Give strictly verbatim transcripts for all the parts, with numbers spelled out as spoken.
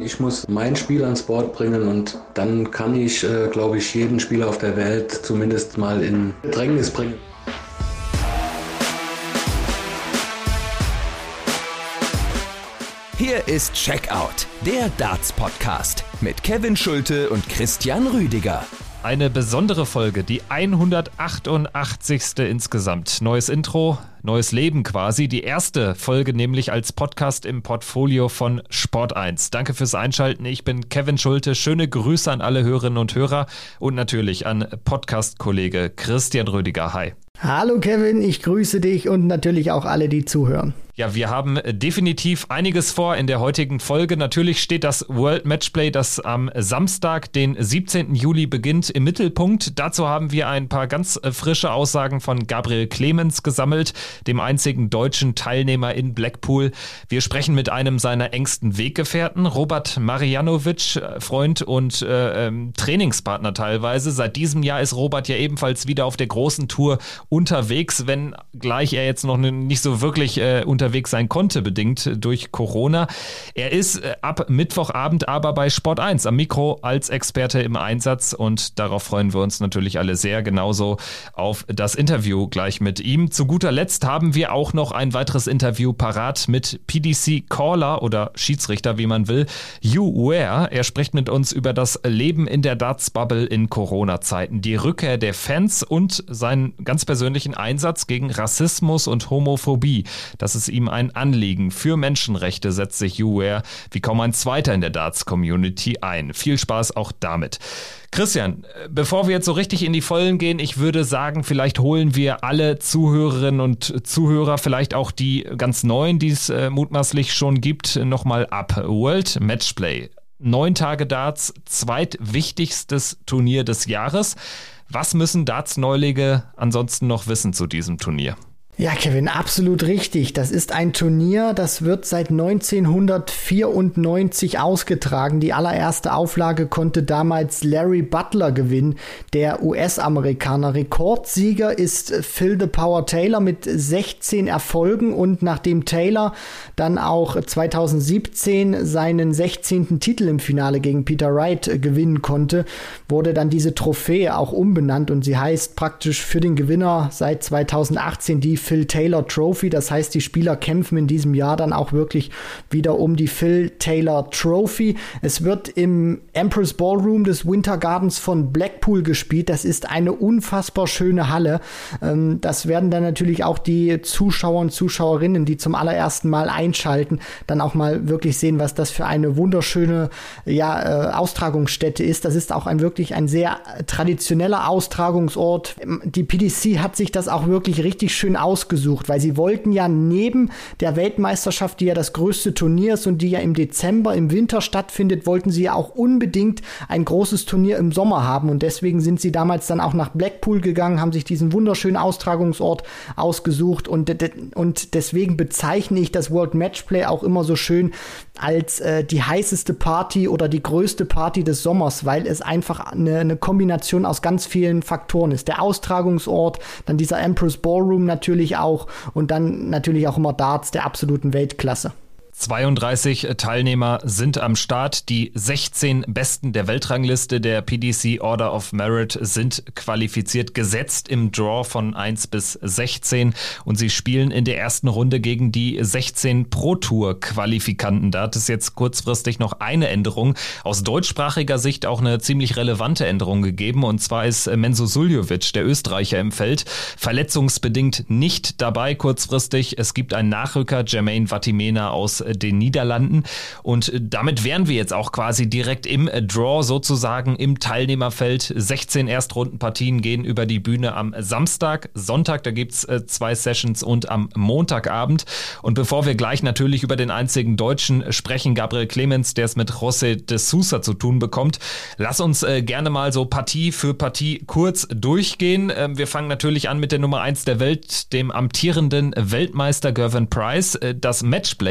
Ich muss mein Spiel ans Board bringen und dann kann ich, äh, glaube ich, jeden Spieler auf der Welt zumindest mal in Bedrängnis bringen. Hier ist Checkout, der Darts-Podcast mit Kevin Schulte und Christian Rüdiger. Eine besondere Folge, die hundertachtundachtzigste insgesamt. Neues Intro, neues Leben quasi. Die erste Folge nämlich als Podcast im Portfolio von Sport eins. Danke fürs Einschalten. Ich bin Kevin Schulte. Schöne Grüße an alle Hörerinnen und Hörer und natürlich an Podcast-Kollege Christian Rüdiger. Hi. Hallo Kevin, ich grüße dich und natürlich auch alle, die zuhören. Ja, wir haben definitiv einiges vor in der heutigen Folge. Natürlich steht das World Matchplay, das am Samstag, den siebzehnten Juli beginnt, im Mittelpunkt. Dazu haben wir ein paar ganz frische Aussagen von Gabriel Clemens gesammelt, dem einzigen deutschen Teilnehmer in Blackpool. Wir sprechen mit einem seiner engsten Weggefährten, Robert Marjanovic, Freund und äh, Trainingspartner teilweise. Seit diesem Jahr ist Robert ja ebenfalls wieder auf der großen Tour unterwegs, wenn gleich er jetzt noch nicht so wirklich äh, unterwegs sein konnte, bedingt durch Corona. Er ist äh, ab Mittwochabend aber bei Sport eins am Mikro als Experte im Einsatz und darauf freuen wir uns natürlich alle sehr, genauso auf das Interview gleich mit ihm. Zu guter Letzt haben wir auch noch ein weiteres Interview parat mit P D C-Caller oder Schiedsrichter, wie man will, Hugh Ware. Er spricht mit uns über das Leben in der Darts-Bubble in Corona-Zeiten, die Rückkehr der Fans und seinen ganz persönlichen Einsatz gegen Rassismus und Homophobie. Das ist ihm ein Anliegen. Für Menschenrechte setzt sich Hugh Ware wie kaum ein zweiter in der Darts-Community ein. Viel Spaß auch damit. Christian, bevor wir jetzt so richtig in die Vollen gehen, ich würde sagen, vielleicht holen wir alle Zuhörerinnen und Zuhörer, vielleicht auch die ganz Neuen, die es äh, mutmaßlich schon gibt, nochmal ab. World Matchplay. Neun Tage Darts, zweitwichtigstes Turnier des Jahres. Was müssen Darts-Neulinge ansonsten noch wissen zu diesem Turnier? Ja, Kevin, absolut richtig. Das ist ein Turnier, das wird seit neunzehnhundertvierundneunzig ausgetragen. Die allererste Auflage konnte damals Larry Butler gewinnen, der U S-Amerikaner. Rekordsieger ist Phil the Power Taylor mit sechzehn Erfolgen und nachdem Taylor dann auch zweitausendsiebzehn seinen sechzehnten Titel im Finale gegen Peter Wright gewinnen konnte, wurde dann diese Trophäe auch umbenannt und sie heißt praktisch für den Gewinner seit zweitausendachtzehn die Phil Taylor Trophy. Das heißt, die Spieler kämpfen in diesem Jahr dann auch wirklich wieder um die Phil Taylor Trophy. Es wird im Empress Ballroom des Winter Gardens von Blackpool gespielt. Das ist eine unfassbar schöne Halle. Das werden dann natürlich auch die Zuschauer und Zuschauerinnen, die zum allerersten Mal einschalten, dann auch mal wirklich sehen, was das für eine wunderschöne ja, Austragungsstätte ist. Das ist auch ein wirklich ein sehr traditioneller Austragungsort. Die P D C hat sich das auch wirklich richtig schön ausgesucht. ausgesucht, weil sie wollten ja neben der Weltmeisterschaft, die ja das größte Turnier ist und die ja im Dezember, im Winter stattfindet, wollten sie ja auch unbedingt ein großes Turnier im Sommer haben und deswegen sind sie damals dann auch nach Blackpool gegangen, haben sich diesen wunderschönen Austragungsort ausgesucht und, de- und deswegen bezeichne ich das World Matchplay auch immer so schön als äh, die heißeste Party oder die größte Party des Sommers, weil es einfach eine, eine Kombination aus ganz vielen Faktoren ist. Der Austragungsort, dann dieser Empress Ballroom natürlich auch und dann natürlich auch immer Darts der absoluten Weltklasse. zweiunddreißig Teilnehmer sind am Start. Die sechzehn Besten der Weltrangliste der P D C Order of Merit sind qualifiziert, gesetzt im Draw von eins bis sechzehn. Und sie spielen in der ersten Runde gegen die sechzehn Pro-Tour-Qualifikanten. Da hat es jetzt kurzfristig noch eine Änderung. Aus deutschsprachiger Sicht auch eine ziemlich relevante Änderung gegeben. Und zwar ist Menzo Suljovic, der Österreicher, im Feld, verletzungsbedingt nicht dabei kurzfristig. Es gibt einen Nachrücker, Jermaine Vatimena aus den Niederlanden und damit wären wir jetzt auch quasi direkt im Draw sozusagen im Teilnehmerfeld. sechzehn Erstrundenpartien gehen über die Bühne am Samstag, Sonntag, da gibt's äh, zwei Sessions und am Montagabend. Und bevor wir gleich natürlich über den einzigen Deutschen sprechen, Gabriel Clemens, der es mit José de Sousa zu tun bekommt, lass uns äh, gerne mal so Partie für Partie kurz durchgehen. Ähm, wir fangen natürlich an mit der Nummer eins der Welt, dem amtierenden Weltmeister Gervin Price. Äh, das Matchplay als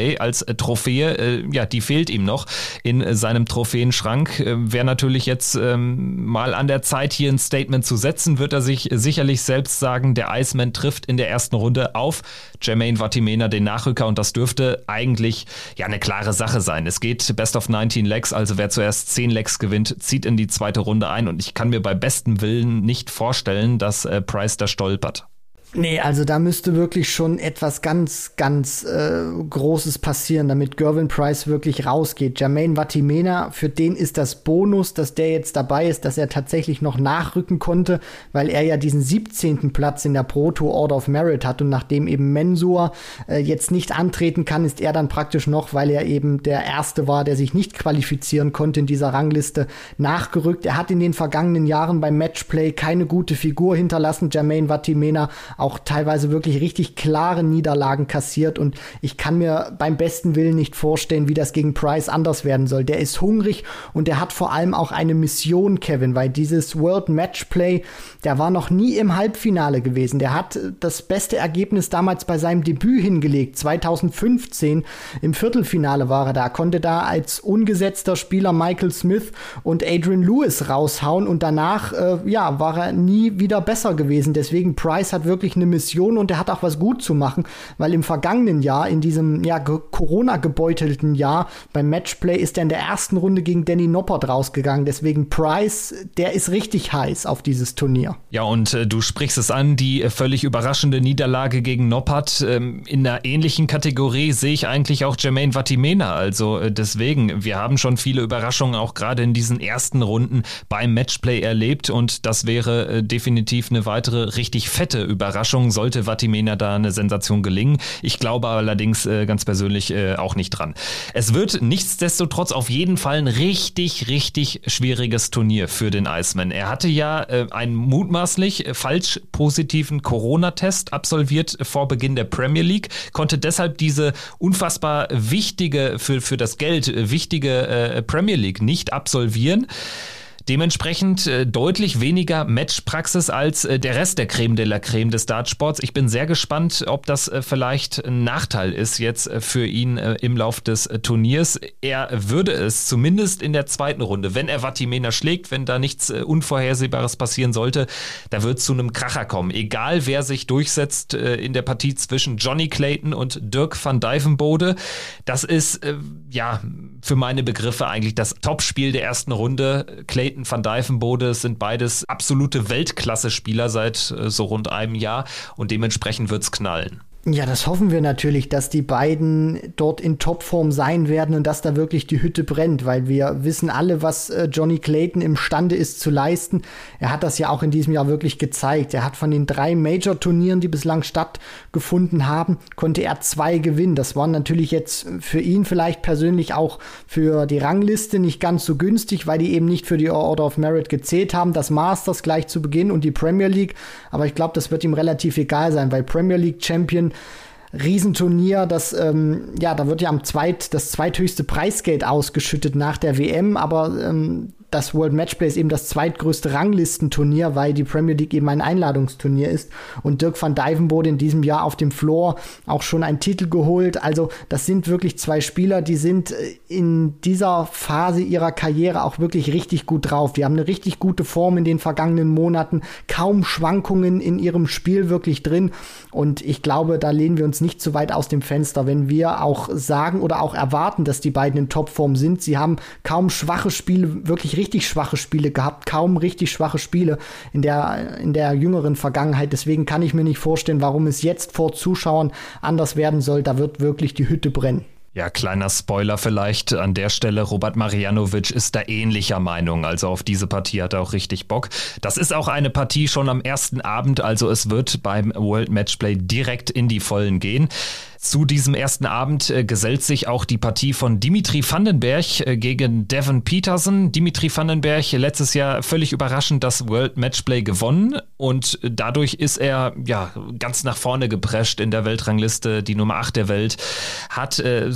Trophäe, äh, ja, die fehlt ihm noch in äh, seinem Trophäenschrank. Äh, Wäre natürlich jetzt ähm, mal an der Zeit, hier ein Statement zu setzen, wird er sich sicherlich selbst sagen, der Iceman trifft in der ersten Runde auf Jermaine Vatimena, den Nachrücker, und das dürfte eigentlich ja eine klare Sache sein. Es geht Best of neunzehn Legs, also wer zuerst zehn Legs gewinnt, zieht in die zweite Runde ein, und ich kann mir bei bestem Willen nicht vorstellen, dass äh, Price da stolpert. Nee, also da müsste wirklich schon etwas ganz, ganz äh, Großes passieren, damit Gervin Price wirklich rausgeht. Jermaine Vatimena, für den ist das Bonus, dass der jetzt dabei ist, dass er tatsächlich noch nachrücken konnte, weil er ja diesen siebzehnten Platz in der Pro Tour Order of Merit hat, und nachdem eben Mensur äh, jetzt nicht antreten kann, ist er dann praktisch noch, weil er eben der Erste war, der sich nicht qualifizieren konnte in dieser Rangliste, nachgerückt. Er hat in den vergangenen Jahren beim Matchplay keine gute Figur hinterlassen, Jermaine Vatimena, auch teilweise wirklich richtig klare Niederlagen kassiert, und ich kann mir beim besten Willen nicht vorstellen, wie das gegen Price anders werden soll. Der ist hungrig und der hat vor allem auch eine Mission, Kevin, weil dieses World Matchplay, der war noch nie im Halbfinale gewesen. Der hat das beste Ergebnis damals bei seinem Debüt hingelegt, zweitausendfünfzehn. Im Viertelfinale war er da, konnte da als ungesetzter Spieler Michael Smith und Adrian Lewis raushauen, und danach äh, ja, war er nie wieder besser gewesen. Deswegen Price hat wirklich eine Mission, und er hat auch was gut zu machen, weil im vergangenen Jahr, in diesem ja, Corona-gebeutelten Jahr beim Matchplay, ist er in der ersten Runde gegen Danny Noppert rausgegangen. Deswegen Price, der ist richtig heiß auf dieses Turnier. Ja, und äh, du sprichst es an, die äh, völlig überraschende Niederlage gegen Noppert. Ähm, in einer ähnlichen Kategorie sehe ich eigentlich auch Jermaine Vatimena. Also äh, deswegen, wir haben schon viele Überraschungen auch gerade in diesen ersten Runden beim Matchplay erlebt, und das wäre äh, definitiv eine weitere richtig fette Überraschung, sollte Vatimena da eine Sensation gelingen. Ich glaube allerdings äh, ganz persönlich äh, auch nicht dran. Es wird nichtsdestotrotz auf jeden Fall ein richtig, richtig schwieriges Turnier für den Iceman. Er hatte ja äh, einen mutmaßlich falsch positiven Corona-Test absolviert vor Beginn der Premier League, konnte deshalb diese unfassbar wichtige, für, für das Geld wichtige äh, Premier League nicht absolvieren. Dementsprechend äh, deutlich weniger Matchpraxis als äh, der Rest der Creme de la Creme des Dartsports. Ich bin sehr gespannt, ob das äh, vielleicht ein Nachteil ist jetzt äh, für ihn äh, im Lauf des äh, Turniers. Er würde es zumindest in der zweiten Runde, wenn er Vatimena schlägt, wenn da nichts äh, Unvorhersehbares passieren sollte, da wird es zu einem Kracher kommen. Egal, wer sich durchsetzt äh, in der Partie zwischen Johnny Clayton und Dirk van Dijvenbode. Das ist, äh, ja, für meine Begriffe eigentlich das Topspiel der ersten Runde. Clayton, Van Dijvenbode sind beides absolute Weltklasse-Spieler seit äh, so rund einem Jahr, und dementsprechend wird's knallen. Ja, das hoffen wir natürlich, dass die beiden dort in Topform sein werden und dass da wirklich die Hütte brennt, weil wir wissen alle, was äh, Johnny Clayton imstande ist zu leisten. Er hat das ja auch in diesem Jahr wirklich gezeigt. Er hat von den drei Major-Turnieren, die bislang stattgefunden haben, konnte er zwei gewinnen. Das war natürlich jetzt für ihn vielleicht persönlich auch für die Rangliste nicht ganz so günstig, weil die eben nicht für die Order of Merit gezählt haben. Das Masters gleich zu Beginn und die Premier League. Aber ich glaube, das wird ihm relativ egal sein, weil Premier League Champion, Riesenturnier, das, ähm, ja, da wird ja am zweit, das zweithöchste Preisgeld ausgeschüttet nach der W M, aber ähm, das World Matchplay ist eben das zweitgrößte Ranglistenturnier, weil die Premier League eben ein Einladungsturnier ist. Und Dirk van Dijvenbode in diesem Jahr auf dem Floor auch schon einen Titel geholt. Also das sind wirklich zwei Spieler, die sind in dieser Phase ihrer Karriere auch wirklich richtig gut drauf. Die haben eine richtig gute Form in den vergangenen Monaten, kaum Schwankungen in ihrem Spiel wirklich drin. Und ich glaube, da lehnen wir uns nicht zu weit aus dem Fenster, wenn wir auch sagen oder auch erwarten, dass die beiden in Topform sind. Sie haben kaum schwache Spiele, wirklich richtig schwache Spiele gehabt, kaum richtig schwache Spiele in der, in der jüngeren Vergangenheit. Deswegen kann ich mir nicht vorstellen, warum es jetzt vor Zuschauern anders werden soll. Da wird wirklich die Hütte brennen. Ja, kleiner Spoiler vielleicht an der Stelle, Robert Marjanovic ist da ähnlicher Meinung, also auf diese Partie hat er auch richtig Bock. Das ist auch eine Partie schon am ersten Abend, also es wird beim World Matchplay direkt in die Vollen gehen. Zu diesem ersten Abend äh, gesellt sich auch die Partie von Dimitri Vandenberg äh, gegen Devon Peterson. Dimitri Vandenberg letztes Jahr völlig überraschend das World Matchplay gewonnen und äh, dadurch ist er ja ganz nach vorne geprescht in der Weltrangliste, die Nummer acht der Welt, hat äh,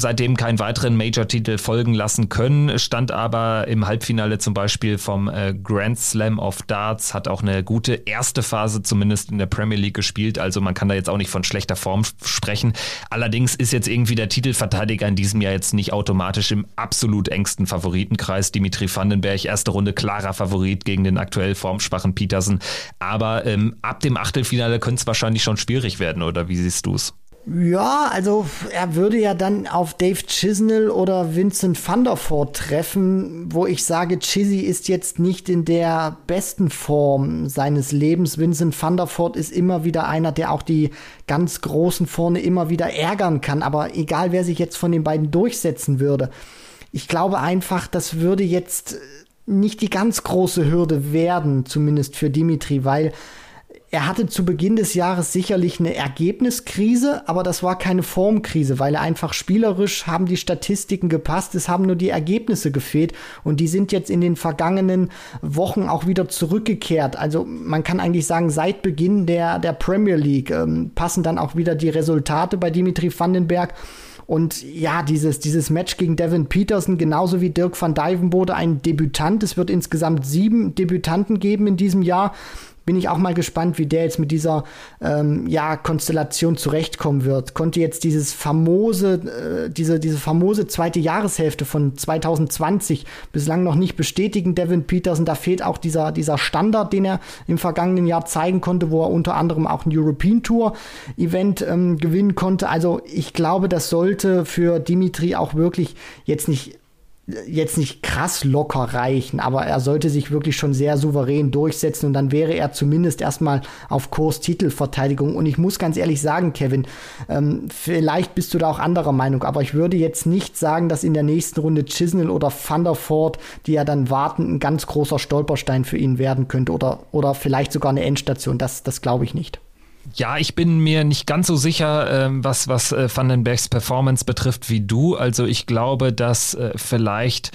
seitdem keinen weiteren Major-Titel folgen lassen können, stand aber im Halbfinale zum Beispiel vom äh, Grand Slam of Darts, hat auch eine gute erste Phase zumindest in der Premier League gespielt, also man kann da jetzt auch nicht von schlechter Form sprechen. Allerdings ist jetzt irgendwie der Titelverteidiger in diesem Jahr jetzt nicht automatisch im absolut engsten Favoritenkreis. Dimitri Vandenberg, erste Runde klarer Favorit gegen den aktuell formschwachen Peterson, aber ähm, ab dem Achtelfinale könnte es wahrscheinlich schon schwierig werden, oder wie siehst du es? Ja, also er würde ja dann auf Dave Chisnell oder Vincent van der Voort treffen, wo ich sage, Chizzy ist jetzt nicht in der besten Form seines Lebens. Vincent van der Voort ist immer wieder einer, der auch die ganz Großen vorne immer wieder ärgern kann. Aber egal, wer sich jetzt von den beiden durchsetzen würde, ich glaube einfach, das würde jetzt nicht die ganz große Hürde werden, zumindest für Dimitri, weil er hatte zu Beginn des Jahres sicherlich eine Ergebniskrise, aber das war keine Formkrise, weil er einfach spielerisch haben die Statistiken gepasst, es haben nur die Ergebnisse gefehlt und die sind jetzt in den vergangenen Wochen auch wieder zurückgekehrt. Also man kann eigentlich sagen, seit Beginn der, der Premier League ähm, passen dann auch wieder die Resultate bei Dimitri Vandenberg. Und ja, dieses, dieses Match gegen Devin Peterson, genauso wie Dirk van Dijvenbode, ein Debütant. Es wird insgesamt sieben Debütanten geben in diesem Jahr. Bin ich auch mal gespannt, wie der jetzt mit dieser ähm, ja, Konstellation zurechtkommen wird. Konnte jetzt dieses famose, äh, diese, diese famose zweite Jahreshälfte von zwanzig zwanzig bislang noch nicht bestätigen. Devin Peterson, da fehlt auch dieser, dieser Standard, den er im vergangenen Jahr zeigen konnte, wo er unter anderem auch ein European Tour Event ähm, gewinnen konnte. Also ich glaube, das sollte für Dimitri auch wirklich jetzt nicht jetzt nicht krass locker reichen, aber er sollte sich wirklich schon sehr souverän durchsetzen und dann wäre er zumindest erstmal auf Kurs Titelverteidigung. Und ich muss ganz ehrlich sagen, Kevin, ähm, vielleicht bist du da auch anderer Meinung, aber ich würde jetzt nicht sagen, dass in der nächsten Runde Chisnell oder Van der Voort, die ja dann warten, ein ganz großer Stolperstein für ihn werden könnte oder, oder vielleicht sogar eine Endstation. Das, das glaube ich nicht. Ja, ich bin mir nicht ganz so sicher, ähm, was, was äh, Vandenbergs Performance betrifft wie du. Also ich glaube, dass äh, vielleicht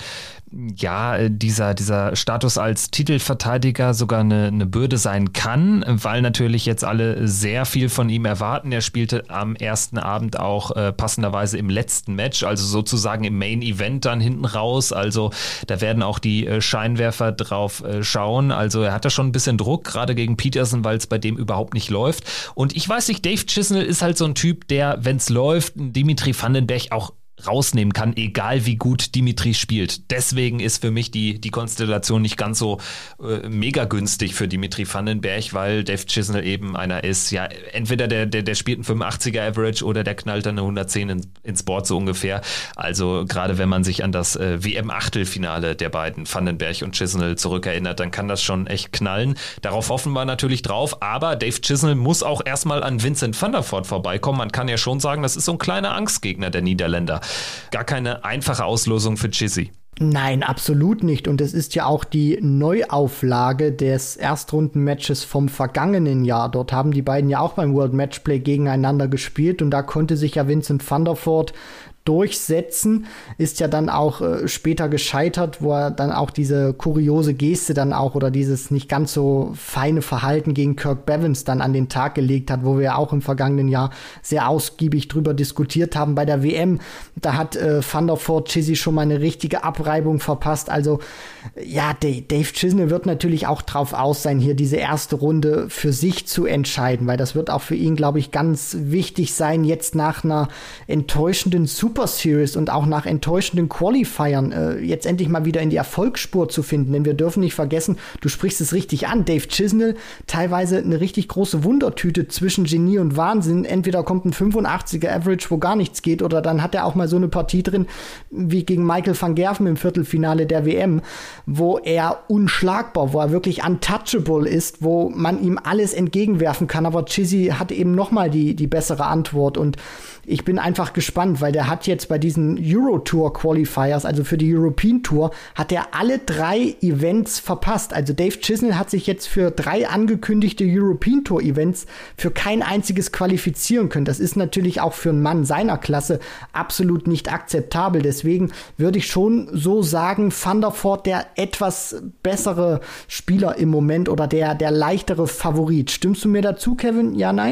ja, dieser, dieser Status als Titelverteidiger sogar eine, eine Bürde sein kann, weil natürlich jetzt alle sehr viel von ihm erwarten. Er spielte am ersten Abend auch äh, passenderweise im letzten Match, also sozusagen im Main Event dann hinten raus. Also da werden auch die äh, Scheinwerfer drauf äh, schauen. Also er hat da schon ein bisschen Druck, gerade gegen Peterson, weil es bei dem überhaupt nicht läuft. Und ich weiß nicht, Dave Chisnell ist halt so ein Typ, der, wenn es läuft, Dimitri Vandenberg auch rausnehmen kann, egal wie gut Dimitri spielt. Deswegen ist für mich die, die Konstellation nicht ganz so äh, mega günstig für Dimitri Vandenberg, weil Dave Chisnell eben einer ist, ja, entweder der, der, der spielt einen fünfundachtziger Average oder der knallt dann eine hundertzehn in, ins Board so ungefähr. Also gerade wenn man sich an das äh, W M-Achtelfinale der beiden, Vandenberg und Chisnell, zurückerinnert, dann kann das schon echt knallen. Darauf hoffen wir natürlich drauf, aber Dave Chisnell muss auch erstmal an Vincent van der Voort vorbeikommen. Man kann ja schon sagen, das ist so ein kleiner Angstgegner der Niederländer. Gar keine einfache Auslosung für Chizzy. Nein, absolut nicht. Und es ist ja auch die Neuauflage des Erstrundenmatches vom vergangenen Jahr. Dort haben die beiden ja auch beim World Matchplay gegeneinander gespielt und da konnte sich ja Vincent van der Voort durchsetzen, ist ja dann auch äh, später gescheitert, wo er dann auch diese kuriose Geste dann auch oder dieses nicht ganz so feine Verhalten gegen Kirk Bevins dann an den Tag gelegt hat, wo wir ja auch im vergangenen Jahr sehr ausgiebig drüber diskutiert haben. Bei der W M, da hat äh, Van der Voort Chizzy schon mal eine richtige Abreibung verpasst. Also ja, Dave, Dave Chisnell wird natürlich auch drauf aus sein, hier diese erste Runde für sich zu entscheiden, weil das wird auch für ihn, glaube ich, ganz wichtig sein, jetzt nach einer enttäuschenden Super Super Series und auch nach enttäuschenden Qualifiern äh, jetzt endlich mal wieder in die Erfolgsspur zu finden. Denn wir dürfen nicht vergessen, du sprichst es richtig an, Dave Chisnell, teilweise eine richtig große Wundertüte zwischen Genie und Wahnsinn. Entweder kommt ein fünfundachtziger Average, wo gar nichts geht, oder dann hat er auch mal so eine Partie drin, wie gegen Michael van Gerven im Viertelfinale der W M, wo er unschlagbar, wo er wirklich untouchable ist, wo man ihm alles entgegenwerfen kann. Aber Chizzy hat eben noch mal die, die bessere Antwort und ich bin einfach gespannt, weil der hat jetzt bei diesen Euro-Tour Qualifiers, also für die European Tour, hat er alle drei Events verpasst. Also Dave Chisnell hat sich jetzt für drei angekündigte European Tour Events für kein einziges qualifizieren können. Das ist natürlich auch für einen Mann seiner Klasse absolut nicht akzeptabel. Deswegen würde ich schon so sagen, Van der Voort der etwas bessere Spieler im Moment oder der, der leichtere Favorit. Stimmst du mir dazu, Kevin? Ja, nein?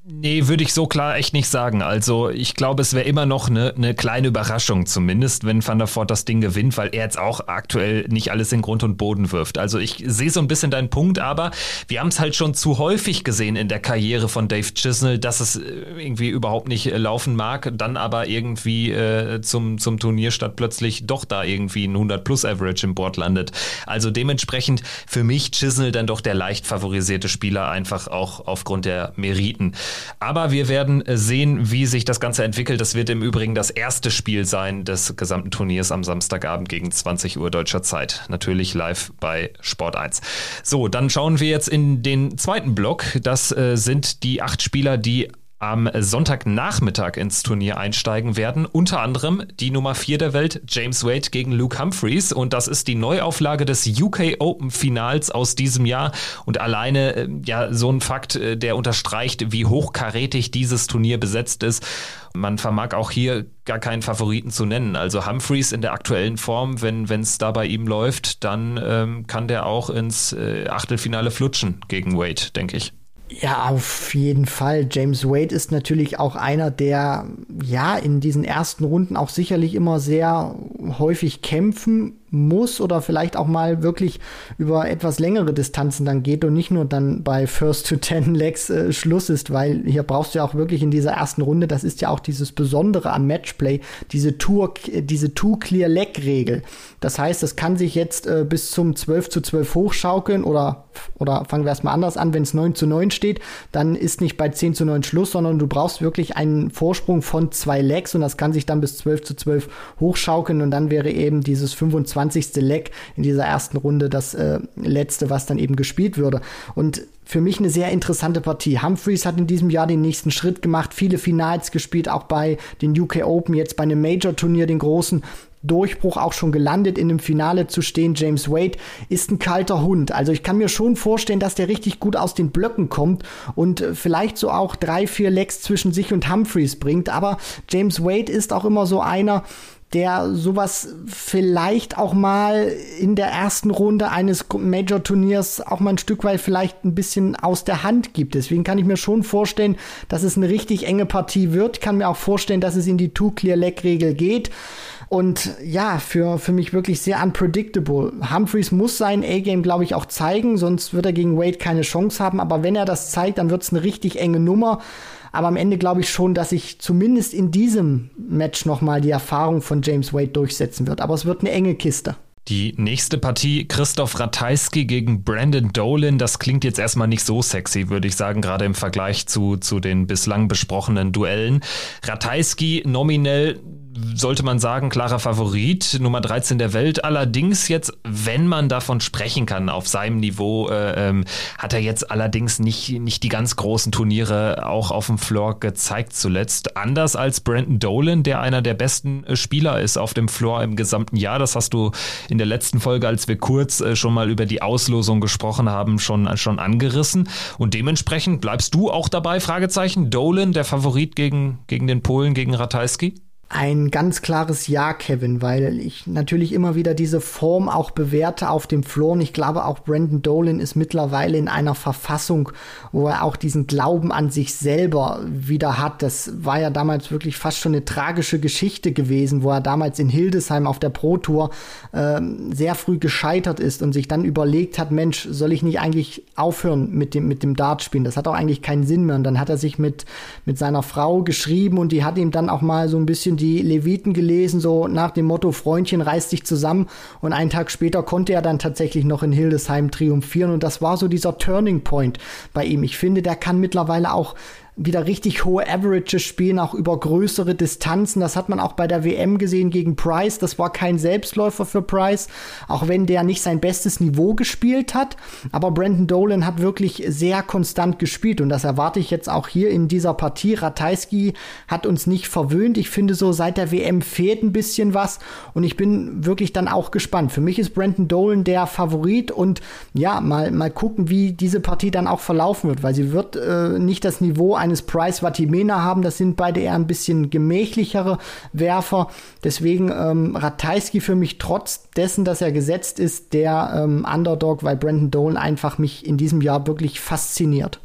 Nee, würde ich so klar echt nicht sagen. Also ich glaube, es wäre immer noch eine, eine kleine Überraschung zumindest, wenn Van der Voort das Ding gewinnt, weil er jetzt auch aktuell nicht alles in Grund und Boden wirft. Also ich sehe so ein bisschen deinen Punkt, aber wir haben es halt schon zu häufig gesehen in der Karriere von Dave Chisnell, dass es irgendwie überhaupt nicht laufen mag, dann aber irgendwie äh, zum, zum Turnierstart plötzlich doch da irgendwie ein hundert-plus-Average im Board landet. Also dementsprechend für mich Chisnell dann doch der leicht favorisierte Spieler, einfach auch aufgrund der Meriten. Aber wir werden sehen, wie sich das Ganze entwickelt. Das wird im Übrigen das erste Spiel sein des gesamten Turniers am Samstagabend gegen zwanzig Uhr deutscher Zeit. Natürlich live bei Sport eins. So, dann schauen wir jetzt in den zweiten Block. Das äh, sind die acht Spieler, die am Sonntagnachmittag ins Turnier einsteigen werden. Unter anderem die Nummer vier der Welt, James Wade gegen Luke Humphreys. Und das ist die Neuauflage des U K Open Finals aus diesem Jahr. Und alleine äh, ja so ein Fakt, äh, der unterstreicht, wie hochkarätig dieses Turnier besetzt ist. Man vermag auch hier gar keinen Favoriten zu nennen. Also Humphreys in der aktuellen Form, wenn es da bei ihm läuft, dann ähm, kann der auch ins äh, Achtelfinale flutschen gegen Wade, denke ich. Ja, auf jeden Fall. James Wade ist natürlich auch einer, der ja in diesen ersten Runden auch sicherlich immer sehr häufig kämpfen muss oder vielleicht auch mal wirklich über etwas längere Distanzen dann geht und nicht nur dann bei First to Ten Legs äh, Schluss ist, weil hier brauchst du ja auch wirklich in dieser ersten Runde, das ist ja auch dieses Besondere am Matchplay, diese Tour, diese Two-Clear-Leg-Regel. Das heißt, das kann sich jetzt äh, bis zum zwölf zu zwölf hochschaukeln oder, oder fangen wir erstmal anders an, wenn es neun zu neun steht, dann ist nicht bei zehn zu neun Schluss, sondern du brauchst wirklich einen Vorsprung von zwei Legs und das kann sich dann bis zwölf zu zwölf hochschaukeln und dann wäre eben dieses fünfundzwanzigste Leg in dieser ersten Runde das äh, letzte, was dann eben gespielt würde. Und für mich eine sehr interessante Partie. Humphreys hat in diesem Jahr den nächsten Schritt gemacht, viele Finals gespielt, auch bei den U K Open, jetzt bei einem Major-Turnier, den großen Durchbruch auch schon gelandet, in einem Finale zu stehen. James Wade ist ein kalter Hund. Also ich kann mir schon vorstellen, dass der richtig gut aus den Blöcken kommt und vielleicht so auch drei, vier Legs zwischen sich und Humphreys bringt. Aber James Wade ist auch immer so einer, der sowas vielleicht auch mal in der ersten Runde eines Major-Turniers auch mal ein Stück weit vielleicht ein bisschen aus der Hand gibt. Deswegen kann ich mir schon vorstellen, dass es eine richtig enge Partie wird. Ich kann mir auch vorstellen, dass es in die Two-Clear-Leg-Regel geht. Und ja, für, für mich wirklich sehr unpredictable. Humphreys muss sein A-Game, glaube ich, auch zeigen, sonst wird er gegen Wade keine Chance haben. Aber wenn er das zeigt, dann wird es eine richtig enge Nummer. Aber am Ende glaube ich schon, dass sich zumindest in diesem Match nochmal die Erfahrung von James Wade durchsetzen wird. Aber es wird eine enge Kiste. Die nächste Partie, Christoph Ratajski gegen Brandon Dolan, das klingt jetzt erstmal nicht so sexy, würde ich sagen, gerade im Vergleich zu, zu den bislang besprochenen Duellen. Ratajski nominell, sollte man sagen, klarer Favorit, Nummer dreizehn der Welt. Allerdings jetzt, wenn man davon sprechen kann, auf seinem Niveau, äh, ähm, hat er jetzt allerdings nicht, nicht die ganz großen Turniere auch auf dem Floor gezeigt zuletzt. Anders als Brandon Dolan, der einer der besten äh, Spieler ist auf dem Floor im gesamten Jahr. Das hast du in der letzten Folge, als wir kurz äh, schon mal über die Auslosung gesprochen haben, schon, schon angerissen. Und dementsprechend bleibst du auch dabei, Fragezeichen. Dolan, der Favorit gegen, gegen den Polen, gegen Ratajski? Ein ganz klares Ja, Kevin, weil ich natürlich immer wieder diese Form auch bewerte auf dem Floor. Und ich glaube, auch Brandon Dolan ist mittlerweile in einer Verfassung, wo er auch diesen Glauben an sich selber wieder hat. Das war ja damals wirklich fast schon eine tragische Geschichte gewesen, wo er damals in Hildesheim auf der Pro Tour äh, sehr früh gescheitert ist und sich dann überlegt hat, Mensch, soll ich nicht eigentlich aufhören mit dem, mit dem Dartspielen? Das hat auch eigentlich keinen Sinn mehr. Und dann hat er sich mit, mit seiner Frau geschrieben und die hat ihm dann auch mal so ein bisschen die Leviten gelesen, so nach dem Motto, Freundchen, reiß dich zusammen. Und einen Tag später konnte er dann tatsächlich noch in Hildesheim triumphieren. Und das war so dieser Turning Point bei ihm. Ich finde, der kann mittlerweile auch wieder richtig hohe Averages spielen, auch über größere Distanzen. Das hat man auch bei der W M gesehen gegen Price. Das war kein Selbstläufer für Price, auch wenn der nicht sein bestes Niveau gespielt hat. Aber Brandon Dolan hat wirklich sehr konstant gespielt und das erwarte ich jetzt auch hier in dieser Partie. Ratajski hat uns nicht verwöhnt. Ich finde so, seit der W M fehlt ein bisschen was und ich bin wirklich dann auch gespannt. Für mich ist Brandon Dolan der Favorit und ja, mal, mal gucken, wie diese Partie dann auch verlaufen wird, weil sie wird äh, nicht das Niveau eines Price Vatimena haben. Das sind beide eher ein bisschen gemächlichere Werfer. Deswegen ähm, Ratajski für mich trotz dessen, dass er gesetzt ist, der ähm, Underdog, weil Brandon Dolan einfach mich in diesem Jahr wirklich fasziniert.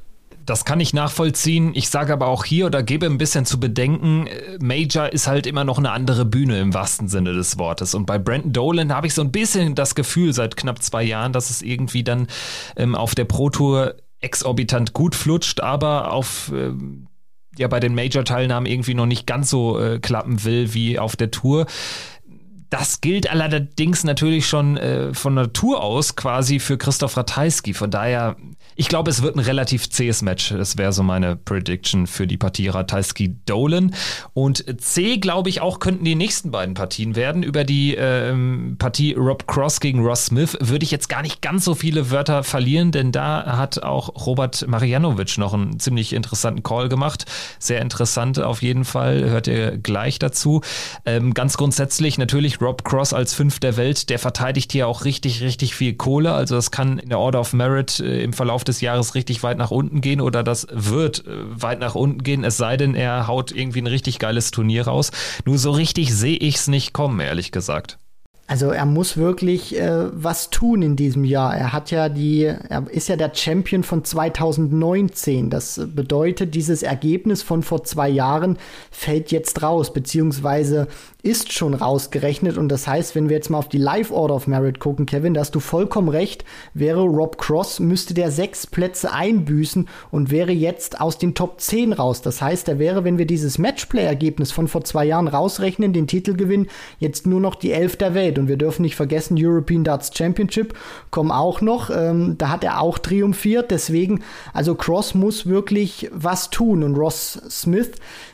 Das kann ich nachvollziehen. Ich sage aber auch hier oder gebe ein bisschen zu bedenken, Major ist halt immer noch eine andere Bühne im wahrsten Sinne des Wortes. Und bei Brandon Dolan habe ich so ein bisschen das Gefühl seit knapp zwei Jahren, dass es irgendwie dann ähm, auf der Pro Tour exorbitant gut flutscht, aber auf ähm, ja bei den Major-Teilnahmen irgendwie noch nicht ganz so äh, klappen will wie auf der Tour. Das gilt allerdings natürlich schon äh, von Natur aus quasi für Christoph Ratajski. Von daher, ich glaube, es wird ein relativ zähes Match. Das wäre so meine Prediction für die Partie Ratajski-Dolan. Und zäh, glaube ich, auch könnten die nächsten beiden Partien werden. Über die ähm, Partie Rob Cross gegen Ross Smith würde ich jetzt gar nicht ganz so viele Wörter verlieren, denn da hat auch Robert Marjanovic noch einen ziemlich interessanten Call gemacht. Sehr interessant auf jeden Fall, hört ihr gleich dazu. Ähm, ganz grundsätzlich natürlich Rob Cross als Fünf der Welt, der verteidigt hier auch richtig, richtig viel Kohle. Also das kann in der Order of Merit äh, im Verlauf des Jahres richtig weit nach unten gehen oder das wird äh, weit nach unten gehen, es sei denn, er haut irgendwie ein richtig geiles Turnier raus. Nur so richtig sehe ich es nicht kommen, ehrlich gesagt. Also er muss wirklich äh, was tun in diesem Jahr. Er hat ja die, er ist ja der Champion von zwanzig neunzehn. Das bedeutet, dieses Ergebnis von vor zwei Jahren fällt jetzt raus, beziehungsweise ist schon rausgerechnet. Und das heißt, wenn wir jetzt mal auf die Live Order of Merit gucken, Kevin, da hast du vollkommen recht, wäre Rob Cross, müsste der sechs Plätze einbüßen und wäre jetzt aus den Top zehn raus. Das heißt, er wäre, wenn wir dieses Matchplay-Ergebnis von vor zwei Jahren rausrechnen, den Titelgewinn, jetzt nur noch die Elf der Welt. Und wir dürfen nicht vergessen, European Darts Championship kommen auch noch. Ähm, da hat er auch triumphiert. Deswegen, also Cross muss wirklich was tun. Und Ross Smith,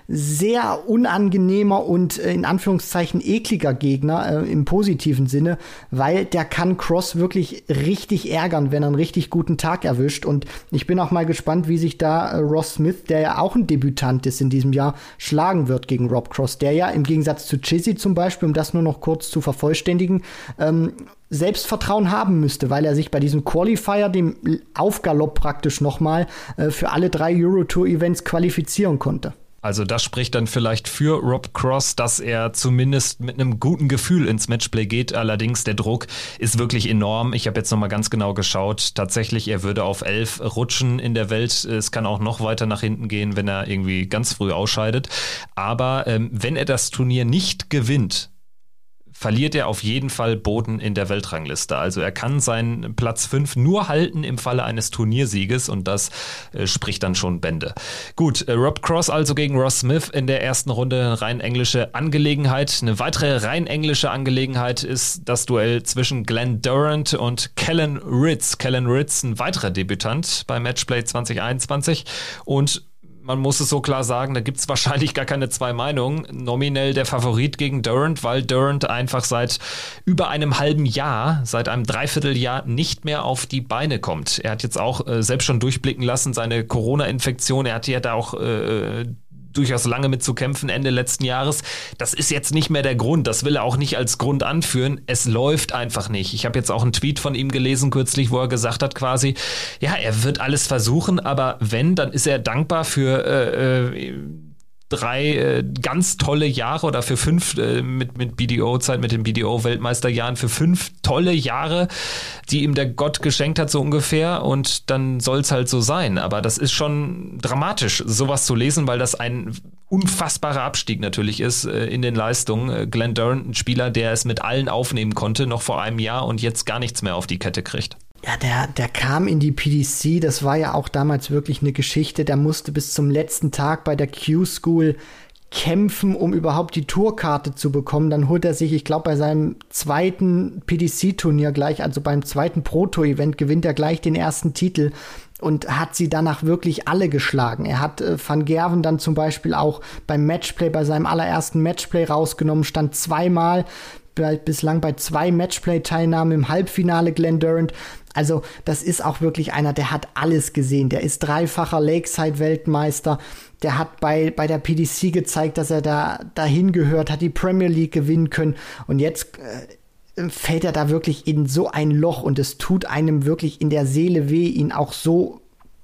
sehr unangenehmer und äh, in Anführungszeichen ekliger Gegner äh, im positiven Sinne, weil der kann Cross wirklich richtig ärgern, wenn er einen richtig guten Tag erwischt. Und ich bin auch mal gespannt, wie sich da äh, Ross Smith, der ja auch ein Debütant ist in diesem Jahr, schlagen wird gegen Rob Cross, der ja im Gegensatz zu Chizzy zum Beispiel, um das nur noch kurz zu vervollständigen, ähm, Selbstvertrauen haben müsste, weil er sich bei diesem Qualifier, dem Aufgalopp praktisch nochmal, äh, für alle drei Eurotour-Events qualifizieren konnte. Also das spricht dann vielleicht für Rob Cross, dass er zumindest mit einem guten Gefühl ins Matchplay geht. Allerdings der Druck ist wirklich enorm. Ich habe jetzt nochmal ganz genau geschaut. Tatsächlich, er würde auf elf rutschen in der Welt. Es kann auch noch weiter nach hinten gehen, wenn er irgendwie ganz früh ausscheidet. Aber ähm, wenn er das Turnier nicht gewinnt, verliert er auf jeden Fall Boden in der Weltrangliste. Also er kann seinen Platz fünf nur halten im Falle eines Turniersieges und das äh, spricht dann schon Bände. Gut, äh, Rob Cross also gegen Ross Smith in der ersten Runde, rein englische Angelegenheit. Eine weitere rein englische Angelegenheit ist das Duell zwischen Glenn Durrant und Kellen Ritz. Kellen Ritz, ein weiterer Debütant bei Matchplay zwanzig einundzwanzig und man muss es so klar sagen, da gibt es wahrscheinlich gar keine zwei Meinungen. Nominell der Favorit gegen Durrant, weil Durrant einfach seit über einem halben Jahr, seit einem Dreivierteljahr nicht mehr auf die Beine kommt. Er hat jetzt auch äh, selbst schon durchblicken lassen, seine Corona-Infektion, er hatte ja da auch äh, durchaus lange mit zu kämpfen Ende letzten Jahres. Das ist jetzt nicht mehr der Grund. Das will er auch nicht als Grund anführen. Es läuft einfach nicht. Ich habe jetzt auch einen Tweet von ihm gelesen kürzlich, wo er gesagt hat quasi, ja, er wird alles versuchen, aber wenn, dann ist er dankbar für äh, äh, drei äh, ganz tolle Jahre oder für fünf äh, mit, mit B D O-Zeit, mit den B D O-Weltmeisterjahren, für fünf tolle Jahre, die ihm der Gott geschenkt hat, so ungefähr. Und dann soll es halt so sein. Aber das ist schon dramatisch, sowas zu lesen, weil das ein unfassbarer Abstieg natürlich ist äh, in den Leistungen. Glenn Durrant, ein Spieler, der es mit allen aufnehmen konnte, noch vor einem Jahr und jetzt gar nichts mehr auf die Kette kriegt. Ja, der, der kam in die P D C, das war ja auch damals wirklich eine Geschichte, der musste bis zum letzten Tag bei der Q-School kämpfen, um überhaupt die Tourkarte zu bekommen. Dann holt er sich, ich glaube, bei seinem zweiten P D C-Turnier gleich, also beim zweiten Pro-Tour-Event, gewinnt er gleich den ersten Titel und hat sie danach wirklich alle geschlagen. Er hat äh, Van Gerwen dann zum Beispiel auch beim Matchplay, bei seinem allerersten Matchplay rausgenommen, stand zweimal bislang bei zwei Matchplay-Teilnahmen im Halbfinale, Glenn Durrant. Also das ist auch wirklich einer, der hat alles gesehen. Der ist dreifacher Lakeside-Weltmeister. Der hat bei, bei der P D C gezeigt, dass er da dahin gehört, hat die Premier League gewinnen können. Und jetzt äh, fällt er da wirklich in so ein Loch und es tut einem wirklich in der Seele weh, ihn auch so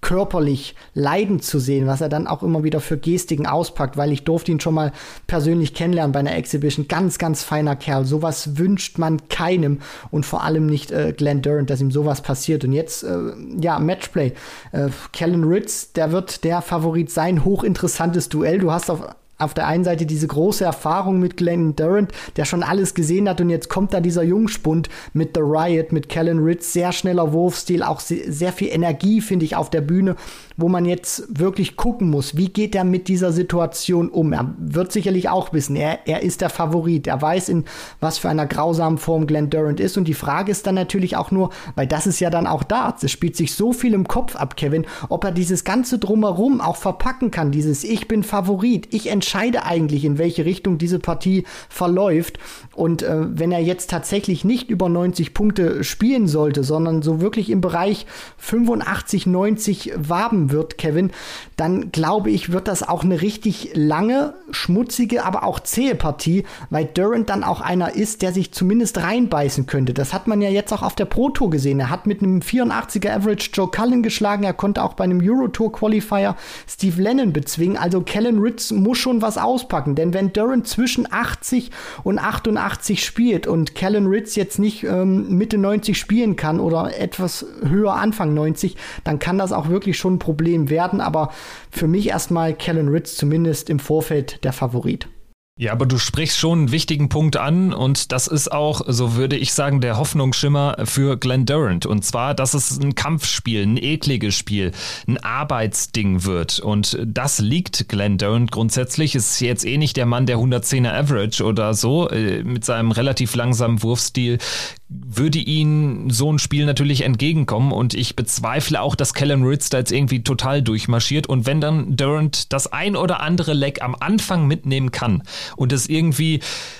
körperlich leidend zu sehen, was er dann auch immer wieder für Gestiken auspackt, weil ich durfte ihn schon mal persönlich kennenlernen bei einer Exhibition. Ganz, ganz feiner Kerl. Sowas wünscht man keinem und vor allem nicht äh, Glenn Durant, dass ihm sowas passiert. Und jetzt, äh, ja, Matchplay. Äh, Kellen Ritz, der wird der Favorit sein. Hochinteressantes Duell. Du hast auf Auf der einen Seite diese große Erfahrung mit Glenn Durant, der schon alles gesehen hat, und jetzt kommt da dieser Jungspund mit The Riot, mit Kellen Ritz, sehr schneller Wurfstil, auch sehr, sehr viel Energie, finde ich, auf der Bühne, wo man jetzt wirklich gucken muss, wie geht er mit dieser Situation um. Er wird sicherlich auch wissen, er, er ist der Favorit, er weiß, in was für einer grausamen Form Glenn Durant ist, und die Frage ist dann natürlich auch nur, weil das ist ja dann auch Darts, es spielt sich so viel im Kopf ab, Kevin, ob er dieses ganze Drumherum auch verpacken kann, dieses Ich bin Favorit, ich entscheide entscheide eigentlich, in welche Richtung diese Partie verläuft. Und äh, wenn er jetzt tatsächlich nicht über neunzig Punkte spielen sollte, sondern so wirklich im Bereich fünfundachtzig, neunzig waben wird, Kevin, dann glaube ich, wird das auch eine richtig lange, schmutzige, aber auch zähe Partie, weil Durant dann auch einer ist, der sich zumindest reinbeißen könnte. Das hat man ja jetzt auch auf der Pro Tour gesehen. Er hat mit einem vierundachtziger Average Joe Cullen geschlagen. Er konnte auch bei einem Euro Tour Qualifier Steve Lennon bezwingen. Also Kellen Ritz muss schon was auspacken, denn wenn Durant zwischen achtzig und achtundachtzig spielt und Kellen Ritz jetzt nicht ähm, Mitte neunzig spielen kann oder etwas höher Anfang neunzig, dann kann das auch wirklich schon ein Problem werden, aber für mich erstmal Kellen Ritz zumindest im Vorfeld der Favorit. Ja, aber du sprichst schon einen wichtigen Punkt an, und das ist auch, so würde ich sagen, der Hoffnungsschimmer für Glenn Durant. Und zwar, dass es ein Kampfspiel, ein ekliges Spiel, ein Arbeitsding wird. Und das liegt Glenn Durant grundsätzlich. Ist jetzt eh nicht der Mann der hundertzehner Average oder so. Mit seinem relativ langsamen Wurfstil würde ihn so ein Spiel natürlich entgegenkommen, und ich bezweifle auch, dass Kellen Ritz da jetzt irgendwie total durchmarschiert, und wenn dann Durant das ein oder andere Leg am Anfang mitnehmen kann und es irgendwie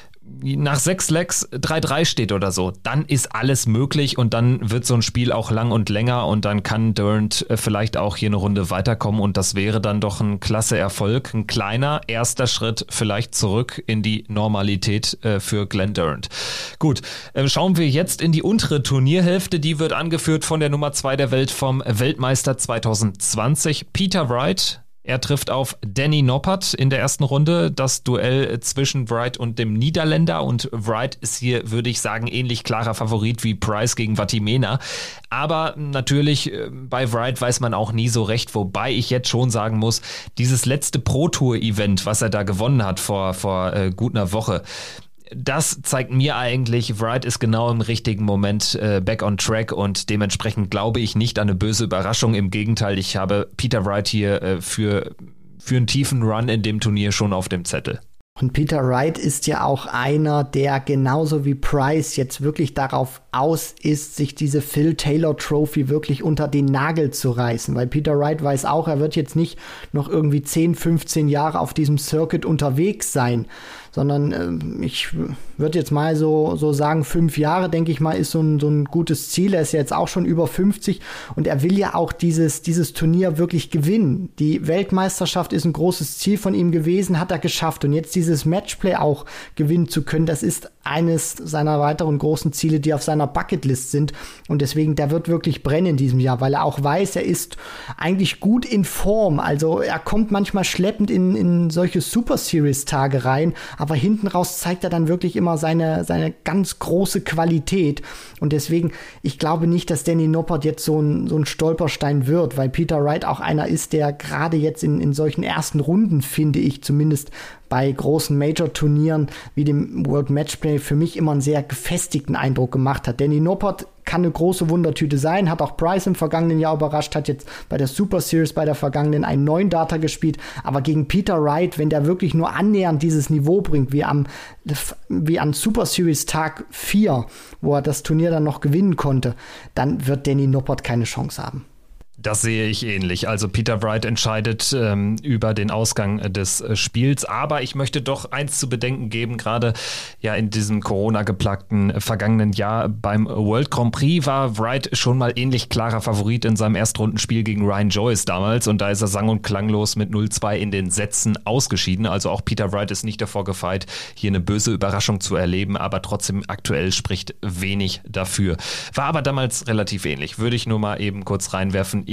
nach sechs Legs drei drei steht oder so, dann ist alles möglich, und dann wird so ein Spiel auch lang und länger, und dann kann Durant vielleicht auch hier eine Runde weiterkommen, und das wäre dann doch ein klasse Erfolg, ein kleiner erster Schritt vielleicht zurück in die Normalität äh, für Glenn Durant. Gut, äh, schauen wir jetzt in die untere Turnierhälfte, die wird angeführt von der Nummer zwei der Welt, vom Weltmeister zwanzig zwanzig, Peter Wright. Er trifft auf Danny Noppert in der ersten Runde, das Duell zwischen Wright und dem Niederländer, und Wright ist hier, würde ich sagen, ähnlich klarer Favorit wie Price gegen Vatimena, aber natürlich bei Wright weiß man auch nie so recht, wobei ich jetzt schon sagen muss, dieses letzte Pro-Tour-Event, was er da gewonnen hat vor, vor äh, gut einer Woche, das zeigt mir eigentlich, Wright ist genau im richtigen Moment äh, back on track, und dementsprechend glaube ich nicht an eine böse Überraschung. Im Gegenteil, ich habe Peter Wright hier äh, für, für einen tiefen Run in dem Turnier schon auf dem Zettel. Und Peter Wright ist ja auch einer, der genauso wie Price jetzt wirklich darauf aus ist, sich diese Phil Taylor Trophy wirklich unter den Nagel zu reißen. Weil Peter Wright weiß auch, er wird jetzt nicht noch irgendwie zehn, fünfzehn Jahre auf diesem Circuit unterwegs sein, sondern äh, ich würde jetzt mal so, so sagen, fünf Jahre, denke ich mal, ist so ein, so ein gutes Ziel. Er ist ja jetzt auch schon über fünfzig, und er will ja auch dieses, dieses Turnier wirklich gewinnen. Die Weltmeisterschaft ist ein großes Ziel von ihm gewesen, hat er geschafft, und jetzt dieses Matchplay auch gewinnen zu können, das ist eines seiner weiteren großen Ziele, die auf seiner Bucketlist sind, und deswegen, der wird wirklich brennen in diesem Jahr, weil er auch weiß, er ist eigentlich gut in Form, also er kommt manchmal schleppend in, in solche Super Series Tage rein, aber hinten raus zeigt er dann wirklich immer seine, seine ganz große Qualität, und deswegen, ich glaube nicht, dass Danny Noppert jetzt so ein, so ein Stolperstein wird, weil Peter Wright auch einer ist, der gerade jetzt in, in solchen ersten Runden, finde ich zumindest, bei großen Major-Turnieren wie dem World Matchplay für mich immer einen sehr gefestigten Eindruck gemacht hat. Danny Noppert kann eine große Wundertüte sein, hat auch Price im vergangenen Jahr überrascht, hat jetzt bei der Super Series bei der vergangenen einen neuen Data gespielt, aber gegen Peter Wright, wenn der wirklich nur annähernd dieses Niveau bringt, wie am, wie an Super Series Tag vier, wo er das Turnier dann noch gewinnen konnte, dann wird Danny Noppert keine Chance haben. Das sehe ich ähnlich. Also Peter Wright entscheidet ähm, über den Ausgang des äh, Spiels. Aber ich möchte doch eins zu bedenken geben, gerade ja in diesem Corona-geplagten äh, vergangenen Jahr beim World Grand Prix war Wright schon mal ähnlich klarer Favorit in seinem Erstrundenspiel gegen Ryan Joyce damals. Und da ist er sang- und klanglos mit null zwei in den Sätzen ausgeschieden. Also auch Peter Wright ist nicht davor gefeit, hier eine böse Überraschung zu erleben. Aber trotzdem aktuell spricht wenig dafür. War aber damals relativ ähnlich. Würde ich nur mal eben kurz reinwerfen.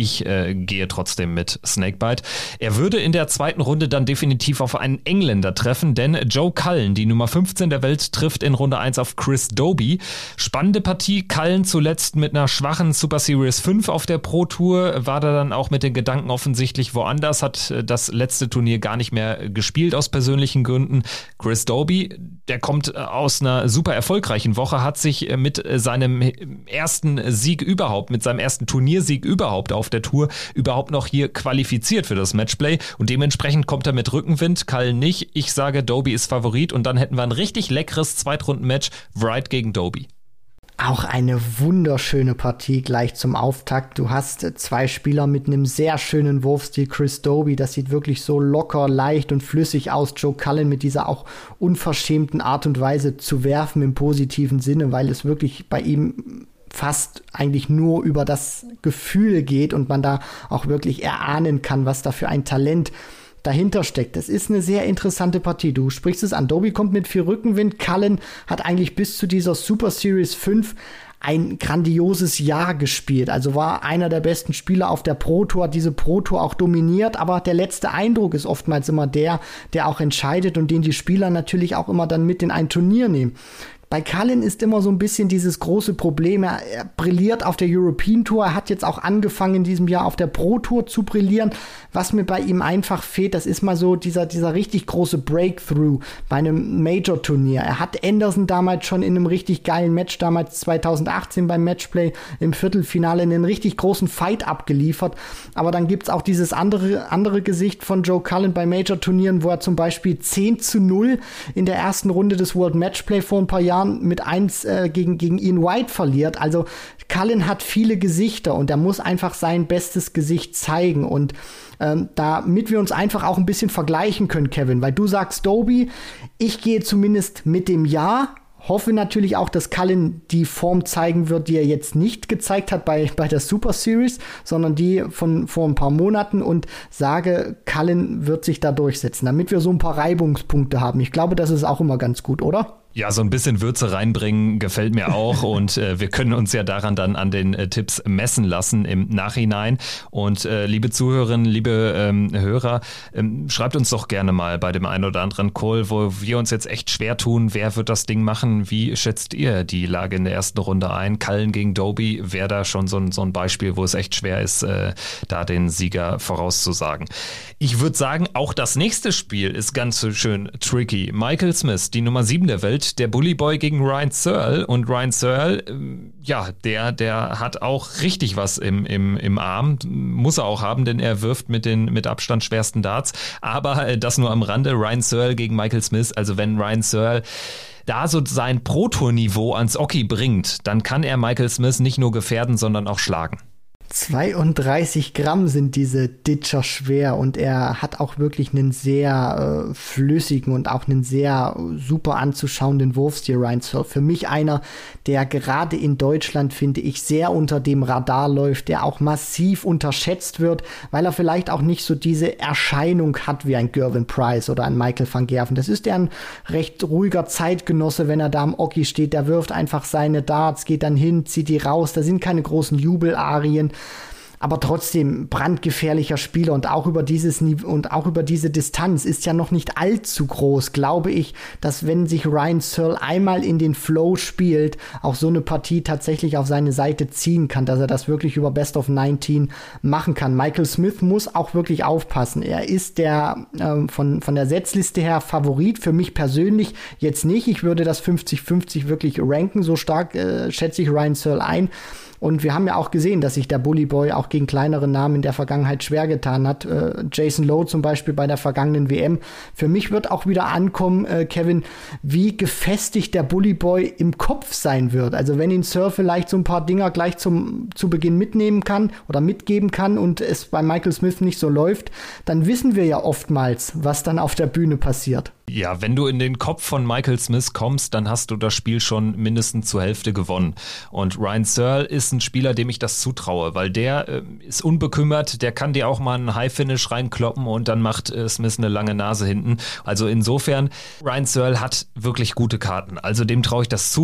ich äh, gehe trotzdem mit Snakebite. Er würde in der zweiten Runde dann definitiv auf einen Engländer treffen, denn Joe Cullen, die Nummer fünfzehn der Welt, trifft in Runde eins auf Chris Dobey. Spannende Partie. Cullen zuletzt mit einer schwachen Super Series fünf auf der Pro Tour, war da dann auch mit den Gedanken offensichtlich woanders, hat das letzte Turnier gar nicht mehr gespielt aus persönlichen Gründen. Chris Dobey, der kommt aus einer super erfolgreichen Woche, hat sich mit seinem ersten Sieg überhaupt, mit seinem ersten Turniersieg überhaupt auf der Tour überhaupt noch hier qualifiziert für das Matchplay und dementsprechend kommt er mit Rückenwind, Cullen nicht. Ich sage, Dobey ist Favorit und dann hätten wir ein richtig leckeres Zweitrunden-Match, Wright gegen Dobey. Auch eine wunderschöne Partie gleich zum Auftakt. Du hast zwei Spieler mit einem sehr schönen Wurfstil. Chris Dobey, das sieht wirklich so locker, leicht und flüssig aus. Joe Cullen mit dieser auch unverschämten Art und Weise zu werfen im positiven Sinne, weil es wirklich bei ihm fast eigentlich nur über das Gefühl geht und man da auch wirklich erahnen kann, was da für ein Talent dahinter steckt. Das ist eine sehr interessante Partie. Du sprichst es an. Dobey kommt mit viel Rückenwind. Cullen hat eigentlich bis zu dieser Super Series fünf ein grandioses Jahr gespielt. Also war einer der besten Spieler auf der Pro Tour, hat diese Pro Tour auch dominiert, aber der letzte Eindruck ist oftmals immer der, der auch entscheidet und den die Spieler natürlich auch immer dann mit in ein Turnier nehmen. Bei Cullen ist immer so ein bisschen dieses große Problem, er, er brilliert auf der European Tour, er hat jetzt auch angefangen in diesem Jahr auf der Pro Tour zu brillieren. Was mir bei ihm einfach fehlt, das ist mal so dieser, dieser richtig große Breakthrough bei einem Major-Turnier. Er hat Anderson damals schon in einem richtig geilen Match, damals zweitausendachtzehn beim Matchplay im Viertelfinale, einen richtig großen Fight abgeliefert. Aber dann gibt's auch dieses andere, andere Gesicht von Joe Cullen bei Major-Turnieren, wo er zum Beispiel zehn zu null in der ersten Runde des World Matchplay vor ein paar Jahren mit eins äh, gegen, gegen Ian White verliert. Also Cullen hat viele Gesichter und er muss einfach sein bestes Gesicht zeigen und ähm, damit wir uns einfach auch ein bisschen vergleichen können, Kevin, weil du sagst Dobey, ich gehe zumindest mit dem Ja, hoffe natürlich auch, dass Cullen die Form zeigen wird, die er jetzt nicht gezeigt hat bei, bei der Super Series, sondern die von vor ein paar Monaten und sage, Cullen wird sich da durchsetzen, damit wir so ein paar Reibungspunkte haben. Ich glaube, das ist auch immer ganz gut, oder? Ja, so ein bisschen Würze reinbringen gefällt mir auch und äh, wir können uns ja daran dann an den äh, Tipps messen lassen im Nachhinein. Und äh, liebe Zuhörerinnen, liebe ähm, Hörer, ähm, schreibt uns doch gerne mal bei dem einen oder anderen Call, wo wir uns jetzt echt schwer tun, wer wird das Ding machen, wie schätzt ihr die Lage in der ersten Runde ein? Cullen gegen Dobey wäre da schon so ein, so ein Beispiel, wo es echt schwer ist, äh, da den Sieger vorauszusagen. Ich würde sagen, auch das nächste Spiel ist ganz so schön tricky. Michael Smith, die Nummer sieben der Welt, der Bully Boy gegen Ryan Searle und Ryan Searle, ja, der, der hat auch richtig was im, im, im Arm, muss er auch haben, denn er wirft mit den mit Abstand schwersten Darts, aber das nur am Rande, Ryan Searle gegen Michael Smith, also wenn Ryan Searle da so sein Pro-Tour-Niveau ans Oki bringt, dann kann er Michael Smith nicht nur gefährden, sondern auch schlagen. zweiunddreißig Gramm sind diese Ditcher schwer und er hat auch wirklich einen sehr äh, flüssigen und auch einen sehr super anzuschauenden Wurfstil, Ryan Searle. Für mich einer, der gerade in Deutschland, finde ich, sehr unter dem Radar läuft, der auch massiv unterschätzt wird, weil er vielleicht auch nicht so diese Erscheinung hat wie ein Gervin Price oder ein Michael van Gerven. Das ist ja ein recht ruhiger Zeitgenosse, wenn er da am Oki steht. Der wirft einfach seine Darts, geht dann hin, zieht die raus. Da sind keine großen Jubelarien. Aber trotzdem brandgefährlicher Spieler und auch über dieses Niveau und auch über diese Distanz ist ja noch nicht allzu groß, glaube ich, dass wenn sich Ryan Searle einmal in den Flow spielt, auch so eine Partie tatsächlich auf seine Seite ziehen kann, dass er das wirklich über Best of neunzehn machen kann. Michael Smith muss auch wirklich aufpassen. Er ist der äh, von, von der Setzliste her Favorit, für mich persönlich jetzt nicht. Ich würde das fünfzig fünfzig wirklich ranken, so stark äh, schätze ich Ryan Searle ein. Und wir haben ja auch gesehen, dass sich der Bully Boy auch gegen kleinere Namen in der Vergangenheit schwer getan hat. Äh, Jason Lowe zum Beispiel bei der vergangenen W M. Für mich wird auch wieder ankommen, äh, Kevin, wie gefestigt der Bully Boy im Kopf sein wird. Also wenn ihn Searle vielleicht so ein paar Dinger gleich zum zu Beginn mitnehmen kann oder mitgeben kann und es bei Michael Smith nicht so läuft, dann wissen wir ja oftmals, was dann auf der Bühne passiert. Ja, wenn du in den Kopf von Michael Smith kommst, dann hast du das Spiel schon mindestens zur Hälfte gewonnen. Und Ryan Searle ist ein Spieler, dem ich das zutraue, weil der äh, ist unbekümmert, der kann dir auch mal einen High-Finish reinkloppen und dann macht äh, Smith eine lange Nase hinten. Also insofern, Ryan Searle hat wirklich gute Karten. Also dem traue ich das zu.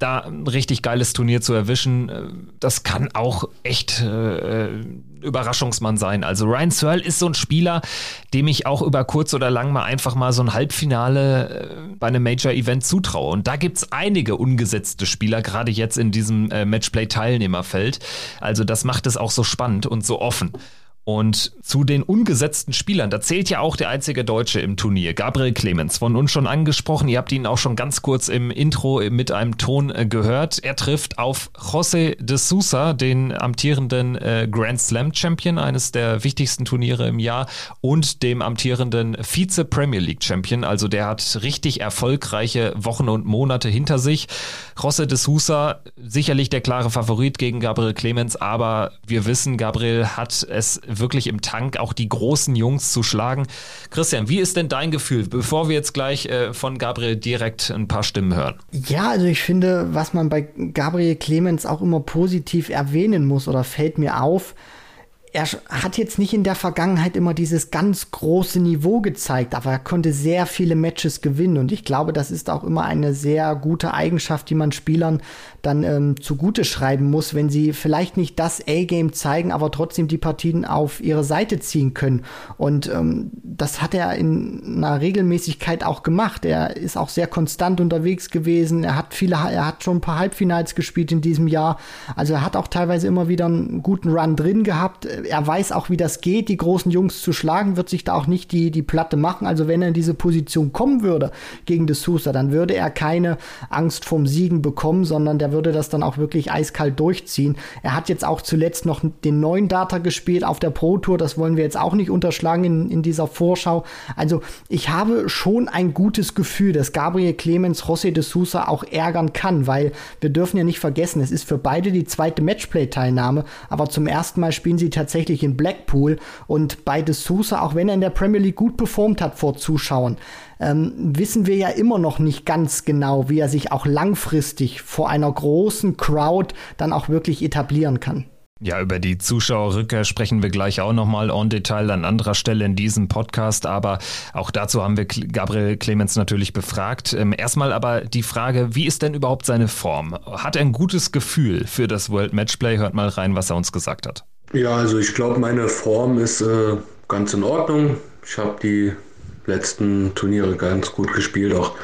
da ein richtig geiles Turnier zu erwischen, das kann auch echt äh, Überraschungsmann sein. Also Ryan Searle ist so ein Spieler, dem ich auch über kurz oder lang mal einfach mal so ein Halbfinale äh, bei einem Major-Event zutraue. Und da gibt's einige ungesetzte Spieler, gerade jetzt in diesem äh, Matchplay-Teilnehmerfeld. Also das macht es auch so spannend und so offen. Und zu den ungesetzten Spielern, da zählt ja auch der einzige Deutsche im Turnier, Gabriel Clemens, von uns schon angesprochen. Ihr habt ihn auch schon ganz kurz im Intro mit einem Ton gehört. Er trifft auf José de Sousa, den amtierenden äh, Grand Slam Champion, eines der wichtigsten Turniere im Jahr, und dem amtierenden Vize Premier League Champion. Also der hat richtig erfolgreiche Wochen und Monate hinter sich. José de Sousa, sicherlich der klare Favorit gegen Gabriel Clemens, aber wir wissen, Gabriel hat es wirklich im Tank, auch die großen Jungs zu schlagen. Christian, wie ist denn dein Gefühl, bevor wir jetzt gleich äh, von Gabriel direkt ein paar Stimmen hören? Ja, also ich finde, was man bei Gabriel Clemens auch immer positiv erwähnen muss oder fällt mir auf, er hat jetzt nicht in der Vergangenheit immer dieses ganz große Niveau gezeigt, aber er konnte sehr viele Matches gewinnen und ich glaube, das ist auch immer eine sehr gute Eigenschaft, die man Spielern dann ähm, zugute schreiben muss, wenn sie vielleicht nicht das A-Game zeigen, aber trotzdem die Partien auf ihre Seite ziehen können. Und ähm, das hat er in einer Regelmäßigkeit auch gemacht. Er ist auch sehr konstant unterwegs gewesen. Er hat viele, er hat schon ein paar Halbfinals gespielt in diesem Jahr. Also er hat auch teilweise immer wieder einen guten Run drin gehabt. Er weiß auch, wie das geht, die großen Jungs zu schlagen, wird sich da auch nicht die, die Platte machen. Also wenn er in diese Position kommen würde gegen de Sousa, dann würde er keine Angst vorm Siegen bekommen, sondern der würde das dann auch wirklich eiskalt durchziehen. Er hat jetzt auch zuletzt noch den neuen Data gespielt auf der Pro Tour, das wollen wir jetzt auch nicht unterschlagen in, in dieser Vorschau. Also ich habe schon ein gutes Gefühl, dass Gabriel Clemens José de Sousa auch ärgern kann, weil wir dürfen ja nicht vergessen, es ist für beide die zweite Matchplay-Teilnahme, aber zum ersten Mal spielen sie tatsächlich in Blackpool und bei de Sousa, auch wenn er in der Premier League gut performt hat vor Zuschauern, Ähm, wissen wir ja immer noch nicht ganz genau, wie er sich auch langfristig vor einer großen Crowd dann auch wirklich etablieren kann. Ja, über die Zuschauerrückkehr sprechen wir gleich auch nochmal en Detail an anderer Stelle in diesem Podcast, aber auch dazu haben wir Gabriel Clemens natürlich befragt. Ähm, erstmal aber die Frage, wie ist denn überhaupt seine Form? Hat er ein gutes Gefühl für das World Matchplay? Hört mal rein, was er uns gesagt hat. Ja, also ich glaube, meine Form ist äh, ganz in Ordnung. Ich habe die letzten Turniere ganz gut gespielt, auch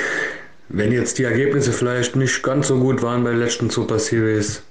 wenn jetzt die Ergebnisse vielleicht nicht ganz so gut waren bei der letzten Super Series.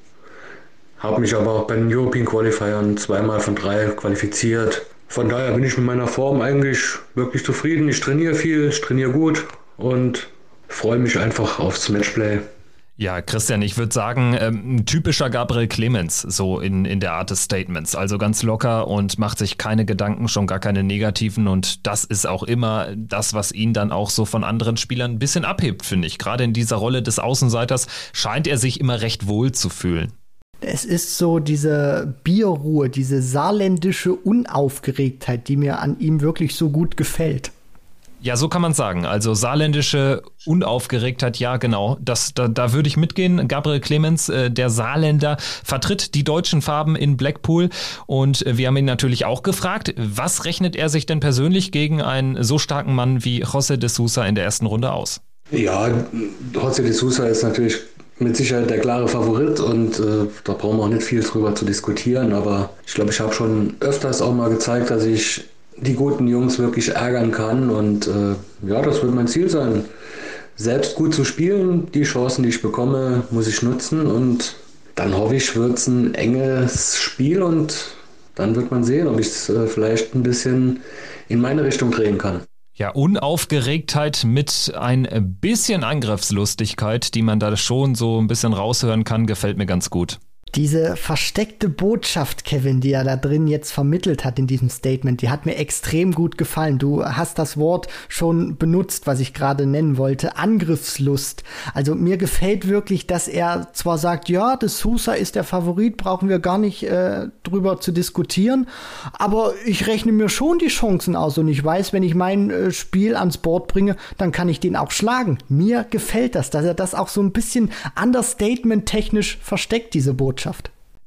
Habe mich aber auch bei den European Qualifiern zweimal von drei qualifiziert. Von daher bin ich mit meiner Form eigentlich wirklich zufrieden. Ich trainiere viel, ich trainiere gut und freue mich einfach aufs Matchplay. Ja, Christian, ich würde sagen, ähm, ein typischer Gabriel Clemens, so in, in der Art des Statements. Also ganz locker und macht sich keine Gedanken, schon gar keine negativen. Und das ist auch immer das, was ihn dann auch so von anderen Spielern ein bisschen abhebt, finde ich. Gerade in dieser Rolle des Außenseiters scheint er sich immer recht wohl zu fühlen. Es ist so diese Bierruhe, diese saarländische Unaufgeregtheit, die mir an ihm wirklich so gut gefällt. Ja, so kann man sagen. Also saarländische Unaufgeregtheit, ja genau, das, da, da würde ich mitgehen. Gabriel Clemens, äh, der Saarländer, vertritt die deutschen Farben in Blackpool und äh, wir haben ihn natürlich auch gefragt, was rechnet er sich denn persönlich gegen einen so starken Mann wie José de Sousa in der ersten Runde aus? Ja, José de Sousa ist natürlich mit Sicherheit der klare Favorit und äh, da brauchen wir auch nicht viel drüber zu diskutieren, aber ich glaube, ich habe schon öfters auch mal gezeigt, dass ich die guten Jungs wirklich ärgern kann und äh, ja, das wird mein Ziel sein. Selbst gut zu spielen, die Chancen, die ich bekomme, muss ich nutzen und dann hoffe ich, wird es ein enges Spiel und dann wird man sehen, ob ich es äh, vielleicht ein bisschen in meine Richtung drehen kann. Ja, Unaufgeregtheit mit ein bisschen Angriffslustigkeit, die man da schon so ein bisschen raushören kann, gefällt mir ganz gut. Diese versteckte Botschaft, Kevin, die er da drin jetzt vermittelt hat in diesem Statement, die hat mir extrem gut gefallen. Du hast das Wort schon benutzt, was ich gerade nennen wollte, Angriffslust. Also mir gefällt wirklich, dass er zwar sagt, ja, de Sousa ist der Favorit, brauchen wir gar nicht äh, drüber zu diskutieren, aber ich rechne mir schon die Chancen aus und ich weiß, wenn ich mein äh, Spiel ans Board bringe, dann kann ich den auch schlagen. Mir gefällt das, dass er das auch so ein bisschen understatement-technisch versteckt, diese Botschaft.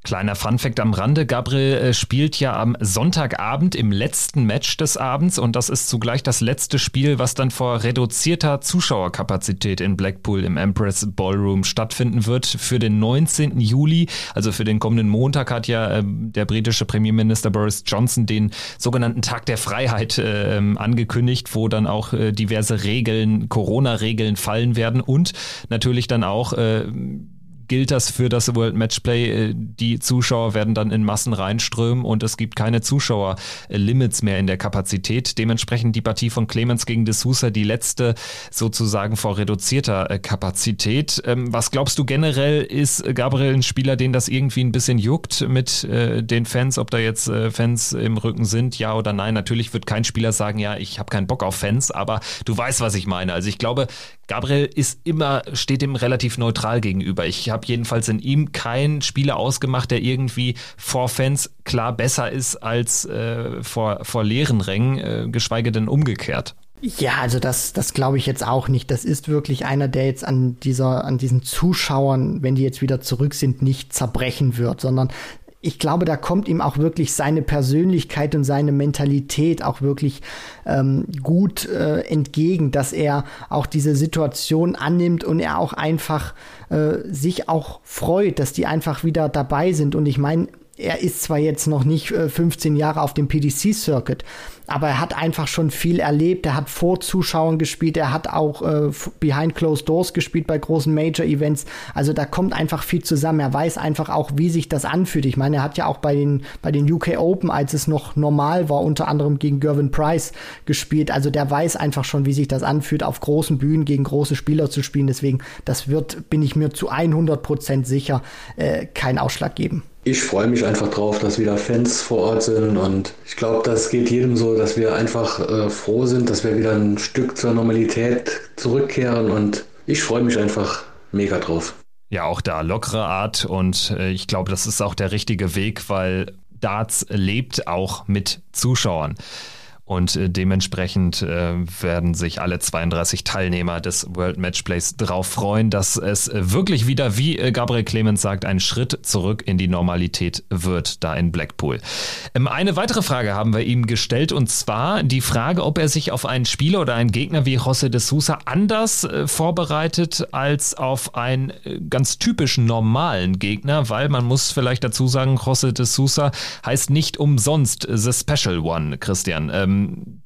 Kleiner Funfact am Rande, Gabriel äh, spielt ja am Sonntagabend im letzten Match des Abends und das ist zugleich das letzte Spiel, was dann vor reduzierter Zuschauerkapazität in Blackpool im Empress Ballroom stattfinden wird. Für den neunzehnten Juli, also für den kommenden Montag, hat ja äh, der britische Premierminister Boris Johnson den sogenannten Tag der Freiheit äh, angekündigt, wo dann auch äh, diverse Regeln, Corona-Regeln fallen werden und natürlich dann auch äh, gilt das für das World Matchplay. Die Zuschauer werden dann in Massen reinströmen und es gibt keine Zuschauerlimits mehr in der Kapazität. Dementsprechend die Partie von Clemens gegen de Sousa, die letzte sozusagen vor reduzierter Kapazität. Was glaubst du generell, ist Gabriel ein Spieler, den das irgendwie ein bisschen juckt mit den Fans, ob da jetzt Fans im Rücken sind, ja oder nein? Natürlich wird kein Spieler sagen, ja, ich habe keinen Bock auf Fans, aber du weißt, was ich meine. Also ich glaube, Gabriel ist immer, steht ihm relativ neutral gegenüber. Ich habe jedenfalls in ihm keinen Spieler ausgemacht, der irgendwie vor Fans klar besser ist als äh, vor, vor leeren Rängen, äh, geschweige denn umgekehrt. Ja, also das, das glaube ich jetzt auch nicht. Das ist wirklich einer, der jetzt an dieser, an diesen Zuschauern, wenn die jetzt wieder zurück sind, nicht zerbrechen wird, sondern ich glaube, da kommt ihm auch wirklich seine Persönlichkeit und seine Mentalität auch wirklich ähm, gut äh, entgegen, dass er auch diese Situation annimmt und er auch einfach äh, sich auch freut, dass die einfach wieder dabei sind. Und ich meine, er ist zwar jetzt noch nicht äh, fünfzehn Jahre auf dem P D C-Circuit, aber er hat einfach schon viel erlebt. Er hat vor Zuschauern gespielt, er hat auch äh, behind closed doors gespielt bei großen Major-Events. Also da kommt einfach viel zusammen. Er weiß einfach auch, wie sich das anfühlt. Ich meine, er hat ja auch bei den, bei den U K Open, als es noch normal war, unter anderem gegen Gervin Price gespielt. Also der weiß einfach schon, wie sich das anfühlt, auf großen Bühnen gegen große Spieler zu spielen. Deswegen, das wird, bin ich mir zu hundert Prozent sicher, äh, keinen Ausschlag geben. Ich freue mich einfach drauf, dass wieder Fans vor Ort sind und ich glaube, das geht jedem so, dass wir einfach äh, froh sind, dass wir wieder ein Stück zur Normalität zurückkehren und ich freue mich einfach mega drauf. Ja, auch da lockere Art und äh, ich glaube, das ist auch der richtige Weg, weil Darts lebt auch mit Zuschauern. Und äh, dementsprechend äh, werden sich alle zweiunddreißig Teilnehmer des World Matchplays darauf freuen, dass es äh, wirklich wieder, wie äh, Gabriel Clemens sagt, ein Schritt zurück in die Normalität wird, da in Blackpool. Ähm, eine weitere Frage haben wir ihm gestellt und zwar die Frage, ob er sich auf einen Spieler oder einen Gegner wie José de Sousa anders äh, vorbereitet als auf einen äh, ganz typischen normalen Gegner, weil man muss vielleicht dazu sagen, José de Sousa heißt nicht umsonst The Special One, Christian. Ähm,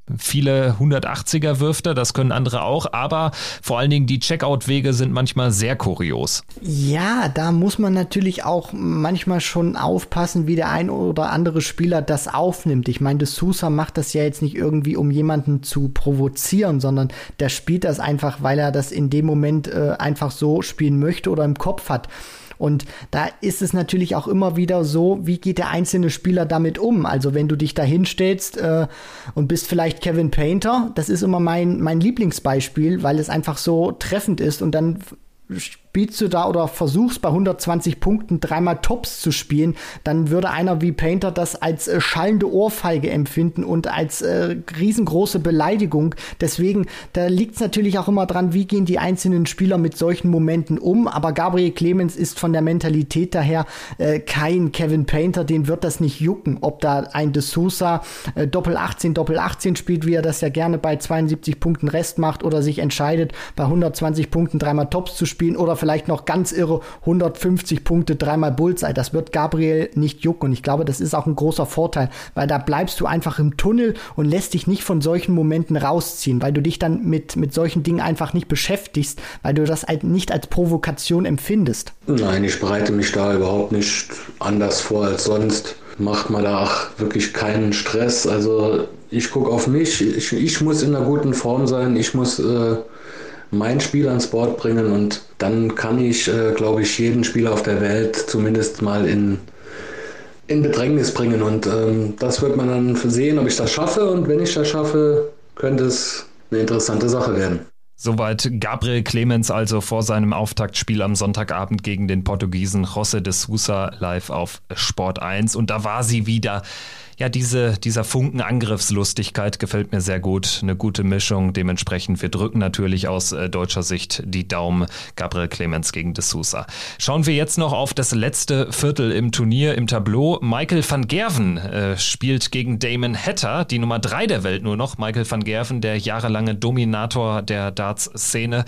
Viele hundertachtziger wirft er, das können andere auch, aber vor allen Dingen die Checkout-Wege sind manchmal sehr kurios. Ja, da muss man natürlich auch manchmal schon aufpassen, wie der ein oder andere Spieler das aufnimmt. Ich meine, de Sousa macht das ja jetzt nicht irgendwie, um jemanden zu provozieren, sondern der spielt das einfach, weil er das in dem Moment äh, einfach so spielen möchte oder im Kopf hat. Und da ist es natürlich auch immer wieder so, wie geht der einzelne Spieler damit um? Also wenn du dich da hinstellst äh, und bist vielleicht Kevin Painter, das ist immer mein, mein Lieblingsbeispiel, weil es einfach so treffend ist und dann spielst du da oder versuchst bei hundertzwanzig Punkten dreimal Tops zu spielen, dann würde einer wie Painter das als äh, schallende Ohrfeige empfinden und als äh, riesengroße Beleidigung. Deswegen, da liegt es natürlich auch immer dran, wie gehen die einzelnen Spieler mit solchen Momenten um. Aber Gabriel Clemens ist von der Mentalität daher äh, kein Kevin Painter, den wird das nicht jucken, ob da ein de Sousa äh, Doppel achtzehn, Doppel achtzehn spielt, wie er das ja gerne bei zweiundsiebzig Punkten Rest macht oder sich entscheidet, bei hundertzwanzig Punkten dreimal Tops zu spielen oder vielleicht noch ganz irre hundertfünfzig Punkte, dreimal Bullseye. Das wird Gabriel nicht jucken. Und ich glaube, das ist auch ein großer Vorteil, weil da bleibst du einfach im Tunnel und lässt dich nicht von solchen Momenten rausziehen, weil du dich dann mit, mit solchen Dingen einfach nicht beschäftigst, weil du das halt nicht als Provokation empfindest. Nein, ich bereite mich da überhaupt nicht anders vor als sonst. Macht man da auch wirklich keinen Stress. Also ich gucke auf mich. Ich, ich muss in einer guten Form sein. Ich muss äh, mein Spiel ans Board bringen und dann kann ich, äh, glaube ich, jeden Spieler auf der Welt zumindest mal in, in Bedrängnis bringen und ähm, das wird man dann sehen, ob ich das schaffe und wenn ich das schaffe, könnte es eine interessante Sache werden. Soweit Gabriel Clemens also vor seinem Auftaktspiel am Sonntagabend gegen den Portugiesen José de Sousa live auf Sport eins. Und da war sie wieder. Ja, diese, dieser Funken Angriffslustigkeit gefällt mir sehr gut. Eine gute Mischung. Dementsprechend, wir drücken natürlich aus äh, deutscher Sicht die Daumen. Gabriel Clemens gegen de Sousa. Schauen wir jetzt noch auf das letzte Viertel im Turnier, im Tableau. Michael van Gerwen äh, spielt gegen Damon Hatter, die Nummer drei der Welt nur noch. Michael van Gerwen, der jahrelange Dominator der Darts-Szene.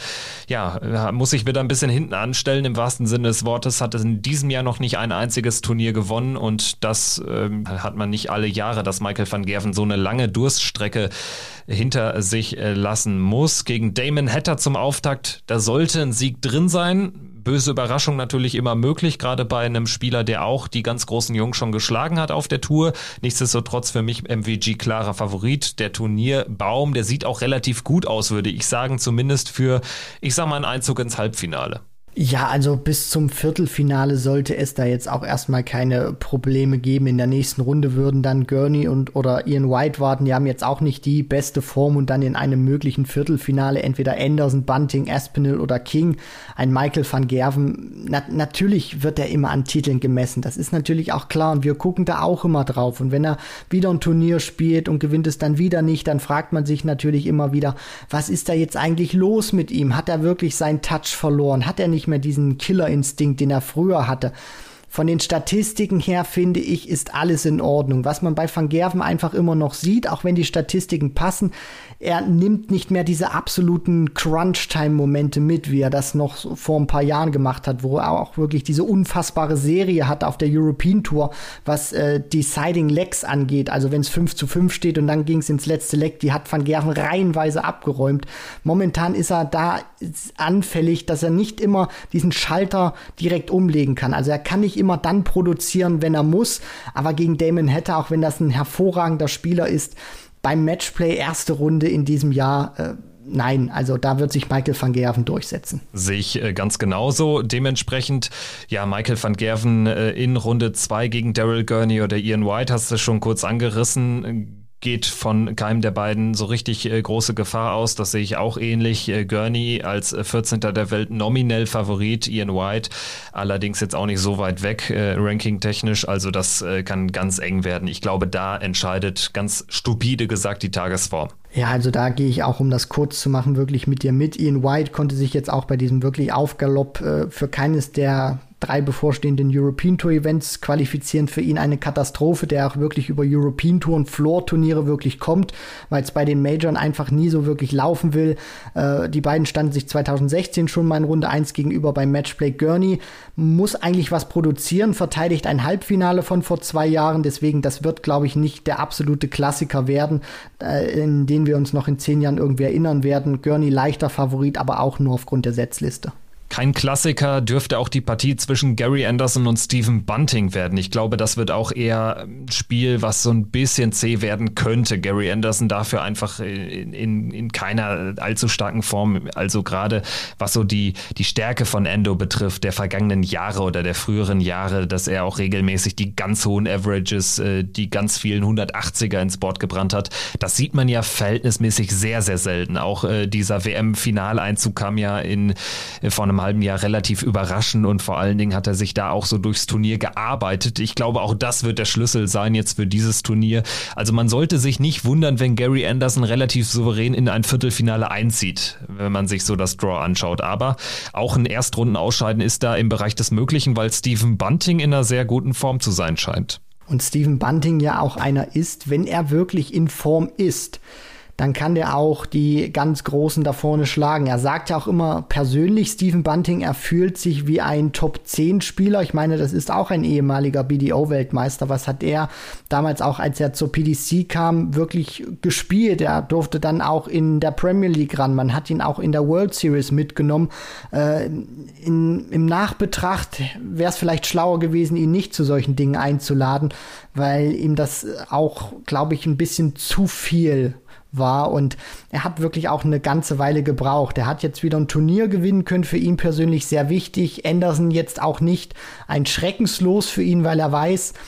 Ja, muss sich wieder ein bisschen hinten anstellen, im wahrsten Sinne des Wortes. Hat in diesem Jahr noch nicht ein einziges Turnier gewonnen und das ähm, hat man nicht alle Jahre, dass Michael van Gerwen so eine lange Durststrecke hinter sich lassen muss. Gegen Damon Hatter zum Auftakt, da sollte ein Sieg drin sein. Böse Überraschung natürlich immer möglich, gerade bei einem Spieler, der auch die ganz großen Jungs schon geschlagen hat auf der Tour. Nichtsdestotrotz für mich M V G klarer Favorit. Der Turnierbaum, der sieht auch relativ gut aus, würde ich sagen, zumindest für, ich sag mal, einen Einzug ins Halbfinale. Ja, also bis zum Viertelfinale sollte es da jetzt auch erstmal keine Probleme geben. In der nächsten Runde würden dann Gurney und oder Ian White warten. Die haben jetzt auch nicht die beste Form und dann in einem möglichen Viertelfinale entweder Anderson, Bunting, Aspinall oder King. Ein Michael van Gerwen, na, natürlich wird er immer an Titeln gemessen. Das ist natürlich auch klar und wir gucken da auch immer drauf. Und wenn er wieder ein Turnier spielt und gewinnt es dann wieder nicht, dann fragt man sich natürlich immer wieder, was ist da jetzt eigentlich los mit ihm? Hat er wirklich seinen Touch verloren? Hat er nicht mehr diesen Killerinstinkt, den er früher hatte? Von den Statistiken her, finde ich, ist alles in Ordnung. Was man bei Van Gerwen einfach immer noch sieht, auch wenn die Statistiken passen, er nimmt nicht mehr diese absoluten Crunch-Time-Momente mit, wie er das noch vor ein paar Jahren gemacht hat, wo er auch wirklich diese unfassbare Serie hat auf der European Tour, was äh, Deciding Legs angeht. Also wenn es fünf zu fünf steht und dann ging es ins letzte Leg, die hat Van Gerwen reihenweise abgeräumt. Momentan ist er da anfällig, dass er nicht immer diesen Schalter direkt umlegen kann. Also er kann nicht immer dann produzieren, wenn er muss, aber gegen Damon Hatter, auch wenn das ein hervorragender Spieler ist, beim Matchplay erste Runde in diesem Jahr, äh, nein, also da wird sich Michael van Gerwen durchsetzen. Sehe ich äh, ganz genauso. Dementsprechend, ja, Michael van Gerwen äh, in Runde zwei gegen Daryl Gurney oder Ian White, hast du schon kurz angerissen, geht von keinem der beiden so richtig äh, große Gefahr aus. Das sehe ich auch ähnlich. Äh, Gurney als äh, vierzehnter der Welt nominell Favorit, Ian White allerdings jetzt auch nicht so weit weg, äh, ranking-technisch. Also das äh, kann ganz eng werden. Ich glaube, da entscheidet ganz stupide gesagt die Tagesform. Ja, also da gehe ich auch, um das kurz zu machen, wirklich mit dir mit. Ian White konnte sich jetzt auch bei diesem wirklich Aufgalopp äh, für keines der drei bevorstehenden European Tour Events qualifizieren. Für ihn eine Katastrophe, der auch wirklich über European Tour und Floor-Turniere wirklich kommt, weil es bei den Majoren einfach nie so wirklich laufen will. Äh, die beiden standen sich zwanzig sechzehn schon mal in Runde eins gegenüber beim Matchplay. Gurney muss eigentlich was produzieren, verteidigt ein Halbfinale von vor zwei Jahren, deswegen das wird, glaube ich, nicht der absolute Klassiker werden, äh, in den wir uns noch in zehn Jahren irgendwie erinnern werden. Gurney leichter Favorit, aber auch nur aufgrund der Setzliste. Kein Klassiker dürfte auch die Partie zwischen Gary Anderson und Stephen Bunting werden. Ich glaube, das wird auch eher ein Spiel, was so ein bisschen zäh werden könnte. Gary Anderson dafür einfach in, in, in keiner allzu starken Form. Also gerade was so die, die Stärke von Endo betrifft, der vergangenen Jahre oder der früheren Jahre, dass er auch regelmäßig die ganz hohen Averages, die ganz vielen hundertachtziger ins Board gebrannt hat. Das sieht man ja verhältnismäßig sehr, sehr selten. Auch äh, dieser W M-Finaleinzug kam ja in von einem halben Jahr relativ überraschend und vor allen Dingen hat er sich da auch so durchs Turnier gearbeitet. Ich glaube, auch das wird der Schlüssel sein jetzt für dieses Turnier. Also man sollte sich nicht wundern, wenn Gary Anderson relativ souverän in ein Viertelfinale einzieht, wenn man sich so das Draw anschaut. Aber auch ein Erstrunden-Ausscheiden ist da im Bereich des Möglichen, weil Stephen Bunting in einer sehr guten Form zu sein scheint. Und Stephen Bunting ja auch einer ist, wenn er wirklich in Form ist, dann kann der auch die ganz Großen da vorne schlagen. Er sagt ja auch immer persönlich, Stephen Bunting, er fühlt sich wie ein Top zehn Spieler. Ich meine, das ist auch ein ehemaliger B D O-Weltmeister. Was hat er damals auch, als er zur P D C kam, wirklich gespielt? Er durfte dann auch in der Premier League ran. Man hat ihn auch in der World Series mitgenommen. Äh, in, im Nachbetracht wäre es vielleicht schlauer gewesen, ihn nicht zu solchen Dingen einzuladen, weil ihm das auch, glaube ich, ein bisschen zu viel war und er hat wirklich auch eine ganze Weile gebraucht. Er hat jetzt wieder ein Turnier gewinnen können, für ihn persönlich sehr wichtig. Anderson jetzt auch nicht ein Schreckenslos für ihn, weil er weiß,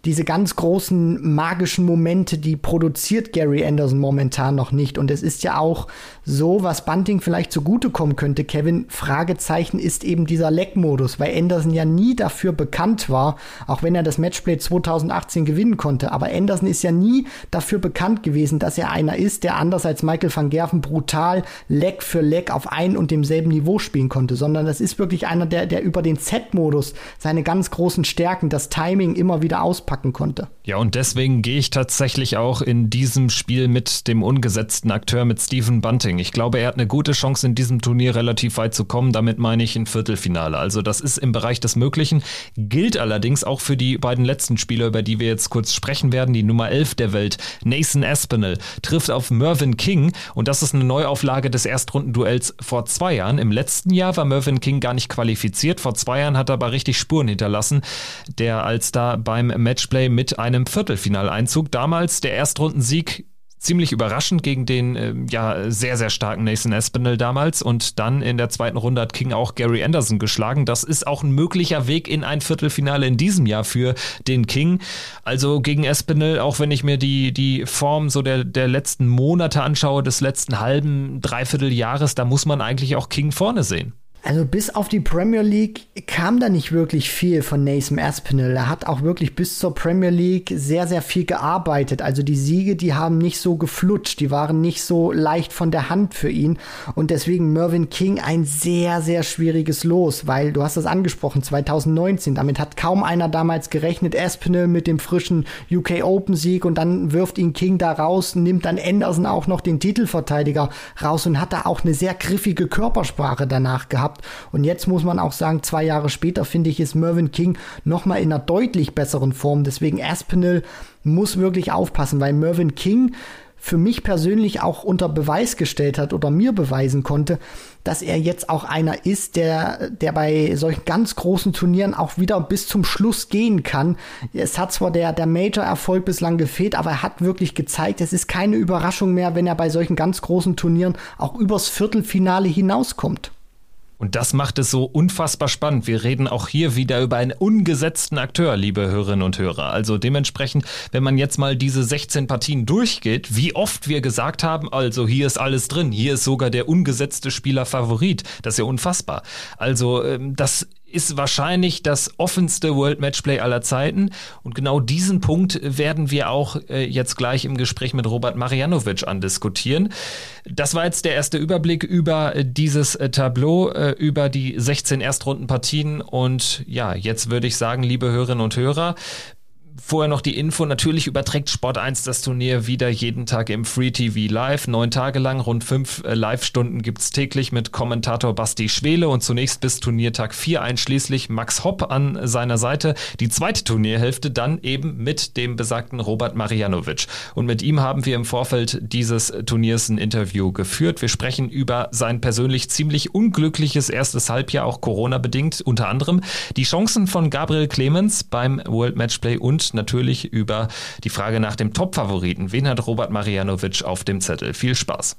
diese ganz großen magischen Momente, die produziert Gary Anderson momentan noch nicht. Und es ist ja auch so, was Bunting vielleicht zugutekommen könnte, Kevin, Fragezeichen, ist eben dieser Leg-Modus, weil Anderson ja nie dafür bekannt war, auch wenn er das Matchplay zweitausendachtzehn gewinnen konnte, aber Anderson ist ja nie dafür bekannt gewesen, dass er einer ist, der anders als Michael van Gerven brutal Leg für Leg auf ein und demselben Niveau spielen konnte, sondern das ist wirklich einer, der, der über den Z-Modus seine ganz großen Stärken, das Timing immer wieder auspacken konnte. Ja, und deswegen gehe ich tatsächlich auch in diesem Spiel mit dem ungesetzten Akteur, mit Stephen Bunting. Ich glaube, er hat eine gute Chance, in diesem Turnier relativ weit zu kommen. Damit meine ich ein Viertelfinale. Also das ist im Bereich des Möglichen, gilt allerdings auch für die beiden letzten Spieler, über die wir jetzt kurz sprechen werden. Die Nummer elf der Welt, Nathan Aspinall, trifft auf Mervyn King und das ist eine Neuauflage des Erstrundenduells vor zwei Jahren. Im letzten Jahr war Mervyn King gar nicht qualifiziert. Vor zwei Jahren hat er aber richtig Spuren hinterlassen, der als da beim Matchplay mit einem Viertelfinaleinzug, damals der Erstrundensieg ziemlich überraschend gegen den äh, ja sehr, sehr starken Nathan Aspinall damals und dann in der zweiten Runde hat King auch Gary Anderson geschlagen. Das ist auch ein möglicher Weg in ein Viertelfinale in diesem Jahr für den King. Also gegen Aspinall, auch wenn ich mir die, die Form so der, der letzten Monate anschaue, des letzten halben, dreiviertel Jahres, da muss man eigentlich auch King vorne sehen. Also bis auf die Premier League kam da nicht wirklich viel von Nathan Aspinall. Er hat auch wirklich bis zur Premier League sehr, sehr viel gearbeitet. Also die Siege, die haben nicht so geflutscht, die waren nicht so leicht von der Hand für ihn. Und deswegen Mervyn King ein sehr, sehr schwieriges Los, weil du hast das angesprochen, zwanzig neunzehn, damit hat kaum einer damals gerechnet. Aspinall mit dem frischen U K Open Sieg und dann wirft ihn King da raus, nimmt dann Anderson auch noch den Titelverteidiger raus und hat da auch eine sehr griffige Körpersprache danach gehabt. Und jetzt muss man auch sagen, zwei Jahre später, finde ich, ist Mervyn King nochmal in einer deutlich besseren Form. Deswegen Aspinall muss wirklich aufpassen, weil Mervyn King für mich persönlich auch unter Beweis gestellt hat oder mir beweisen konnte, dass er jetzt auch einer ist, der, der bei solchen ganz großen Turnieren auch wieder bis zum Schluss gehen kann. Es hat zwar der, der Major-Erfolg bislang gefehlt, aber er hat wirklich gezeigt, es ist keine Überraschung mehr, wenn er bei solchen ganz großen Turnieren auch übers Viertelfinale hinauskommt. Und das macht es so unfassbar spannend. Wir reden auch hier wieder über einen ungesetzten Akteur, liebe Hörerinnen und Hörer. Also dementsprechend, wenn man jetzt mal diese sechzehn Partien durchgeht, wie oft wir gesagt haben, also hier ist alles drin, hier ist sogar der ungesetzte Spieler Favorit. Das ist ja unfassbar. Also das ist wahrscheinlich das offenste World Matchplay aller Zeiten. Und genau diesen Punkt werden wir auch äh, jetzt gleich im Gespräch mit Robert Marjanovic andiskutieren. Das war jetzt der erste Überblick über äh, dieses äh, Tableau, äh, über die sechzehn Erstrundenpartien. Und ja, jetzt würde ich sagen, liebe Hörerinnen und Hörer, vorher noch die Info, natürlich überträgt Sport eins das Turnier wieder jeden Tag im Free T V live, neun Tage lang, rund fünf äh, Live-Stunden gibt's täglich mit Kommentator Basti Schwele und zunächst bis Turniertag vier einschließlich Max Hopp an seiner Seite. Die zweite Turnierhälfte dann eben mit dem besagten Robert Marjanovic. Und mit ihm haben wir im Vorfeld dieses Turniers ein Interview geführt. Wir sprechen über sein persönlich ziemlich unglückliches erstes Halbjahr, auch Corona-bedingt, unter anderem die Chancen von Gabriel Clemens beim World Matchplay und natürlich über die Frage nach dem Top-Favoriten. Wen hat Robert Marjanovic auf dem Zettel? Viel Spaß.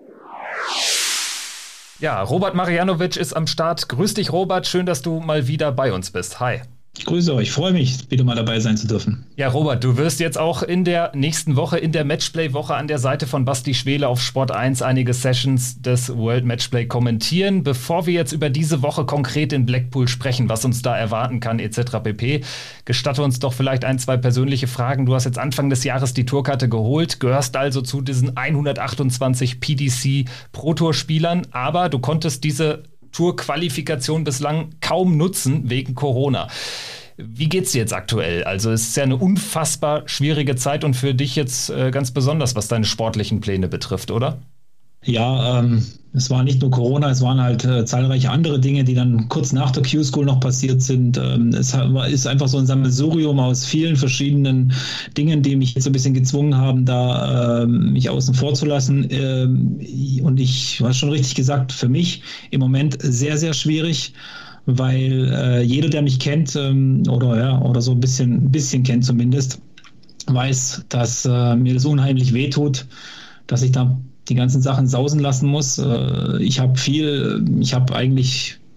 Ja, Robert Marjanovic ist am Start. Grüß dich, Robert. Schön, dass du mal wieder bei uns bist. Hi. Ich grüße euch, freue mich, wieder mal dabei sein zu dürfen. Ja, Robert, du wirst jetzt auch in der nächsten Woche, in der Matchplay-Woche an der Seite von Basti Schwele auf Sport eins einige Sessions des World Matchplay kommentieren. Bevor wir jetzt über diese Woche konkret in Blackpool sprechen, was uns da erwarten kann, et cetera pp., gestatte uns doch vielleicht ein, zwei persönliche Fragen. Du hast jetzt Anfang des Jahres die Tourkarte geholt, gehörst also zu diesen hundertachtundzwanzig P D C Pro-Tour-Spielern, aber du konntest diese Tour-Qualifikation bislang kaum nutzen wegen Corona. Wie geht's dir jetzt aktuell? Also es ist ja eine unfassbar schwierige Zeit und für dich jetzt äh, ganz besonders, was deine sportlichen Pläne betrifft, oder? Ja, ähm, es war nicht nur Corona, es waren halt äh, zahlreiche andere Dinge, die dann kurz nach der Q-School noch passiert sind. Ähm, es ist einfach so ein Sammelsurium aus vielen verschiedenen Dingen, die mich jetzt so ein bisschen gezwungen haben, da äh, mich außen vor zu lassen. Ähm, und ich, du hast schon richtig gesagt, für mich im Moment sehr, sehr schwierig, weil äh, jeder, der mich kennt ähm, oder ja oder so ein bisschen, ein bisschen kennt zumindest, weiß, dass äh, mir das unheimlich wehtut, dass ich da die ganzen Sachen sausen lassen muss. Ich habe viel, ich habe eigentlich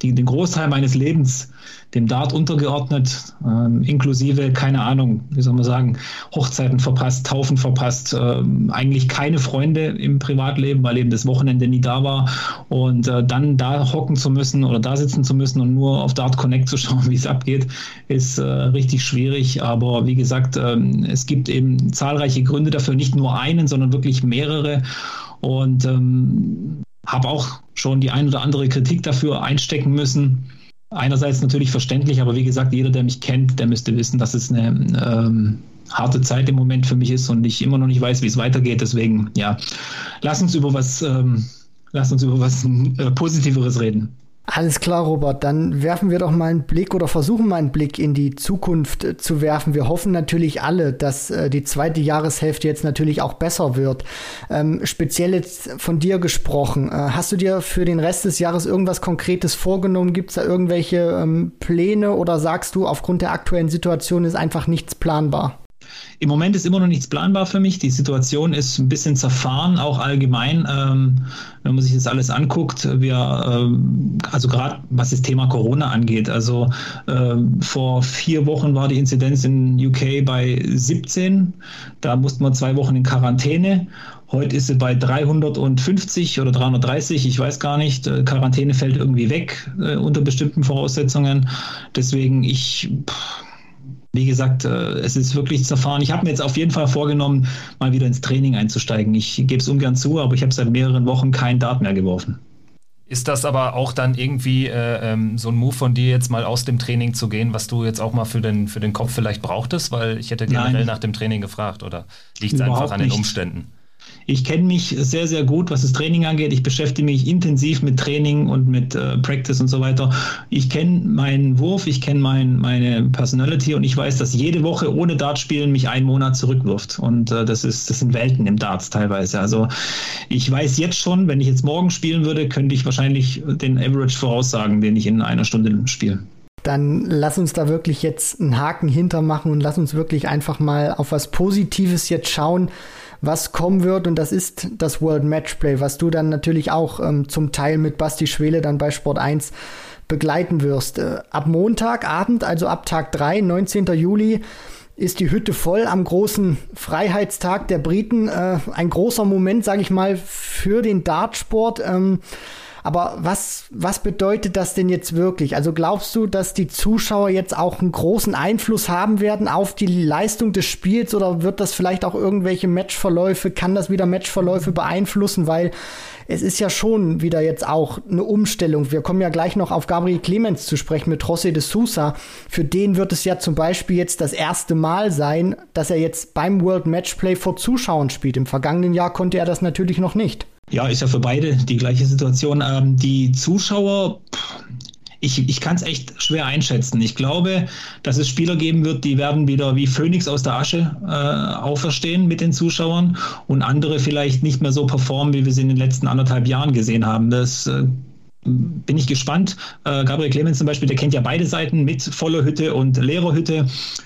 die, den Großteil meines Lebens dem Dart untergeordnet, ähm, inklusive, keine Ahnung, wie soll man sagen, Hochzeiten verpasst, Taufen verpasst, ähm, eigentlich keine Freunde im Privatleben, weil eben das Wochenende nie da war und äh, dann da hocken zu müssen oder da sitzen zu müssen und nur auf Dart Connect zu schauen, wie es abgeht, ist äh, richtig schwierig, aber wie gesagt, ähm, es gibt eben zahlreiche Gründe dafür, nicht nur einen, sondern wirklich mehrere und ähm, habe auch schon die ein oder andere Kritik dafür einstecken müssen. Einerseits natürlich verständlich, aber wie gesagt, jeder, der mich kennt, der müsste wissen, dass es eine ähm, harte Zeit im Moment für mich ist und ich immer noch nicht weiß, wie es weitergeht. Deswegen, ja, lass uns über was, ähm, lass uns über was äh, Positiveres reden. Alles klar, Robert. Dann werfen wir doch mal einen Blick oder versuchen mal einen Blick in die Zukunft äh, zu werfen. Wir hoffen natürlich alle, dass äh, die zweite Jahreshälfte jetzt natürlich auch besser wird. Ähm, speziell jetzt von dir gesprochen. Äh, hast du dir für den Rest des Jahres irgendwas Konkretes vorgenommen? Gibt es da irgendwelche ähm, Pläne oder sagst du, aufgrund der aktuellen Situation ist einfach nichts planbar? Im Moment ist immer noch nichts planbar für mich. Die Situation ist ein bisschen zerfahren, auch allgemein. Ähm, wenn man sich das alles anguckt, wir, ähm, also gerade was das Thema Corona angeht. Also ähm, vor vier Wochen war die Inzidenz in U K bei siebzehn. Da mussten wir zwei Wochen in Quarantäne. Heute ist sie bei dreihundertfünfzig oder dreihundertdreißig, ich weiß gar nicht. Quarantäne fällt irgendwie weg äh, unter bestimmten Voraussetzungen. Deswegen ich... Pff, Wie gesagt, es ist wirklich zerfahren. Ich habe mir jetzt auf jeden Fall vorgenommen, mal wieder ins Training einzusteigen. Ich gebe es ungern zu, aber ich habe seit mehreren Wochen kein Dart mehr geworfen. Ist das aber auch dann irgendwie äh, ähm, so ein Move von dir, jetzt mal aus dem Training zu gehen, was du jetzt auch mal für den, für den Kopf vielleicht brauchtest? Weil ich hätte generell Nein. nach dem Training gefragt, oder liegt es einfach an den nicht. Umständen? Ich kenne mich sehr, sehr gut, was das Training angeht. Ich beschäftige mich intensiv mit Training und mit äh, Practice und so weiter. Ich kenne meinen Wurf, ich kenne mein, meine Personality und ich weiß, dass jede Woche ohne Dartspielen mich einen Monat zurückwirft. Und äh, das ist, das sind Welten im Darts teilweise. Also ich weiß jetzt schon, wenn ich jetzt morgen spielen würde, könnte ich wahrscheinlich den Average voraussagen, den ich in einer Stunde spiele. Dann lass uns da wirklich jetzt einen Haken hintermachen und lass uns wirklich einfach mal auf was Positives jetzt schauen, was kommen wird, und das ist das World Matchplay, was du dann natürlich auch ähm, zum Teil mit Basti Schwele dann bei Sport eins begleiten wirst. Äh, ab Montagabend, also ab Tag drei, neunzehnten Juli, ist die Hütte voll am großen Freiheitstag der Briten. Äh, ein großer Moment, sage ich mal, für den Dartsport. Ähm, Aber was, was bedeutet das denn jetzt wirklich? Also glaubst du, dass die Zuschauer jetzt auch einen großen Einfluss haben werden auf die Leistung des Spiels, oder wird das vielleicht auch irgendwelche Matchverläufe, kann das wieder Matchverläufe beeinflussen? Weil es ist ja schon wieder jetzt auch eine Umstellung. Wir kommen ja gleich noch auf Gabriel Clemens zu sprechen mit José de Sousa. Für den wird es ja zum Beispiel jetzt das erste Mal sein, dass er jetzt beim World Matchplay vor Zuschauern spielt. Im vergangenen Jahr konnte er das natürlich noch nicht. Ja, ist ja für beide die gleiche Situation. Ähm, die Zuschauer, ich, ich kann es echt schwer einschätzen. Ich glaube, dass es Spieler geben wird, die werden wieder wie Phönix aus der Asche äh, auferstehen mit den Zuschauern, und andere vielleicht nicht mehr so performen, wie wir sie in den letzten anderthalb Jahren gesehen haben. Das äh, bin ich gespannt. Äh, Gabriel Clemens zum Beispiel, der kennt ja beide Seiten mit voller Hütte und leerer Hütte.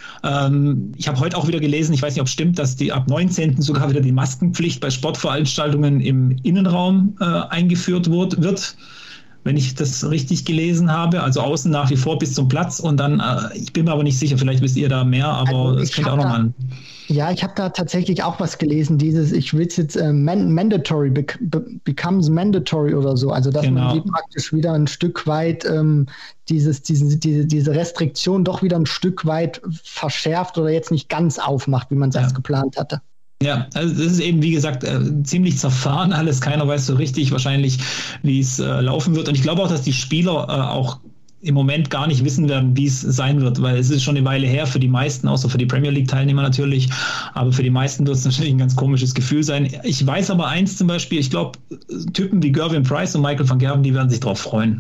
Ähm, ich habe heute auch wieder gelesen, ich weiß nicht, ob es stimmt, dass die ab neunzehnten sogar wieder die Maskenpflicht bei Sportveranstaltungen im Innenraum äh, eingeführt wird, wird, wenn ich das richtig gelesen habe. Also außen nach wie vor bis zum Platz, und dann, äh, ich bin mir aber nicht sicher, vielleicht wisst ihr da mehr, aber also das könnt ihr auch nochmal an. Ja, ich habe da tatsächlich auch was gelesen, dieses, ich will es jetzt äh, man, mandatory, bec- be- becomes mandatory oder so, also dass genau. man die praktisch wieder ein Stück weit ähm, dieses, diese, diese, diese Restriktion doch wieder ein Stück weit verschärft oder jetzt nicht ganz aufmacht, wie man es ja. erst geplant hatte. Ja, also das ist eben, wie gesagt, äh, ziemlich zerfahren alles. Keiner weiß so richtig wahrscheinlich, wie es äh, laufen wird. Und ich glaube auch, dass die Spieler äh, auch im Moment gar nicht wissen werden, wie es sein wird, weil es ist schon eine Weile her für die meisten, außer für die Premier League-Teilnehmer natürlich, aber für die meisten wird es natürlich ein ganz komisches Gefühl sein. Ich weiß aber eins zum Beispiel, ich glaube, Typen wie Gervin Price und Michael van Gerwen, die werden sich darauf freuen.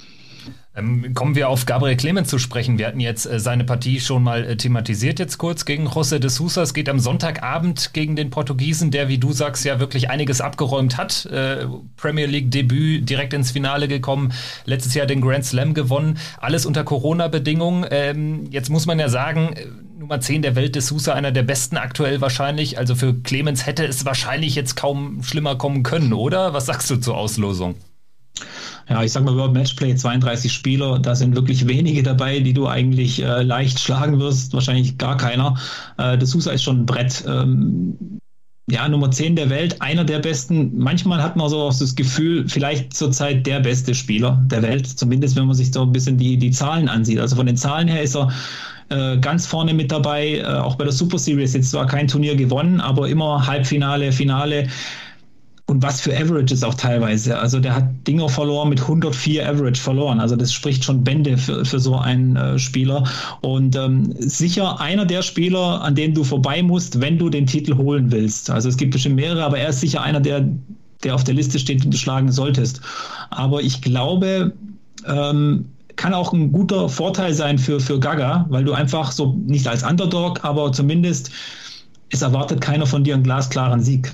Ähm, kommen wir auf Gabriel Clemens zu sprechen. Wir hatten jetzt äh, seine Partie schon mal äh, thematisiert jetzt kurz gegen José de Sousa. Es geht am Sonntagabend gegen den Portugiesen, der, wie du sagst, ja wirklich einiges abgeräumt hat. Äh, Premier League Debüt, direkt ins Finale gekommen, letztes Jahr den Grand Slam gewonnen. Alles unter Corona-Bedingungen. Ähm, jetzt muss man ja sagen, äh, Nummer zehn der Welt, de Sousa, einer der besten aktuell wahrscheinlich. Also für Clemens hätte es wahrscheinlich jetzt kaum schlimmer kommen können, oder? Was sagst du zur Auslosung? Ja, ich sag mal, World Matchplay, zweiunddreißig Spieler, da sind wirklich wenige dabei, die du eigentlich äh, leicht schlagen wirst, wahrscheinlich gar keiner. Äh, De Sousa ist schon ein Brett. Ähm, ja, Nummer zehn der Welt, einer der besten. Manchmal hat man so auch das Gefühl, vielleicht zurzeit der beste Spieler der Welt, zumindest wenn man sich so ein bisschen die, die Zahlen ansieht. Also von den Zahlen her ist er äh, ganz vorne mit dabei, äh, auch bei der Super Series, jetzt zwar kein Turnier gewonnen, aber immer Halbfinale, Finale. Und was für Averages auch teilweise. Also der hat Dinger verloren mit hundertvier Average verloren. Also das spricht schon Bände für, für so einen äh, Spieler. Und ähm, sicher einer der Spieler, an dem du vorbei musst, wenn du den Titel holen willst. Also es gibt bestimmt mehrere, aber er ist sicher einer, der, der auf der Liste steht, den du schlagen solltest. Aber ich glaube, ähm, kann auch ein guter Vorteil sein für, für Gaga, weil du einfach so, nicht als Underdog, aber zumindest, es erwartet keiner von dir einen glasklaren Sieg.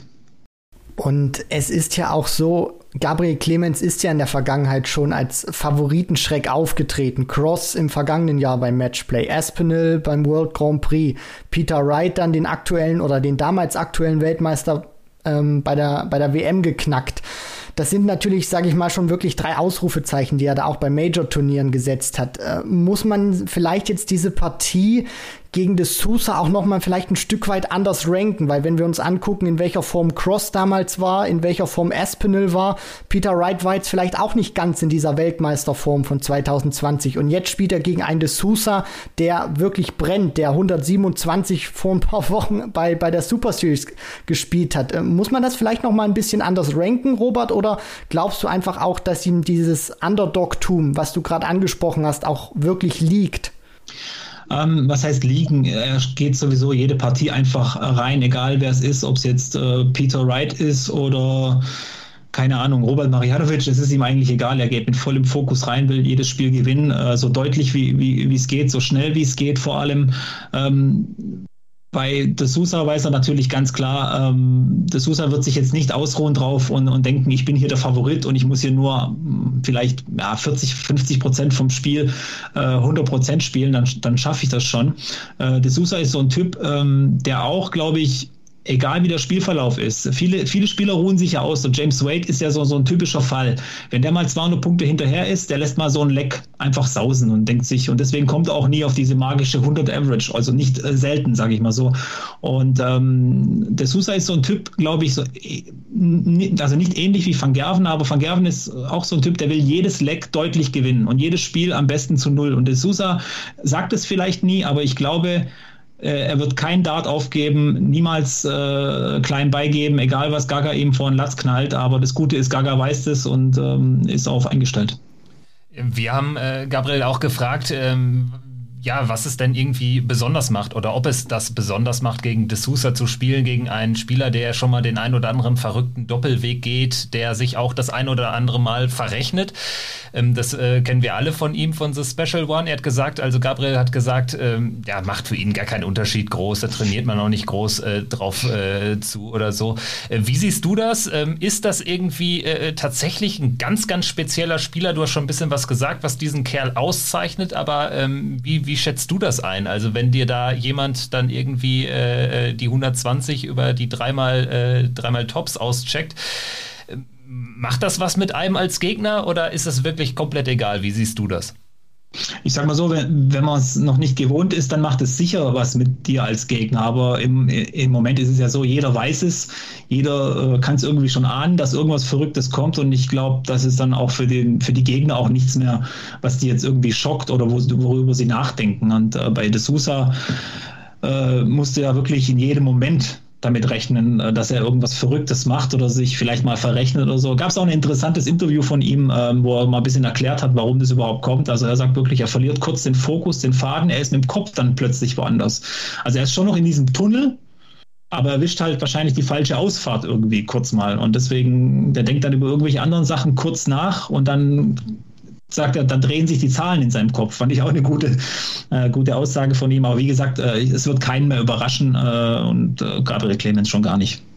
Und es ist ja auch so, Gabriel Clemens ist ja in der Vergangenheit schon als Favoritenschreck aufgetreten. Cross im vergangenen Jahr beim Matchplay, Aspinall beim World Grand Prix, Peter Wright dann den aktuellen oder den damals aktuellen Weltmeister ähm, bei der, bei der W M geknackt. Das sind natürlich, sage ich mal, schon wirklich drei Ausrufezeichen, die er da auch bei Major-Turnieren gesetzt hat. Äh, muss man vielleicht jetzt diese Partie gegen De Sousa auch nochmal vielleicht ein Stück weit anders ranken, weil wenn wir uns angucken, in welcher Form Cross damals war, in welcher Form Aspinall war, Peter Wright war jetzt vielleicht auch nicht ganz in dieser Weltmeisterform von zwanzig zwanzig und jetzt spielt er gegen einen De Sousa, der wirklich brennt, der hundertsiebenundzwanzig vor ein paar Wochen bei, bei der Super Series gespielt hat. Ähm, muss man das vielleicht nochmal ein bisschen anders ranken, Robert, oder glaubst du einfach auch, dass ihm dieses Underdog-Tum, was du gerade angesprochen hast, auch wirklich liegt? Ähm, was heißt liegen? Er geht sowieso jede Partie einfach rein, egal wer es ist, ob es jetzt äh, Peter Wright ist oder keine Ahnung, Robert Marjanovic, es ist ihm eigentlich egal, er geht mit vollem Fokus rein, will jedes Spiel gewinnen, äh, so deutlich wie wie wie es geht, so schnell wie es geht vor allem. Ähm, Bei De Sousa weiß er natürlich ganz klar, ähm, De Sousa wird sich jetzt nicht ausruhen drauf und, und denken, ich bin hier der Favorit und ich muss hier nur vielleicht ja, vierzig, fünfzig Prozent vom Spiel äh, hundert Prozent spielen, dann, dann schaffe ich das schon. Äh, De Sousa ist so ein Typ, ähm, der auch, glaube ich, egal wie der Spielverlauf ist. Viele, viele Spieler ruhen sich ja aus. Und James Wade ist ja so, so ein typischer Fall. Wenn der mal zweihundert Punkte hinterher ist, der lässt mal so ein Leck einfach sausen und denkt sich, und deswegen kommt er auch nie auf diese magische hundert Average, also nicht äh, selten, sage ich mal so. Und ähm, De Sousa ist so ein Typ, glaube ich, so, also nicht ähnlich wie Van Gerven, aber Van Gerven ist auch so ein Typ, der will jedes Leck deutlich gewinnen und jedes Spiel am besten zu null. Und De Sousa sagt es vielleicht nie, aber ich glaube, er wird keinen Dart aufgeben, niemals äh, klein beigeben, egal was Gaga ihm vor den Latz knallt. Aber das Gute ist, Gaga weiß das und ähm, ist darauf eingestellt. Wir haben äh, Gabriel auch gefragt, ähm, ja, was es denn irgendwie besonders macht oder ob es das besonders macht, gegen De Sousa zu spielen, gegen einen Spieler, der schon mal den ein oder anderen verrückten Doppelweg geht, der sich auch das ein oder andere Mal verrechnet. Ähm, das äh, kennen wir alle von ihm, von The Special One. Er hat gesagt, also Gabriel hat gesagt, ähm, ja, macht für ihn gar keinen Unterschied groß, da trainiert man auch nicht groß äh, drauf äh, zu oder so. Äh, wie siehst du das? Ähm, ist das irgendwie äh, tatsächlich ein ganz, ganz spezieller Spieler? Du hast schon ein bisschen was gesagt, was diesen Kerl auszeichnet, aber ähm, wie, wie Wie schätzt du das ein? Also wenn dir da jemand dann irgendwie äh, die hundertzwanzig über die dreimal, äh, dreimal Tops auscheckt, äh, macht das was mit einem als Gegner oder ist das wirklich komplett egal? Wie siehst du das? Ich sag mal so, wenn, wenn man es noch nicht gewohnt ist, dann macht es sicher was mit dir als Gegner. Aber im, im Moment ist es ja so, jeder weiß es, jeder äh, kann es irgendwie schon ahnen, dass irgendwas Verrücktes kommt. Und ich glaube, das ist dann auch für, den, für die Gegner auch nichts mehr, was die jetzt irgendwie schockt oder wo, worüber sie nachdenken. Und äh, bei De Sousa äh, musste ja wirklich in jedem Moment damit rechnen, dass er irgendwas Verrücktes macht oder sich vielleicht mal verrechnet oder so. Gab es auch ein interessantes Interview von ihm, ähm, wo er mal ein bisschen erklärt hat, warum das überhaupt kommt. Also er sagt wirklich, er verliert kurz den Fokus, den Faden, er ist mit dem Kopf dann plötzlich woanders. Also er ist schon noch in diesem Tunnel, aber er erwischt halt wahrscheinlich die falsche Ausfahrt irgendwie kurz mal. Und deswegen, der denkt dann über irgendwelche anderen Sachen kurz nach und dann sagt er, dann drehen sich die Zahlen in seinem Kopf. Fand ich auch eine gute, äh, gute Aussage von ihm. Aber wie gesagt, äh, es wird keinen mehr überraschen äh, und äh, Gabriel Clemens schon gar nicht.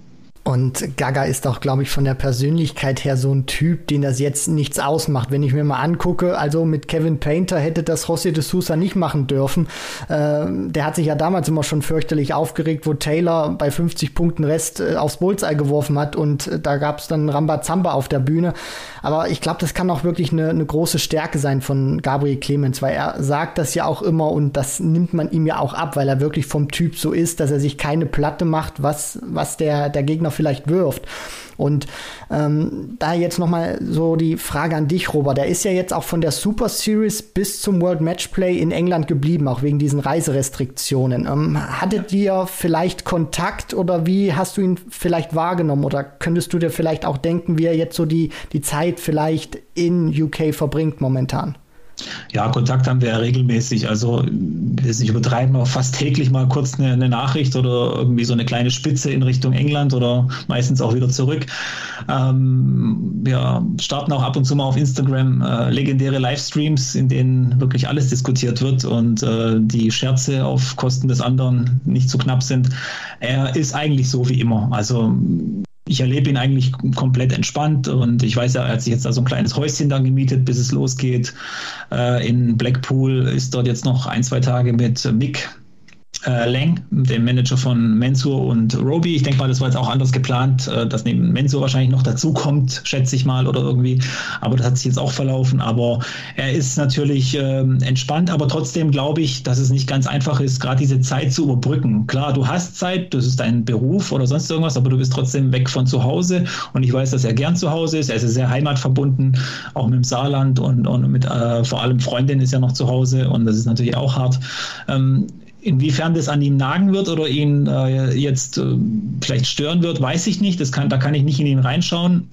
Und Gaga ist auch, glaube ich, von der Persönlichkeit her so ein Typ, den das jetzt nichts ausmacht. Wenn ich mir mal angucke, also mit Kevin Painter hätte das José de Sousa nicht machen dürfen. Äh, der hat sich ja damals immer schon fürchterlich aufgeregt, wo Taylor bei fünfzig Punkten Rest äh, aufs Bullseye geworfen hat und äh, da gab es dann Rambazamba auf der Bühne. Aber ich glaube, das kann auch wirklich eine, eine große Stärke sein von Gabriel Clemens, weil er sagt das ja auch immer und das nimmt man ihm ja auch ab, weil er wirklich vom Typ so ist, dass er sich keine Platte macht, was, was der, der Gegner vielleicht wirft. Und ähm, da jetzt nochmal so die Frage an dich, Robert. Der ist ja jetzt auch von der Super Series bis zum World Matchplay in England geblieben, auch wegen diesen Reiserestriktionen. Ähm, hattet ihr vielleicht Kontakt oder wie hast du ihn vielleicht wahrgenommen? Oder könntest du dir vielleicht auch denken, wie er jetzt so die, die Zeit vielleicht in U K verbringt momentan? Ja, Kontakt haben wir ja regelmäßig, also wir nicht übertreiben, auch fast täglich mal kurz eine, eine Nachricht oder irgendwie so eine kleine Spitze in Richtung England oder meistens auch wieder zurück. Ähm, wir starten auch ab und zu mal auf Instagram äh, legendäre Livestreams, in denen wirklich alles diskutiert wird und äh, die Scherze auf Kosten des anderen nicht zu knapp sind. Er ist eigentlich so wie immer, also ich erlebe ihn eigentlich komplett entspannt und ich weiß ja, er hat sich jetzt da so ein kleines Häuschen dann gemietet, bis es losgeht. Äh, in Blackpool ist dort jetzt noch ein, zwei Tage mit Mick äh, Lang, dem Manager von Mensur und Roby. Ich denke mal, das war jetzt auch anders geplant, äh, dass neben Mensur wahrscheinlich noch dazu kommt, schätze ich mal, oder irgendwie. Aber das hat sich jetzt auch verlaufen. Aber er ist natürlich äh, entspannt, aber trotzdem glaube ich, dass es nicht ganz einfach ist, gerade diese Zeit zu überbrücken. Klar, du hast Zeit, das ist dein Beruf oder sonst irgendwas, aber du bist trotzdem weg von zu Hause. Und ich weiß, dass er gern zu Hause ist. Er ist sehr heimatverbunden, auch mit dem Saarland und, und mit äh, vor allem Freundin ist ja noch zu Hause und das ist natürlich auch hart. Ähm, Inwiefern das an ihm nagen wird oder ihn äh, jetzt äh, vielleicht stören wird, weiß ich nicht. Das kann, da kann ich nicht in ihn reinschauen.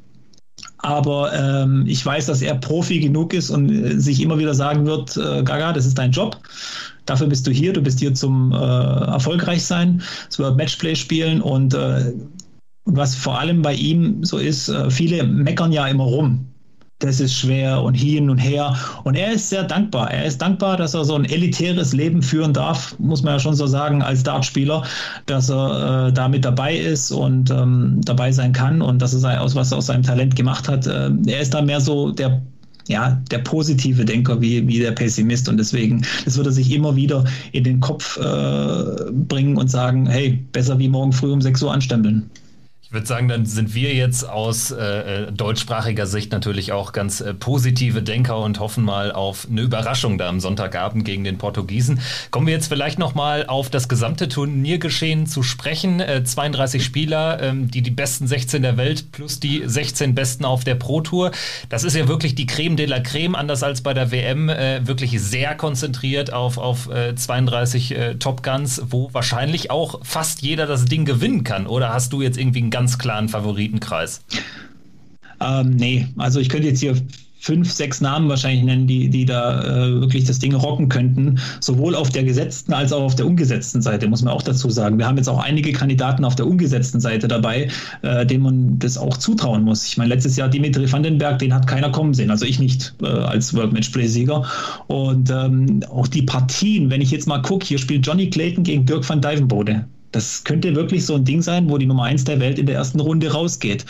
Aber ähm, ich weiß, dass er Profi genug ist und äh, sich immer wieder sagen wird, äh, Gaga, das ist dein Job. Dafür bist du hier. Du bist hier zum äh, Erfolgreichsein, zum Matchplay spielen. Und äh, was vor allem bei ihm so ist, äh, viele meckern ja immer rum. Das ist schwer und hin und her. Und er ist sehr dankbar. Er ist dankbar, dass er so ein elitäres Leben führen darf, muss man ja schon so sagen, als Dartspieler, dass er äh, da mit dabei ist und ähm, dabei sein kann und dass er aus was er aus seinem Talent gemacht hat. Äh, er ist da mehr so der ja, der positive Denker wie, wie der Pessimist und deswegen, das wird er sich immer wieder in den Kopf äh, bringen und sagen, hey, besser wie morgen früh um sechs Uhr anstempeln. Ich würde sagen, dann sind wir jetzt aus äh, deutschsprachiger Sicht natürlich auch ganz äh, positive Denker und hoffen mal auf eine Überraschung da am Sonntagabend gegen den Portugiesen. Kommen wir jetzt vielleicht nochmal auf das gesamte Turniergeschehen zu sprechen. Äh, zweiunddreißig Spieler, ähm, die die besten sechzehn der Welt plus die sechzehn besten auf der Pro Tour. Das ist ja wirklich die Creme de la Creme, anders als bei der W M, äh, wirklich sehr konzentriert auf, auf äh, zweiunddreißig äh, Top Guns, wo wahrscheinlich auch fast jeder das Ding gewinnen kann. Oder hast du jetzt irgendwie einen ganz klaren Favoritenkreis? Ähm, nee, also ich könnte jetzt hier fünf, sechs Namen wahrscheinlich nennen, die, die da äh, wirklich das Ding rocken könnten, sowohl auf der gesetzten als auch auf der ungesetzten Seite, muss man auch dazu sagen. Wir haben jetzt auch einige Kandidaten auf der ungesetzten Seite dabei, äh, denen man das auch zutrauen muss. Ich meine, letztes Jahr Dimitri Vandenberg, den hat keiner kommen sehen, also ich nicht äh, als World Matchplay-Sieger. Und ähm, auch die Partien, wenn ich jetzt mal gucke, hier spielt Johnny Clayton gegen Dirk van Dijvenbode. Das könnte wirklich so ein Ding sein, wo die Nummer eins der Welt in der ersten Runde rausgeht.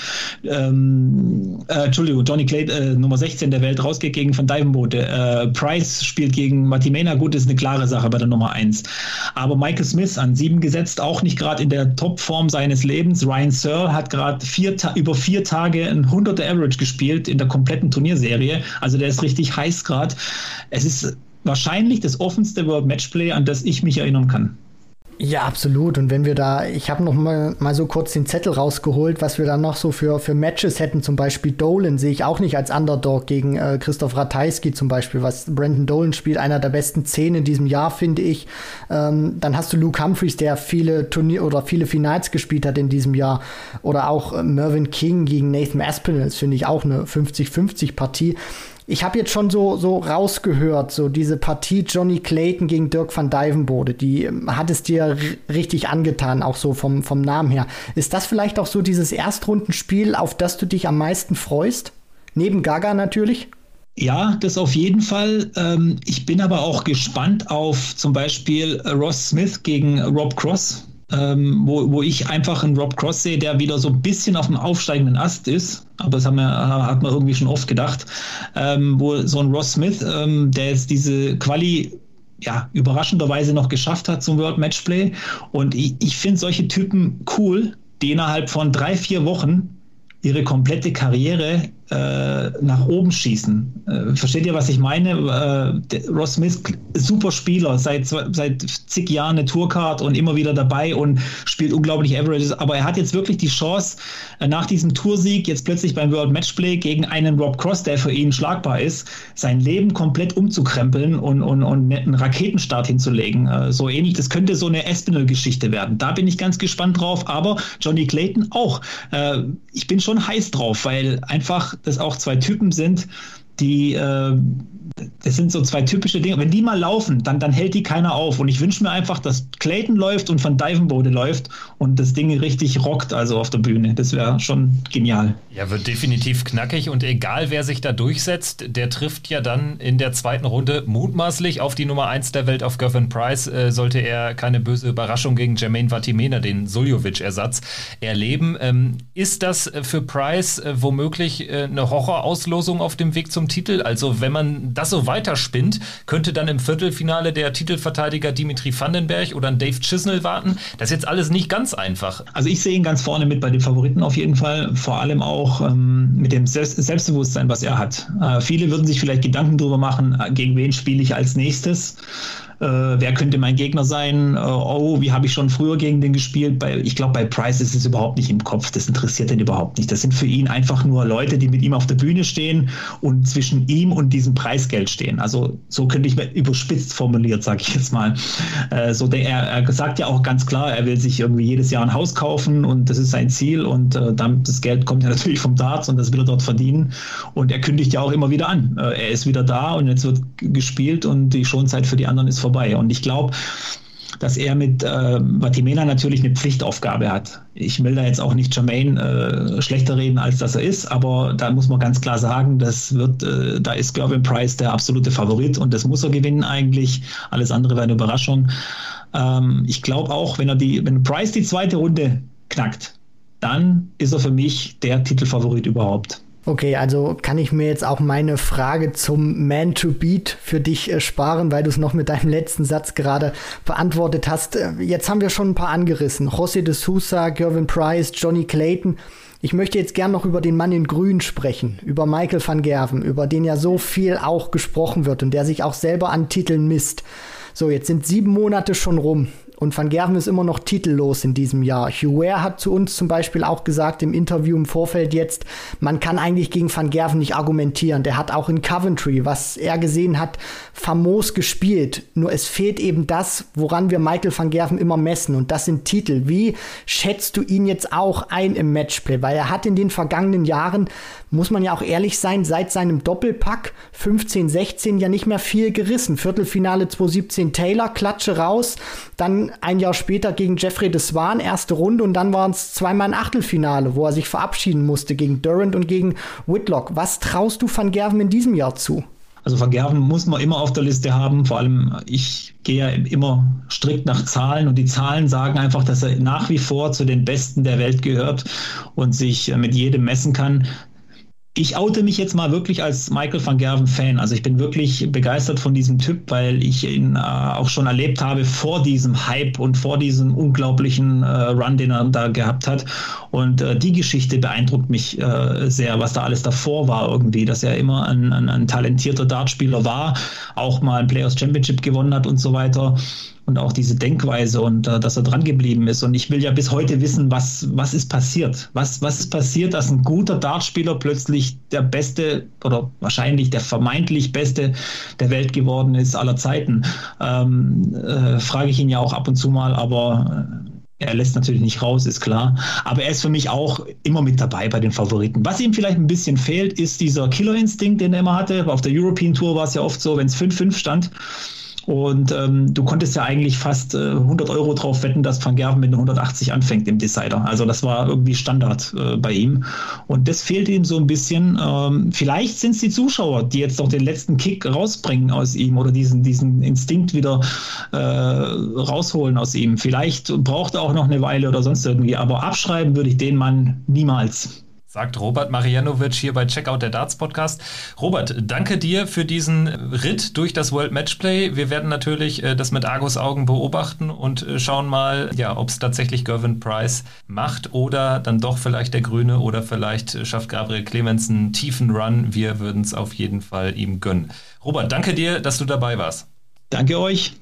Ähm, äh, Entschuldigung, Johnny Clayton, äh, Nummer sechzehn der Welt rausgeht gegen Van Dijvenbode. Äh, Price spielt gegen Matimena. Gut, das ist eine klare Sache bei der Nummer eins. Aber Michael Smith an sieben gesetzt, auch nicht gerade in der Topform seines Lebens. Ryan Searle hat gerade vier Ta- über vier Tage ein hunderter Average gespielt in der kompletten Turnierserie. Also der ist richtig heiß gerade. Es ist wahrscheinlich das offenste World Matchplay, an das ich mich erinnern kann. Ja, absolut. Und wenn wir da, ich habe noch mal, mal so kurz den Zettel rausgeholt, was wir dann noch so für, für Matches hätten. Zum Beispiel Dolan sehe ich auch nicht als Underdog gegen äh, Christoph Ratajski zum Beispiel, was Brandon Dolan spielt, einer der besten zehn in diesem Jahr, finde ich. Ähm, dann hast du Luke Humphreys, der viele Turnier- oder viele Finals gespielt hat in diesem Jahr. Oder auch äh, Mervyn King gegen Nathan Aspinall, das finde ich auch eine fünfzig fünfzig Partie. Ich habe jetzt schon so, so rausgehört, so diese Partie Johnny Clayton gegen Dirk van Dijvenbode, die hat es dir r- richtig angetan, auch so vom, vom Namen her. Ist das vielleicht auch so dieses Erstrundenspiel, auf das du dich am meisten freust? Neben Gaga natürlich? Ja, das auf jeden Fall. Ich bin aber auch gespannt auf zum Beispiel Ross Smith gegen Rob Cross. ähm, wo, wo ich einfach einen Rob Cross sehe, der wieder so ein bisschen auf dem aufsteigenden Ast ist. Aber das haben wir, hat man irgendwie schon oft gedacht. Ähm, wo so ein Ross Smith, ähm, der jetzt diese Quali ja, überraschenderweise noch geschafft hat zum World Matchplay. Und ich, ich finde solche Typen cool, die innerhalb von drei, vier Wochen ihre komplette Karriere äh, nach oben schießen. Äh, versteht ihr, was ich meine? Äh, der, Ross Smith, super Spieler, seit, seit zig Jahren eine Tourcard und immer wieder dabei und spielt unglaublich Averages, aber er hat jetzt wirklich die Chance, äh, nach diesem Toursieg jetzt plötzlich beim World Matchplay gegen einen Rob Cross, der für ihn schlagbar ist, sein Leben komplett umzukrempeln und, und, und einen Raketenstart hinzulegen. Äh, so ähnlich, das könnte so eine Espinel-Geschichte werden. Da bin ich ganz gespannt drauf, aber Johnny Clayton auch. Äh, ich bin schon heiß drauf, weil einfach das auch zwei Typen sind, die, äh, das sind so zwei typische Dinge. Wenn die mal laufen, dann, dann hält die keiner auf. Und ich wünsche mir einfach, dass Clayton läuft und Van Dijvenbode läuft und das Ding richtig rockt, also auf der Bühne. Das wäre schon genial. Ja, wird definitiv knackig und egal, wer sich da durchsetzt, der trifft ja dann in der zweiten Runde mutmaßlich auf die Nummer eins der Welt, auf Gervin Price, äh, sollte er keine böse Überraschung gegen Jermaine Vatimena, den Suljovic-Ersatz, erleben. Ähm, ist das für Price äh, womöglich äh, eine Horrorauslosung auf dem Weg zum Titel? Also wenn man das so weiterspinnt, könnte dann im Viertelfinale der Titelverteidiger Dimitri Vandenberg oder ein Dave Chisnell warten? Das ist jetzt alles nicht ganz einfach. Also ich sehe ihn ganz vorne mit bei den Favoriten auf jeden Fall, vor allem auch ähm, mit dem Selbst- Selbstbewusstsein, was er hat. Äh, viele würden sich vielleicht Gedanken darüber machen, gegen wen spiele ich als nächstes? Äh, wer könnte mein Gegner sein? Äh, oh, wie habe ich schon früher gegen den gespielt? Bei, ich glaube, bei Price ist es überhaupt nicht im Kopf. Das interessiert ihn überhaupt nicht. Das sind für ihn einfach nur Leute, die mit ihm auf der Bühne stehen und zwischen ihm und diesem Preisgeld stehen. Also so könnte ich mir überspitzt formuliert, sage ich jetzt mal. Äh, so der, er, er sagt ja auch ganz klar, er will sich irgendwie jedes Jahr ein Haus kaufen und das ist sein Ziel und äh, damit das Geld kommt ja natürlich vom Darts und das will er dort verdienen. Und er kündigt ja auch immer wieder an. Äh, er ist wieder da und jetzt wird gespielt und die Schonzeit für die anderen ist vorbei. Und ich glaube, dass er mit äh, Vatimena natürlich eine Pflichtaufgabe hat. Ich will da jetzt auch nicht Jermaine äh, schlechter reden, als dass er ist, aber da muss man ganz klar sagen, das wird, äh, da ist Gervin Price der absolute Favorit und das muss er gewinnen eigentlich. Alles andere wäre eine Überraschung. Ähm, ich glaube auch, wenn er die, wenn Price die zweite Runde knackt, dann ist er für mich der Titelfavorit überhaupt. Okay, also kann ich mir jetzt auch meine Frage zum Man to Beat für dich äh, sparen, weil du es noch mit deinem letzten Satz gerade beantwortet hast. Äh, jetzt haben wir schon ein paar angerissen. José de Sousa, Gervin Price, Johnny Clayton. Ich möchte jetzt gern noch über den Mann in Grün sprechen, über Michael van Gerwen, über den ja so viel auch gesprochen wird und der sich auch selber an Titeln misst. So, jetzt sind sieben Monate schon rum. Und Van Gerwen ist immer noch titellos in diesem Jahr. Hugh Ware hat zu uns zum Beispiel auch gesagt im Interview im Vorfeld jetzt, man kann eigentlich gegen Van Gerwen nicht argumentieren. Der hat auch in Coventry, was er gesehen hat, famos gespielt. Nur es fehlt eben das, woran wir Michael van Gerwen immer messen. Und das sind Titel. Wie schätzt du ihn jetzt auch ein im Matchplay? Weil er hat in den vergangenen Jahren, muss man ja auch ehrlich sein, seit seinem Doppelpack fünfzehn sechzehn ja nicht mehr viel gerissen. Viertelfinale zwanzig siebzehn Taylor, Klatsche raus, dann ein Jahr später gegen Jeffrey de Swan, erste Runde und dann waren es zweimal ein Achtelfinale, wo er sich verabschieden musste gegen Durant und gegen Whitlock. Was traust du Van Gerwen in diesem Jahr zu? Also Van Gerwen muss man immer auf der Liste haben, vor allem ich gehe ja immer strikt nach Zahlen und die Zahlen sagen einfach, dass er nach wie vor zu den Besten der Welt gehört und sich mit jedem messen kann. Ich oute mich jetzt mal wirklich als Michael van Gerwen-Fan. Also ich bin wirklich begeistert von diesem Typ, weil ich ihn äh, auch schon erlebt habe vor diesem Hype und vor diesem unglaublichen äh, Run, den er da gehabt hat. Und äh, die Geschichte beeindruckt mich äh, sehr, was da alles davor war irgendwie, dass er immer ein, ein, ein talentierter Dartspieler war, auch mal ein Players Championship gewonnen hat und so weiter. Und auch diese Denkweise und äh, dass er dran geblieben ist. Und ich will ja bis heute wissen, was, was ist passiert? Was, was ist passiert, dass ein guter Dartspieler plötzlich der Beste oder wahrscheinlich der vermeintlich Beste der Welt geworden ist aller Zeiten? Ähm, äh, frage ich ihn ja auch ab und zu mal, aber äh, er lässt natürlich nicht raus, ist klar. Aber er ist für mich auch immer mit dabei bei den Favoriten. Was ihm vielleicht ein bisschen fehlt, ist dieser Killerinstinkt, den er immer hatte. Auf der European Tour war es ja oft so, wenn es fünf fünf stand, Und ähm, du konntest ja eigentlich fast äh, hundert Euro drauf wetten, dass Van Gerwen mit einer hundertachtzig anfängt im Decider. Also das war irgendwie Standard äh, bei ihm. Und das fehlt ihm so ein bisschen. Ähm, vielleicht sind es die Zuschauer, die jetzt noch den letzten Kick rausbringen aus ihm oder diesen, diesen Instinkt wieder äh, rausholen aus ihm. Vielleicht braucht er auch noch eine Weile oder sonst irgendwie. Aber abschreiben würde ich den Mann niemals. Sagt Robert Marianovic hier bei Checkout der Darts Podcast. Robert, danke dir für diesen Ritt durch das World Matchplay. Wir werden natürlich äh, das mit Argusaugen beobachten und äh, schauen mal, ja, ob es tatsächlich Gervin Price macht oder dann doch vielleicht der Grüne oder vielleicht äh, schafft Gabriel Clemens einen tiefen Run. Wir würden es auf jeden Fall ihm gönnen. Robert, danke dir, dass du dabei warst. Danke euch.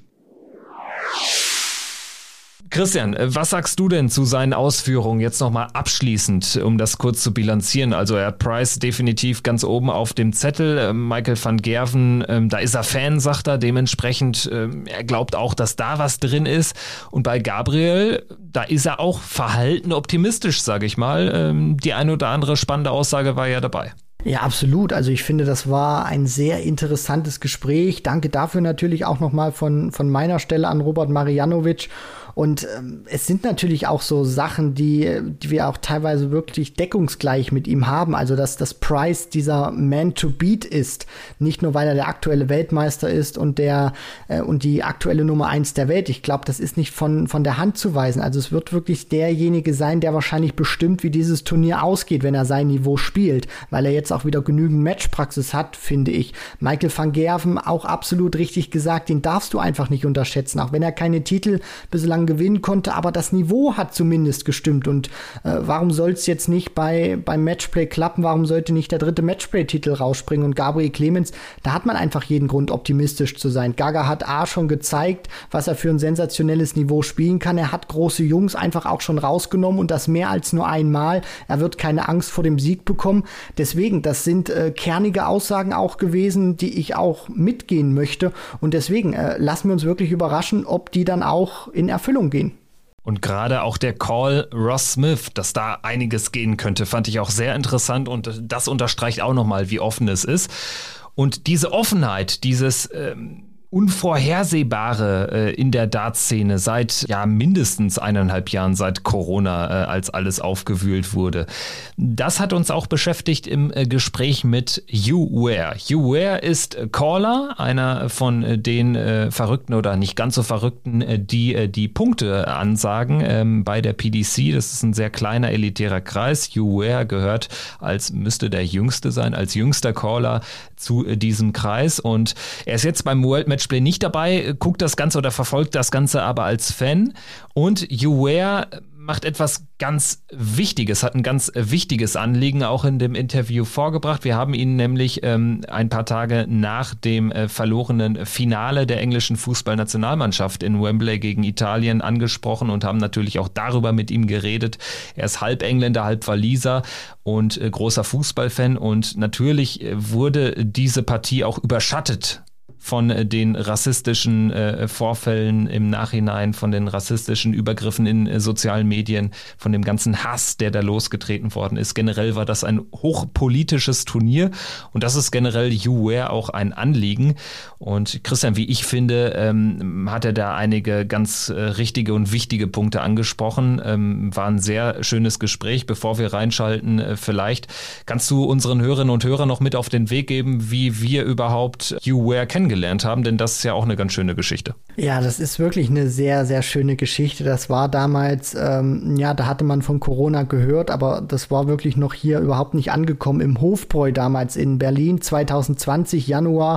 Christian, was sagst du denn zu seinen Ausführungen jetzt nochmal abschließend, um das kurz zu bilanzieren? Also er hat Price definitiv ganz oben auf dem Zettel. Michael van Gerwen, ähm, da ist er Fan, sagt er. Dementsprechend, ähm, er glaubt auch, dass da was drin ist. Und bei Gabriel, da ist er auch verhalten optimistisch, sage ich mal. Ähm, die eine oder andere spannende Aussage war ja dabei. Ja, absolut. Also ich finde, das war ein sehr interessantes Gespräch. Danke dafür natürlich auch nochmal von, von meiner Stelle an Robert Marianovic. Und ähm, es sind natürlich auch so Sachen, die, die wir auch teilweise wirklich deckungsgleich mit ihm haben. Also, dass das Price dieser Man to Beat ist. Nicht nur, weil er der aktuelle Weltmeister ist und der äh, und die aktuelle Nummer eins der Welt. Ich glaube, das ist nicht von, von der Hand zu weisen. Also, es wird wirklich derjenige sein, der wahrscheinlich bestimmt, wie dieses Turnier ausgeht, wenn er sein Niveau spielt. Weil er jetzt auch wieder genügend Matchpraxis hat, finde ich. Michael van Gerwen auch absolut richtig gesagt, den darfst du einfach nicht unterschätzen. Auch wenn er keine Titel bislang gewinnen konnte, aber das Niveau hat zumindest gestimmt und äh, warum soll es jetzt nicht bei beim Matchplay klappen, warum sollte nicht der dritte Matchplay-Titel rausspringen und Gabriel Clemens, da hat man einfach jeden Grund optimistisch zu sein. Gaga hat A schon gezeigt, was er für ein sensationelles Niveau spielen kann, er hat große Jungs einfach auch schon rausgenommen und das mehr als nur einmal, er wird keine Angst vor dem Sieg bekommen, deswegen, das sind äh, kernige Aussagen auch gewesen, die ich auch mitgehen möchte und deswegen äh, lassen wir uns wirklich überraschen, ob die dann auch in Erfüllung gehen. Und gerade auch der Call Ross Smith, dass da einiges gehen könnte, fand ich auch sehr interessant und das unterstreicht auch nochmal, wie offen es ist. Und diese Offenheit, dieses ähm, Unvorhersehbare äh, in der Dartszene seit ja mindestens eineinhalb Jahren, seit Corona, äh, als alles aufgewühlt wurde. Das hat uns auch beschäftigt im äh, Gespräch mit Hugh Ware. Hugh Ware ist Caller, einer von äh, den äh, Verrückten oder nicht ganz so Verrückten, äh, die äh, die Punkte ansagen ähm, bei der P D C. Das ist ein sehr kleiner, elitärer Kreis. Hugh Ware gehört, als müsste der Jüngste sein, als jüngster Caller zu äh, diesem Kreis. Und er ist jetzt beim World Match nicht dabei, guckt das Ganze oder verfolgt das Ganze aber als Fan. Und Hugh Ware macht etwas ganz Wichtiges, hat ein ganz wichtiges Anliegen auch in dem Interview vorgebracht. Wir haben ihn nämlich ähm, ein paar Tage nach dem äh, verlorenen Finale der englischen Fußballnationalmannschaft in Wembley gegen Italien angesprochen und haben natürlich auch darüber mit ihm geredet. Er ist halb Engländer, halb Waliser und äh, großer Fußballfan und natürlich äh, wurde diese Partie auch überschattet von den rassistischen äh, Vorfällen im Nachhinein, von den rassistischen Übergriffen in äh, sozialen Medien, von dem ganzen Hass, der da losgetreten worden ist. Generell war das ein hochpolitisches Turnier und das ist generell Hugh Ware auch ein Anliegen. Und Christian, wie ich finde, ähm, hat er da einige ganz äh, richtige und wichtige Punkte angesprochen. Ähm, war ein sehr schönes Gespräch. Bevor wir reinschalten, äh, vielleicht kannst du unseren Hörerinnen und Hörern noch mit auf den Weg geben, wie wir überhaupt Hugh Ware kennengelernt gelernt haben, denn das ist ja auch eine ganz schöne Geschichte. Ja, das ist wirklich eine sehr, sehr schöne Geschichte. Das war damals, ähm, ja, da hatte man von Corona gehört, aber das war wirklich noch hier überhaupt nicht angekommen. Im Hofbräu damals in Berlin, zwanzig zwanzig, Januar,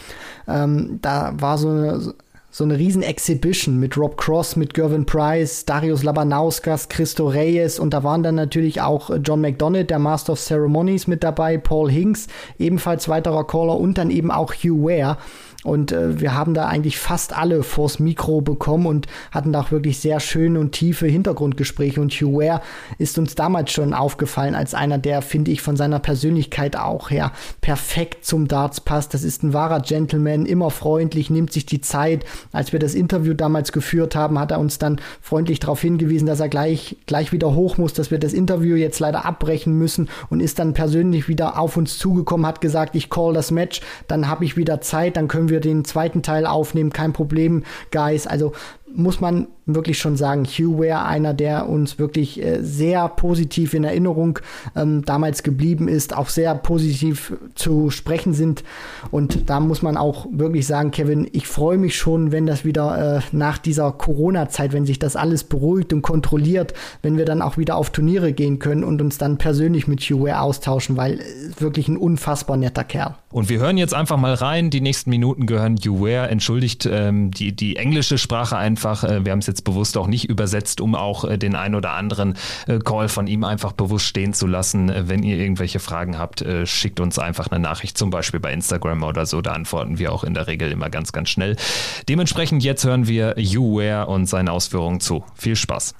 ähm, da war so eine so eine riesen Exhibition mit Rob Cross, mit Gervin Price, Darius Labanauskas, Christo Reyes und da waren dann natürlich auch John McDonald, der Master of Ceremonies mit dabei, Paul Hinks, ebenfalls weiterer Caller und dann eben auch Hugh Ware. Und äh, wir haben da eigentlich fast alle vors Mikro bekommen und hatten da auch wirklich sehr schöne und tiefe Hintergrundgespräche. Und Hugh Ware ist uns damals schon aufgefallen als einer, der, finde ich, von seiner Persönlichkeit auch her perfekt zum Darts passt. Das ist ein wahrer Gentleman, immer freundlich, nimmt sich die Zeit, als wir das Interview damals geführt haben, hat er uns dann freundlich darauf hingewiesen, dass er gleich, gleich wieder hoch muss, dass wir das Interview jetzt leider abbrechen müssen und ist dann persönlich wieder auf uns zugekommen, hat gesagt, ich call das Match, dann habe ich wieder Zeit, dann können wir den zweiten Teil aufnehmen, kein Problem, Guys. Also muss man wirklich schon sagen, Hugh Ware, einer, der uns wirklich äh, sehr positiv in Erinnerung ähm, damals geblieben ist, auch sehr positiv zu sprechen sind. Und da muss man auch wirklich sagen, Kevin, ich freue mich schon, wenn das wieder äh, nach dieser Corona-Zeit, wenn sich das alles beruhigt und kontrolliert, wenn wir dann auch wieder auf Turniere gehen können und uns dann persönlich mit Hugh Ware austauschen, weil äh, wirklich ein unfassbar netter Kerl. Und wir hören jetzt einfach mal rein. Die nächsten Minuten gehören Hugh Ware. Entschuldigt ähm, die, die englische Sprache einfach. Wir haben es jetzt bewusst auch nicht übersetzt, um auch äh, den ein oder anderen äh, Call von ihm einfach bewusst stehen zu lassen. Äh, wenn ihr irgendwelche Fragen habt, äh, schickt uns einfach eine Nachricht, zum Beispiel bei Instagram oder so. Da antworten wir auch in der Regel immer ganz, ganz schnell. Dementsprechend jetzt hören wir Hugh Ware und seine Ausführungen zu. Viel Spaß.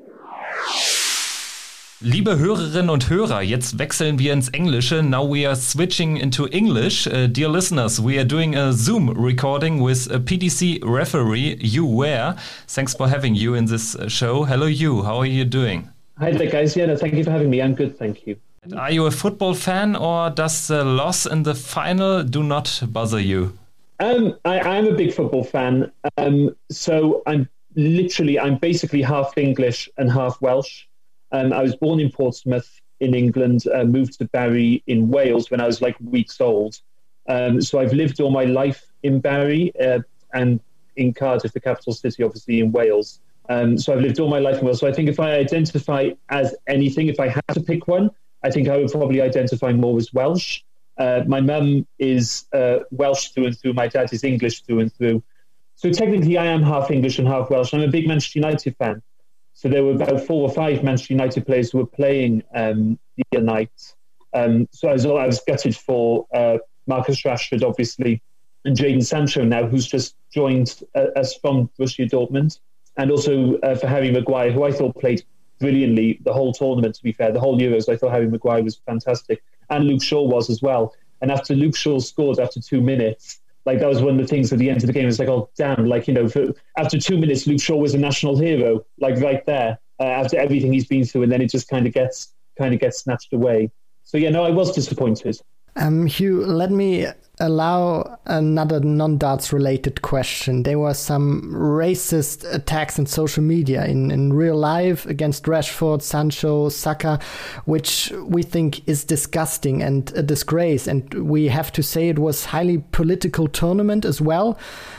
Liebe Hörerinnen und Hörer, jetzt wechseln wir ins Englische. Now we are switching into English. Uh, dear listeners, we are doing a Zoom recording with a P D C referee, Hugh Ware. Thanks for having you in this show. Hello, Hugh. How are you doing? Hi there, guys. Yeah, no, thank you for having me. I'm good, thank you. Are you a football fan, or does the loss in the final do not bother you? Um, I, I'm a big football fan. Um, so I'm literally, I'm basically half English and half Welsh. Um, I was born in Portsmouth in England, uh, moved to Barry in Wales when I was like weeks old. Um, so I've lived all my life in Barry uh, and in Cardiff, the capital city, obviously in Wales. Um, so I've lived all my life in Wales. So I think if I identify as anything, if I had to pick one, I think I would probably identify more as Welsh. Uh, my mum is uh, Welsh through and through. My dad is English through and through. So technically I am half English and half Welsh. I'm a big Manchester United fan. So there were about four or five Manchester United players who were playing um, the other night. Um, so I was, I was gutted for uh, Marcus Rashford, obviously, and Jadon Sancho now, who's just joined uh, us from Borussia Dortmund. And also uh, for Harry Maguire, who I thought played brilliantly the whole tournament, to be fair. The whole Euros, I thought Harry Maguire was fantastic. And Luke Shaw was as well. And after Luke Shaw scored after two minutes, like that was one of the things at the end of the game. It was like, oh, damn, like, you know, for, after two minutes, Luke Shaw was a national hero, like right there, uh, after everything he's been through. And then it just kind of gets kind of gets snatched away. So, yeah, no, I was disappointed. Um, Hugh, let me allow another non-darts related question. There were some racist attacks in social media in, in real life against Rashford, Sancho, Saka, which we think is disgusting and a disgrace. And we have to say it was highly political tournament as well.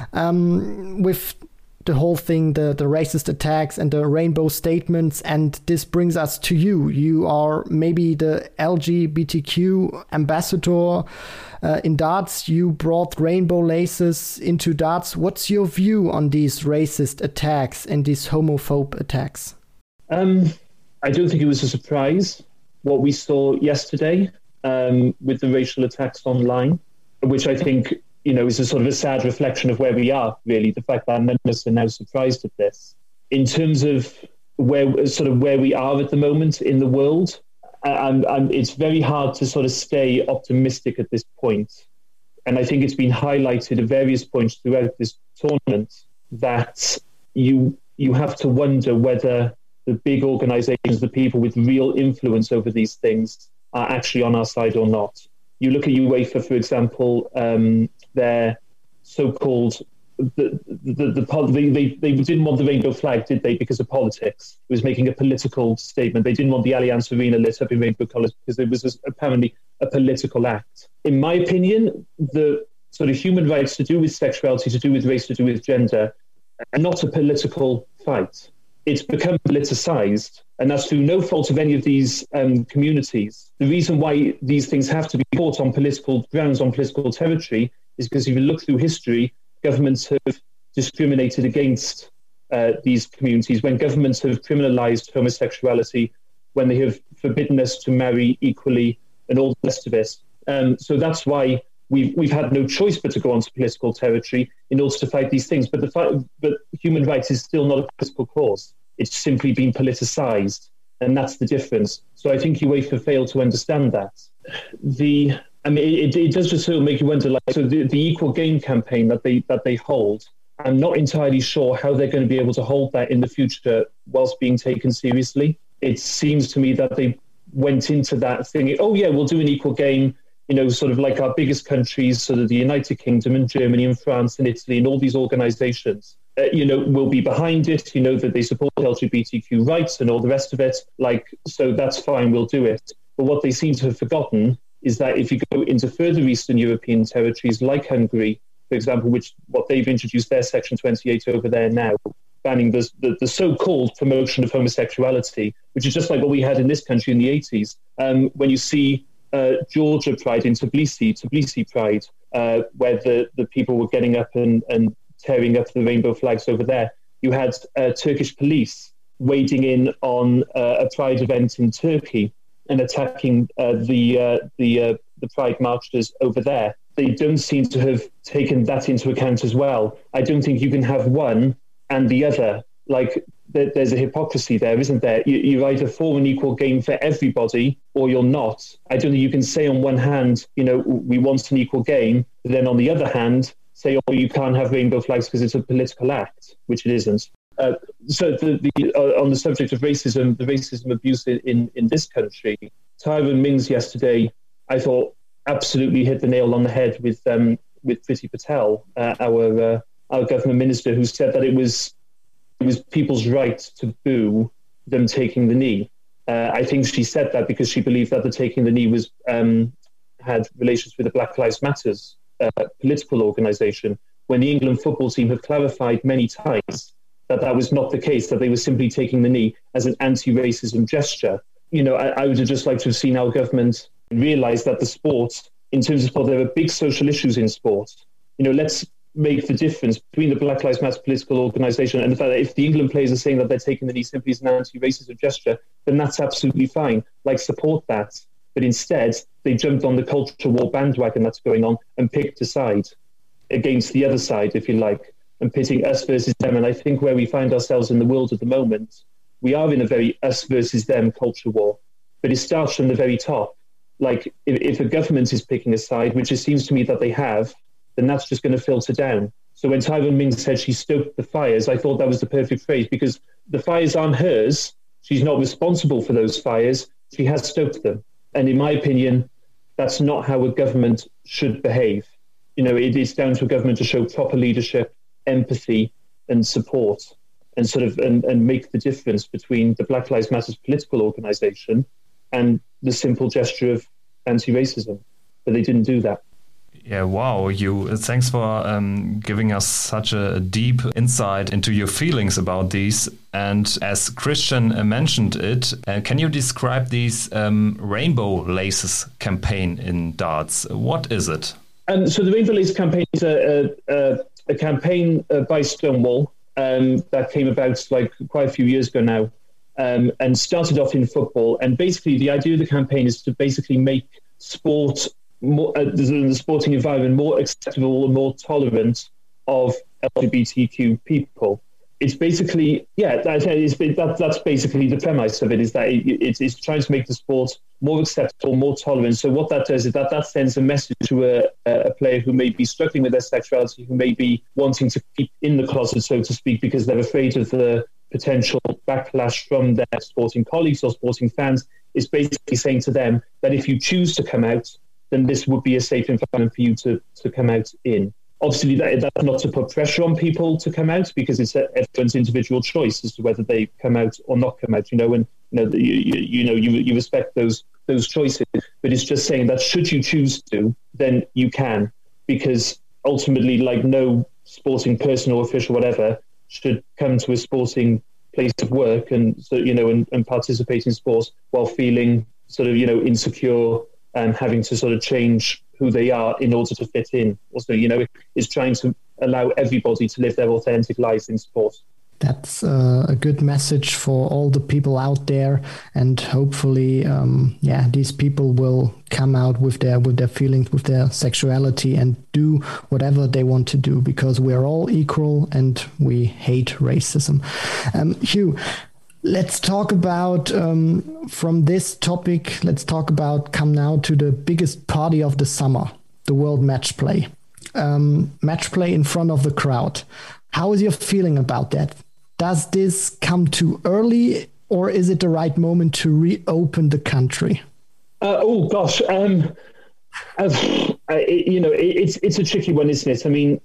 Um, with the whole thing, the, the racist attacks and the rainbow statements. And this brings us to you. You are maybe the L G B T Q ambassador uh, in darts. You brought rainbow laces into darts. What's your view on these racist attacks and these homophobe attacks? Um, I don't think it was a surprise what we saw yesterday um, with the racial attacks online, which I think, you know, is a sort of a sad reflection of where we are, really, the fact that none of us are now surprised at this. In terms of where sort of where we are at the moment in the world, and, and it's very hard to sort of stay optimistic at this point. And I think it's been highlighted at various points throughout this tournament that you you have to wonder whether the big organizations, the people with real influence over these things, are actually on our side or not. You look at UEFA, for example, um, their so-called the the, the, the they, they they didn't want the rainbow flag, did they? Because of politics. It was making a political statement. They didn't want the Allianz Arena lit up in rainbow colours because it was a, apparently a political act. In my opinion, the sort of human rights to do with sexuality, to do with race, to do with gender, are not a political fight. It's become politicized, and that's through no fault of any of these um, communities. The reason why these things have to be fought on political grounds, on political territory, is because if you look through history, governments have discriminated against uh, these communities. When governments have criminalized homosexuality, when they have forbidden us to marry equally, and all the rest of it. Um, so that's why we've we've had no choice but to go onto political territory in order to fight these things. But the fight, but human rights is still not a political cause. It's simply been politicized, and that's the difference. So I think UEFA failed to understand that. The I mean, it, it does just sort of make you wonder. Like, so the, the Equal Game campaign that they that they hold, I'm not entirely sure how they're going to be able to hold that in the future whilst being taken seriously. It seems to me that they went into that thinking, oh yeah, we'll do an equal game, you know, sort of like our biggest countries, sort of the United Kingdom and Germany and France and Italy and all these organizations, uh, you know, will be behind it, you know, that they support L G B T Q rights and all the rest of it. Like, so that's fine, we'll do it. But what they seem to have forgotten is that if you go into further Eastern European territories like Hungary, for example, which what they've introduced their Section twenty-eight over there now, banning the, the, the so-called promotion of homosexuality, which is just like what we had in this country in the eighties. Um, when you see uh, Georgia Pride in Tbilisi, Tbilisi Pride, uh, where the, the people were getting up and, and tearing up the rainbow flags over there, you had uh, Turkish police wading in on uh, a Pride event in Turkey and attacking uh, the uh, the uh, the Pride marchers over there. They don't seem to have taken that into account as well. I don't think you can have one and the other. Like, there, there's a hypocrisy there, isn't there? You, you're either for an equal game for everybody or you're not. I don't think you can say on one hand, you know, we want an equal game, but then on the other hand, say, oh, you can't have rainbow flags because it's a political act, which it isn't. Uh, so the, the, uh, on the subject of racism, the racism abuse in, in this country, Tyrone Mings yesterday, I thought, absolutely hit the nail on the head with um, with Priti Patel, uh, our uh, our government minister, who said that it was it was people's right to boo them taking the knee. Uh, I think she said that because she believed that the taking the knee was um, had relations with the Black Lives Matters uh, political organisation, when the England football team have clarified many times that that was not the case, that they were simply taking the knee as an anti-racism gesture. You know, I, I would have just liked to have seen our government realise that the sport, in terms of sport, there are big social issues in sport. You know, let's make the difference between the Black Lives Matter political organisation and the fact that if the England players are saying that they're taking the knee simply as an anti-racism gesture, then that's absolutely fine. Like, support that. But instead, they jumped on the culture war bandwagon that's going on and picked a side against the other side, if you like, and pitting us versus them. And I think where we find ourselves in the world at the moment, we are in a very us versus them culture war. But it starts from the very top. Like, if, if a government is picking a side, which it seems to me that they have, then that's just going to filter down. So when Tyrone Mings said she stoked the fires, I thought that was the perfect phrase, because the fires aren't hers. She's not responsible for those fires. She has stoked them. And in my opinion, that's not how a government should behave. You know, it is down to a government to show proper leadership, empathy and support, and sort of and, and make the difference between the Black Lives Matter political organisation and the simple gesture of anti-racism. But they didn't do that. Yeah, wow. You thanks for um, giving us such a deep insight into your feelings about these. And as Christian mentioned it, uh, can you describe these um, Rainbow Laces campaign in darts? What is it? Um, so the Rainbow Laces campaign is a, a, a campaign uh, by Stonewall um, that came about like quite a few years ago now, um, and started off in football. And basically, the idea of the campaign is to basically make sport more, uh, the sporting environment more acceptable and more tolerant of L G B T Q people. It's basically, yeah, that, it's, that, that's basically the premise of it, is that it, it's, it's trying to make the sport more acceptable, more tolerant. So what that does is that that sends a message to a, a player who may be struggling with their sexuality, who may be wanting to keep in the closet, so to speak, because they're afraid of the potential backlash from their sporting colleagues or sporting fans. Is basically saying to them that if you choose to come out, then this would be a safe environment for you to, to come out in. Obviously, that, that's not to put pressure on people to come out, because it's everyone's individual choice as to whether they come out or not come out. You know, and you know, you, you, you know, you you respect those those choices. But it's just saying that should you choose to, then you can, because ultimately, like, no sporting person or official, whatever, should come to a sporting place of work and so you know and, and participate in sports while feeling sort of you know insecure and having to sort of change who they are in order to fit in. Also, you know, it's trying to allow everybody to live their authentic lives in sport. That's uh, a good message for all the people out there, and hopefully, um, yeah, these people will come out with their with their feelings, with their sexuality, and do whatever they want to do, because we're all equal and we hate racism. Um, Hugh, let's talk about um, from this topic. Let's talk about come now to the biggest party of the summer, the World Match Play. Um, match play in front of the crowd. How is your feeling about that? Does this come too early, or is it the right moment to reopen the country? Uh, oh gosh, um, uh, it, you know, it, it's it's a tricky one, isn't it? I mean,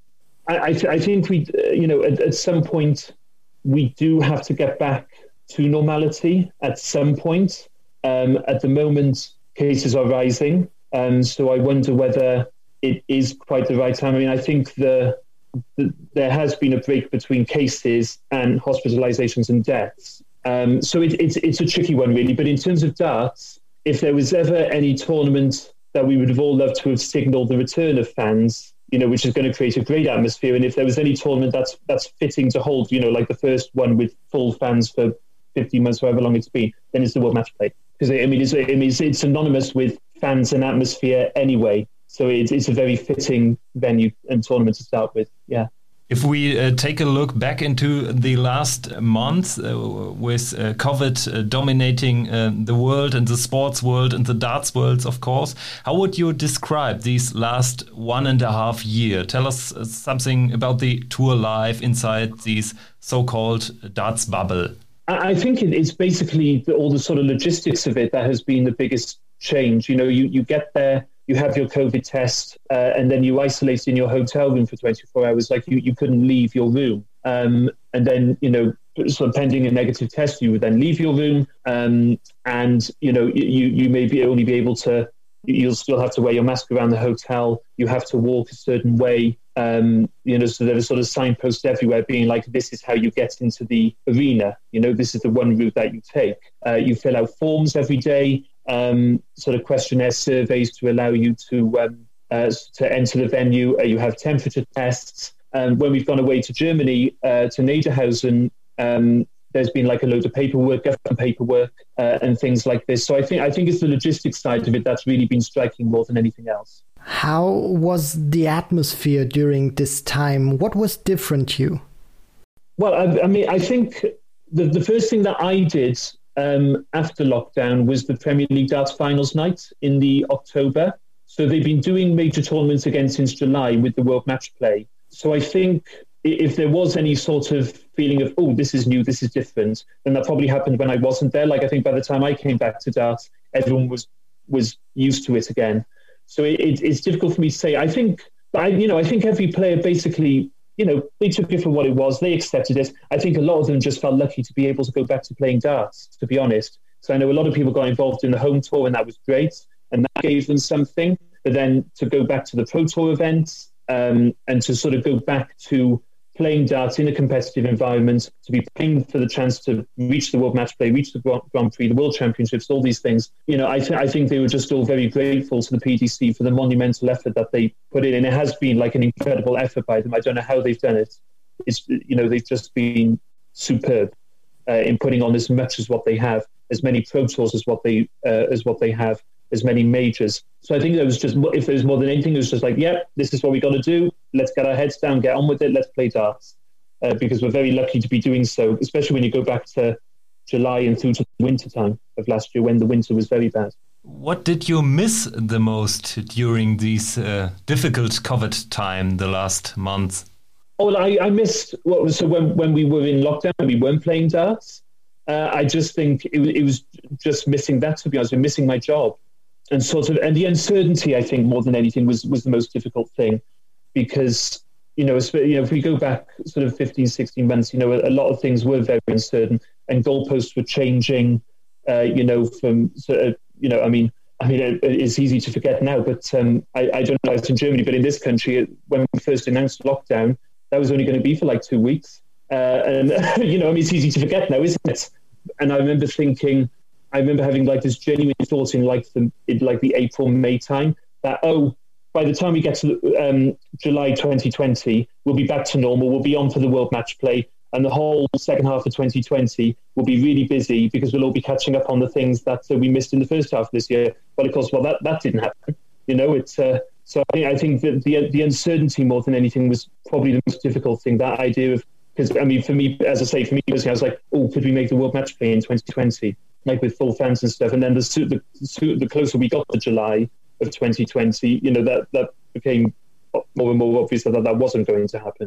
I I, th- I think we, uh, you know, at, at some point we do have to get back to normality. At some point, um, at the moment, cases are rising, um, so I wonder whether it is quite the right time. I mean, I think the there has been a break between cases and hospitalizations and deaths. Um, so it, it's it's a tricky one, really. But in terms of darts, if there was ever any tournament that we would have all loved to have signalled the return of fans, you know, which is going to create a great atmosphere, and if there was any tournament that's that's fitting to hold, you know, like the first one with full fans for fifteen months, however long it's been, then it's the World Match Play. Because, I mean, it's, I mean it's, it's synonymous with fans and atmosphere anyway. So it's, it's a very fitting venue and tournament to start with, yeah. If we uh, take a look back into the last month uh, with uh, COVID uh, dominating uh, the world and the sports world and the darts world, of course, how would you describe these last one and a half year? Tell us uh, something about the tour life inside these so-called darts bubble. I think it's basically the, all the sort of logistics of it that has been the biggest change. You know, you, you get there, you have your COVID test, uh, and then you isolate in your hotel room for twenty-four hours. Like you, you couldn't leave your room. Um, and then, you know, sort of pending a negative test, you would then leave your room. Um, and, you know, you, you may be only be able to, you'll still have to wear your mask around the hotel. You have to walk a certain way. Um, you know, so there are sort of signposts everywhere being like, this is how you get into the arena. You know, this is the one route that you take. Uh, you fill out forms every day. Um, sort of questionnaire surveys to allow you to um, uh, to enter the venue. Uh, you have temperature tests. Um, when we've gone away to Germany, uh, to Niederhausen, um, there's been like a load of paperwork, government paperwork, uh, and things like this. So I think I think it's the logistics side of it that's really been striking more than anything else. How was the atmosphere during this time? What was different to you? Well, I, I mean, I think the, the first thing that I did Um, after lockdown was the Premier League Darts Finals night in the October. So they've been doing major tournaments again since July with the World Match Play. So I think if there was any sort of feeling of, oh, this is new, this is different, then that probably happened when I wasn't there. Like I think by the time I came back to darts, everyone was was used to it again. So it, it, it's difficult for me to say. I think, I, you know, I think every player basically, you know, they took it for what it was. They accepted it. I think a lot of them just felt lucky to be able to go back to playing darts, to be honest. So I know a lot of people got involved in the home tour, and that was great. And that gave them something. But then to go back to the Pro Tour events um, and to sort of go back to playing darts in a competitive environment, to be playing for the chance to reach the World Match Play, reach the Grand Prix, the World Championships, all these things. You know, I, th- I think they were just all very grateful to the P D C for the monumental effort that they put in. And it has been like an incredible effort by them. I don't know how they've done it. It's, you know, they've just been superb uh, in putting on as much as what they have, as many Pro Tours as what they, uh, as what they have, as many majors. So I think there was just, if there was more than anything, it was just like, yeah, this is what we got to do. Let's get our heads down, get on with it. Let's play darts. Uh, because we're very lucky to be doing so, especially when you go back to July and through to the winter time of last year when the winter was very bad. What did you miss the most during these uh, difficult COVID time the last month? Oh, I, I missed what was so when, when we were in lockdown and we weren't playing darts. Uh, I just think it, it was just missing that, to be honest, and missing my job. And sort of, and the uncertainty, I think, more than anything, was, was the most difficult thing, because, you know, you know, if we go back sort of fifteen, sixteen months, you know, a, a lot of things were very uncertain, and goalposts were changing, uh, you know, from, sort of, you know, I mean, I mean, it, it's easy to forget now, but um, I, I don't know if it's in Germany, but in this country, when we first announced lockdown, that was only going to be for like two weeks. Uh, and, you know, I mean, it's easy to forget now, isn't it? And I remember thinking, I remember having like this genuine thought in like the in like the April, May time that, oh, by the time we get to um, July twenty twenty, we'll be back to normal. We'll be on for the World Match Play, and the whole second half of twenty twenty will be really busy because we'll all be catching up on the things that uh, we missed in the first half of this year. Well, of course, well that, that didn't happen. You know, it's uh, so I think I think that the the uncertainty more than anything was probably the most difficult thing. That idea of, because I mean, for me, as I say, for me, I was like, oh, could we make the World Match Play in twenty twenty? Like with full fans and stuff, and then the, the the closer we got to July of twenty twenty, you know, that that became more and more obvious that that wasn't going to happen.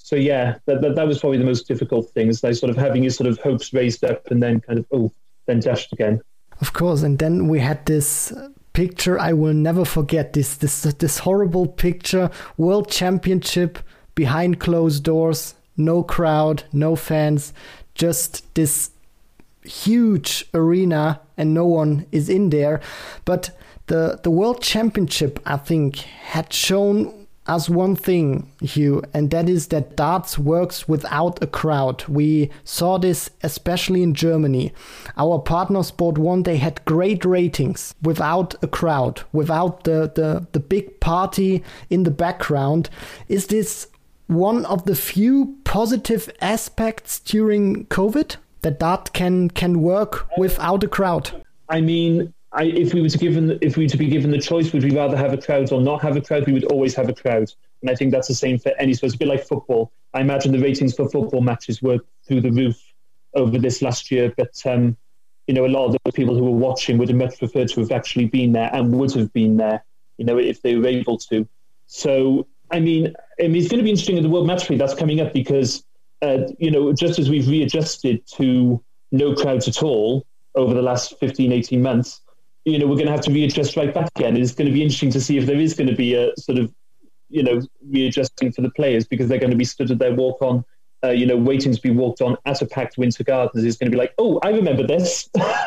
so yeah, that, that that was probably the most difficult thing, is like sort of having your sort of hopes raised up and then kind of, oh, then dashed again. Of course, and then we had this picture I will never forget, this this this horrible picture, World Championship behind closed doors, no crowd, no fans, just this huge arena and no one is in there. But the the World Championship, I think, had shown us one thing, Hugh, and that is that darts works without a crowd. We saw this especially in Germany. Our partner Sport One, they had great ratings without a crowd, without the, the, the big party in the background. Is this one of the few positive aspects during COVID, that dart can, can work without a crowd? I mean, I, if we were to given if we were to be given the choice, would we rather have a crowd or not have a crowd? We would always have a crowd, and I think that's the same for any sport. It's a bit like football. I imagine the ratings for football matches were through the roof over this last year, but um, you know, a lot of the people who were watching would have much preferred to have actually been there and would have been there, you know, if they were able to. So, I mean, I mean, it's going to be interesting in the World Match Play that's coming up, because uh, you know, just as we've readjusted to no crowds at all over the last fifteen, eighteen months. You know, we're going to have to readjust right back again. It's going to be interesting to see if there is going to be a sort of, you know, readjusting for the players, because they're going to be stood at their walk-on, uh, you know, waiting to be walked on at a packed Winter Gardens. It's going to be like, oh, I remember this.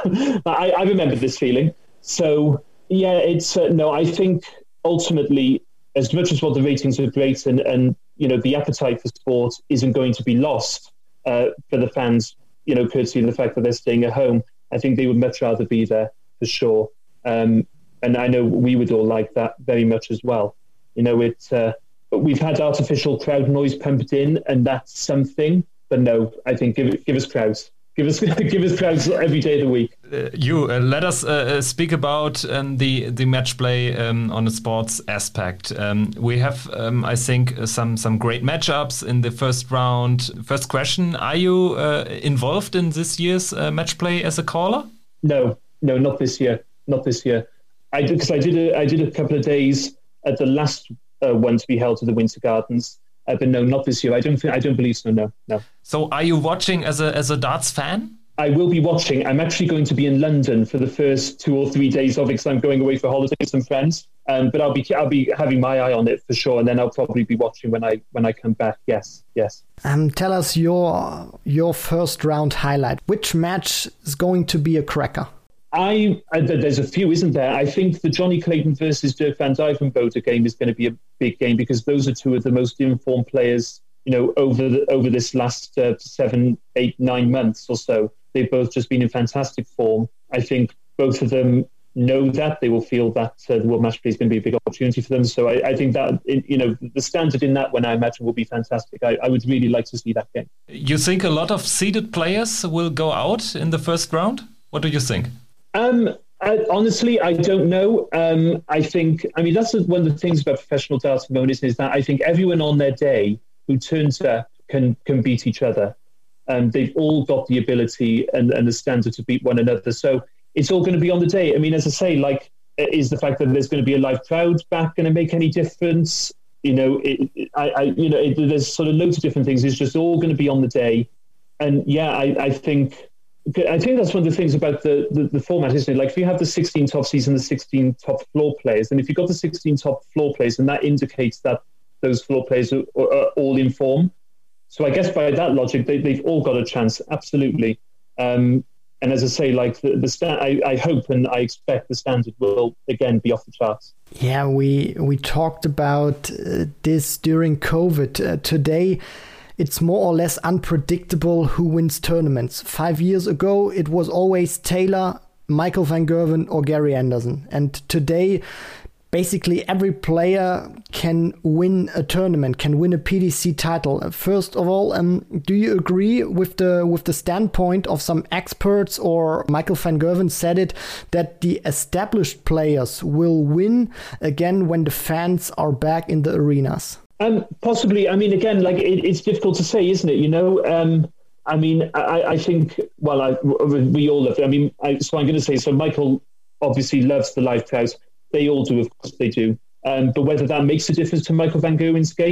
I, I remember this feeling. So, yeah, it's, uh, no, I think ultimately, as much as what the ratings are great and, and you know, the appetite for sport isn't going to be lost uh, for the fans, you know, courtesy of the fact that they're staying at home, I think they would much rather be there. For sure. Um, and I know we would all like that very much as well. You know, it's, uh, we've had artificial crowd noise pumped in, and that's something. But no, I think give, give us crowds. Give us give us crowds every day of the week. Uh, you, uh, let us uh, speak about um, the, the match play um, on a sports aspect. Um, we have, um, I think, some, some great matchups in the first round. First question, are you uh, involved in this year's uh, match play as a caller? No. No, not this year. Not this year. I did because I did a, I did a couple of days at the last uh, one to be held at the Winter Gardens, uh, but no, not this year. I don't think. I don't believe so. No, no. So, are you watching as a as a darts fan? I will be watching. I'm actually going to be in London for the first two or three days of it, because I'm going away for holidays with some friends. Um, but I'll be I'll be having my eye on it for sure, and then I'll probably be watching when I when I come back. Yes, yes. Um, tell us your your first round highlight. Which match is going to be a cracker? I, I there's a few, isn't there? I think the Johnny Clayton versus Dirk van Dijvenbode game is going to be a big game, because those are two of the most informed players, you know, over the, over this last uh, seven, eight, nine months or so. They've both just been in fantastic form. I think both of them know that. They will feel that uh, the World Match Play is going to be a big opportunity for them. So I, I think that, you know, the standard in that one, I imagine, will be fantastic. I, I would really like to see that game. You think a lot of seeded players will go out in the first round? What do you think? Um, I, honestly, I don't know. Um, I think, I mean, that's one of the things about professional darts at the moment, is that I think everyone on their day who turns up can can beat each other. Um, they've all got the ability and, and the standard to beat one another. So it's all going to be on the day. I mean, as I say, like, is the fact that there's going to be a live crowd back going to make any difference? You know, it, it, I, I, you know, it, there's sort of loads of different things. It's just all going to be on the day. And yeah, I, I think... I think that's one of the things about the, the, the format, isn't it? Like, if you have the sixteen top seeds and the sixteen top floor players, and if you've got the sixteen top floor players, then that indicates that those floor players are, are all in form. So I guess by that logic, they, they've all got a chance, absolutely. Um, and as I say, like the, the sta- I, I hope and I expect the standard will again be off the charts. Yeah, we we talked about uh, this during COVID. Uh, today, it's more or less unpredictable who wins tournaments. Five years ago, it was always Taylor, Michael van Gerwen, or Gary Anderson. And today, basically every player can win a tournament, can win a P D C title. First of all, um, do you agree with the with the standpoint of some experts, or Michael van Gerwen said it, that the established players will win again when the fans are back in the arenas? Um, possibly. I mean, again, like it, it's difficult to say, isn't it? You know, um, I mean, I, I think, well, I, we all love it. I mean, I, so I'm going to say, so Michael obviously loves the live crowds. They all do, of course they do. Um, but whether that makes a difference to Michael van Gerwen's game,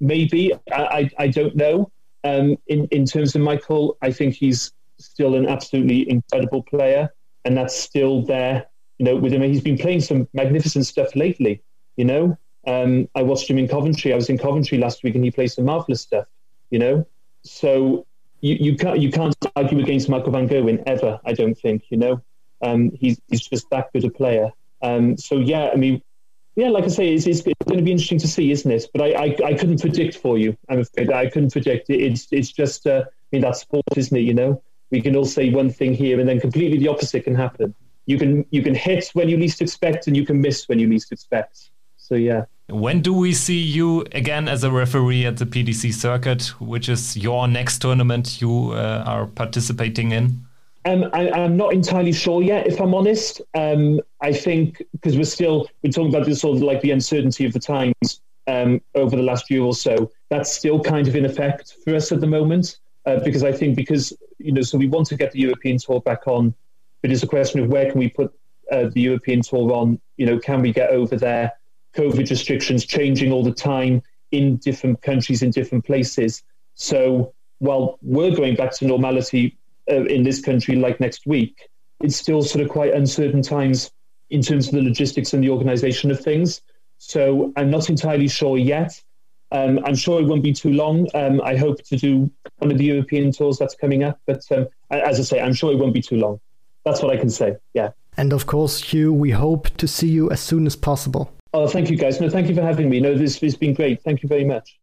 maybe. I, I, I don't know. Um, in, in terms of Michael, I think he's still an absolutely incredible player, and that's still there, you know, with him. He's been playing some magnificent stuff lately, you know. Um, I watched him in Coventry. I was in Coventry last week, and he played some marvellous stuff, you know. So you, you can't you can't argue against Michael van Gerwen ever, I don't think, you know. Um, he's he's just that good a player. Um, so yeah, I mean, yeah, like I say, it's, it's going to be interesting to see, isn't it? But I, I, I couldn't predict for you. I'm afraid I couldn't predict it. It's it's just uh, I mean, that's sport, isn't it? You know, we can all say one thing here, and then completely the opposite can happen. You can you can hit when you least expect, and you can miss when you least expect. So yeah. When do we see you again as a referee at the P D C circuit, which is your next tournament you uh, are participating in? Um, I, I'm not entirely sure yet, if I'm honest. Um, I think because we're still we're talking about this sort of like the uncertainty of the times um, over the last year or so. That's still kind of in effect for us at the moment, uh, because I think because you know, so we want to get the European Tour back on, but it's a question of where can we put uh, the European Tour on? You know, can we get over there? COVID restrictions changing all the time in different countries, in different places. So while we're going back to normality uh, in this country like next week, it's still sort of quite uncertain times in terms of the logistics and the organisation of things. So I'm not entirely sure yet. Um, I'm sure it won't be too long. Um, I hope to do one of the European tours that's coming up. But um, as I say, I'm sure it won't be too long. That's what I can say, yeah. And of course, Hugh, we hope to see you as soon as possible. Oh, thank you, guys. No, thank you for having me. No, this has been great. Thank you very much.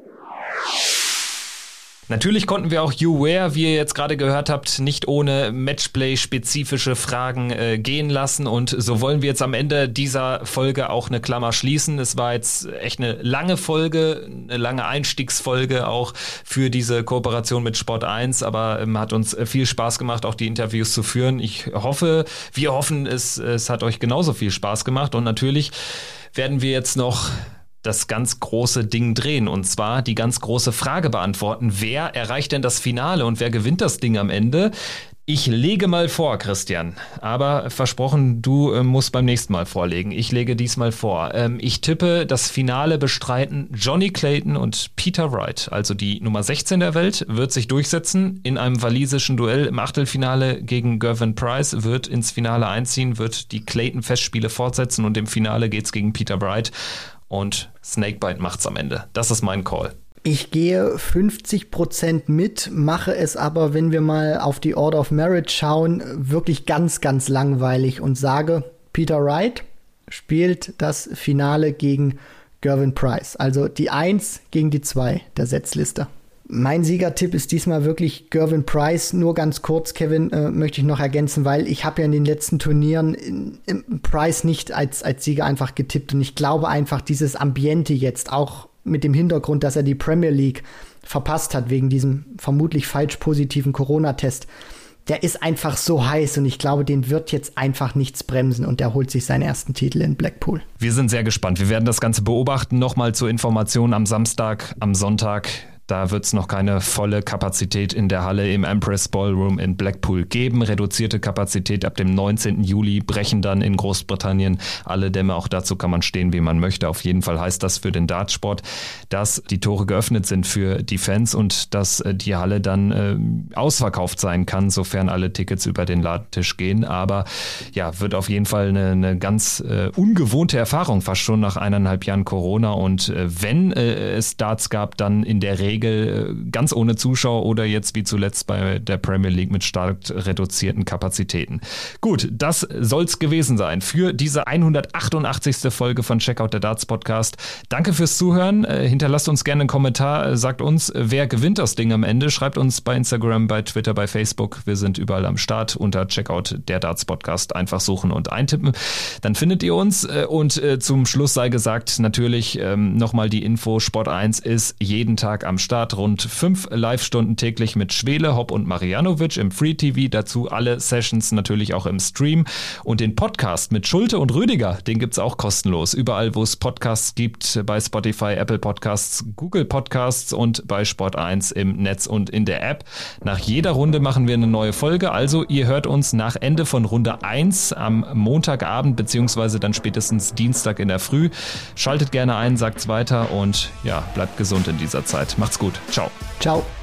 Natürlich konnten wir auch You Wear, wie ihr jetzt gerade gehört habt, nicht ohne Matchplay-spezifische Fragen äh, gehen lassen, und so wollen wir jetzt am Ende dieser Folge auch eine Klammer schließen. Es war jetzt echt eine lange Folge, eine lange Einstiegsfolge auch für diese Kooperation mit Sport eins, aber ähm, hat uns viel Spaß gemacht, auch die Interviews zu führen. Ich hoffe, wir hoffen, es, es hat euch genauso viel Spaß gemacht, und natürlich werden wir jetzt noch das ganz große Ding drehen, und zwar die ganz große Frage beantworten: Wer erreicht denn das Finale und wer gewinnt das Ding am Ende? Ich lege mal vor, Christian, aber versprochen, du äh, musst beim nächsten Mal vorlegen. Ich lege diesmal vor. Ähm, ich tippe, das Finale bestreiten Johnny Clayton und Peter Wright. Also die Nummer sechzehn der Welt wird sich durchsetzen in einem walisischen Duell im Achtelfinale gegen Gervin Price, wird ins Finale einziehen, wird die Clayton-Festspiele fortsetzen, und im Finale geht's gegen Peter Wright. Und Snakebite macht's am Ende. Das ist mein Call. Ich gehe fünfzig Prozent mit, mache es aber, wenn wir mal auf die Order of Merit schauen, wirklich ganz, ganz langweilig und sage, Peter Wright spielt das Finale gegen Gervin Price. Also die eins gegen die zwei der Setzliste. Mein Siegertipp ist diesmal wirklich Gervin Price. Nur ganz kurz, Kevin, äh, möchte ich noch ergänzen, weil ich habe ja in den letzten Turnieren in, in Price nicht als, als Sieger einfach getippt. Und ich glaube einfach, dieses Ambiente jetzt, auch mit dem Hintergrund, dass er die Premier League verpasst hat wegen diesem vermutlich falsch positiven Corona-Test, der ist einfach so heiß, und ich glaube, den wird jetzt einfach nichts bremsen, und der holt sich seinen ersten Titel in Blackpool. Wir sind sehr gespannt. Wir werden das Ganze beobachten. Nochmal zur Information: am Samstag, am Sonntag, da wird es noch keine volle Kapazität in der Halle im Empress Ballroom in Blackpool geben. Reduzierte Kapazität ab dem neunzehnten Juli brechen dann in Großbritannien alle Dämme. Auch dazu kann man stehen, wie man möchte. Auf jeden Fall heißt das für den Dartsport, dass die Tore geöffnet sind für die Fans und dass die Halle dann äh, ausverkauft sein kann, sofern alle Tickets über den Ladentisch gehen. Aber ja, wird auf jeden Fall eine, eine ganz äh, ungewohnte Erfahrung, fast schon nach eineinhalb Jahren Corona. Und äh, wenn äh, es Darts gab, dann in der Regel ganz ohne Zuschauer oder jetzt wie zuletzt bei der Premier League mit stark reduzierten Kapazitäten. Gut, das soll's gewesen sein für diese hundertachtundachtzigste Folge von Checkout, der Darts Podcast. Danke fürs Zuhören. Hinterlasst uns gerne einen Kommentar. Sagt uns, wer gewinnt das Ding am Ende. Schreibt uns bei Instagram, bei Twitter, bei Facebook. Wir sind überall am Start unter Checkout, der Darts Podcast. Einfach suchen und eintippen. Dann findet ihr uns. Und zum Schluss sei gesagt, natürlich nochmal die Info: Sport eins ist jeden Tag am Start. Start. Rund fünf Live-Stunden täglich mit Schwele, Hopp und Marianovic im Free-T V. Dazu alle Sessions natürlich auch im Stream. Und den Podcast mit Schulte und Rüdiger, den gibt's auch kostenlos. Überall, wo es Podcasts gibt, bei Spotify, Apple Podcasts, Google Podcasts und bei Sport eins im Netz und in der App. Nach jeder Runde machen wir eine neue Folge. Also ihr hört uns nach Ende von Runde eins am Montagabend beziehungsweise dann spätestens Dienstag in der Früh. Schaltet gerne ein, sagt's weiter und ja, bleibt gesund in dieser Zeit. Macht's gut. Ciao. Ciao.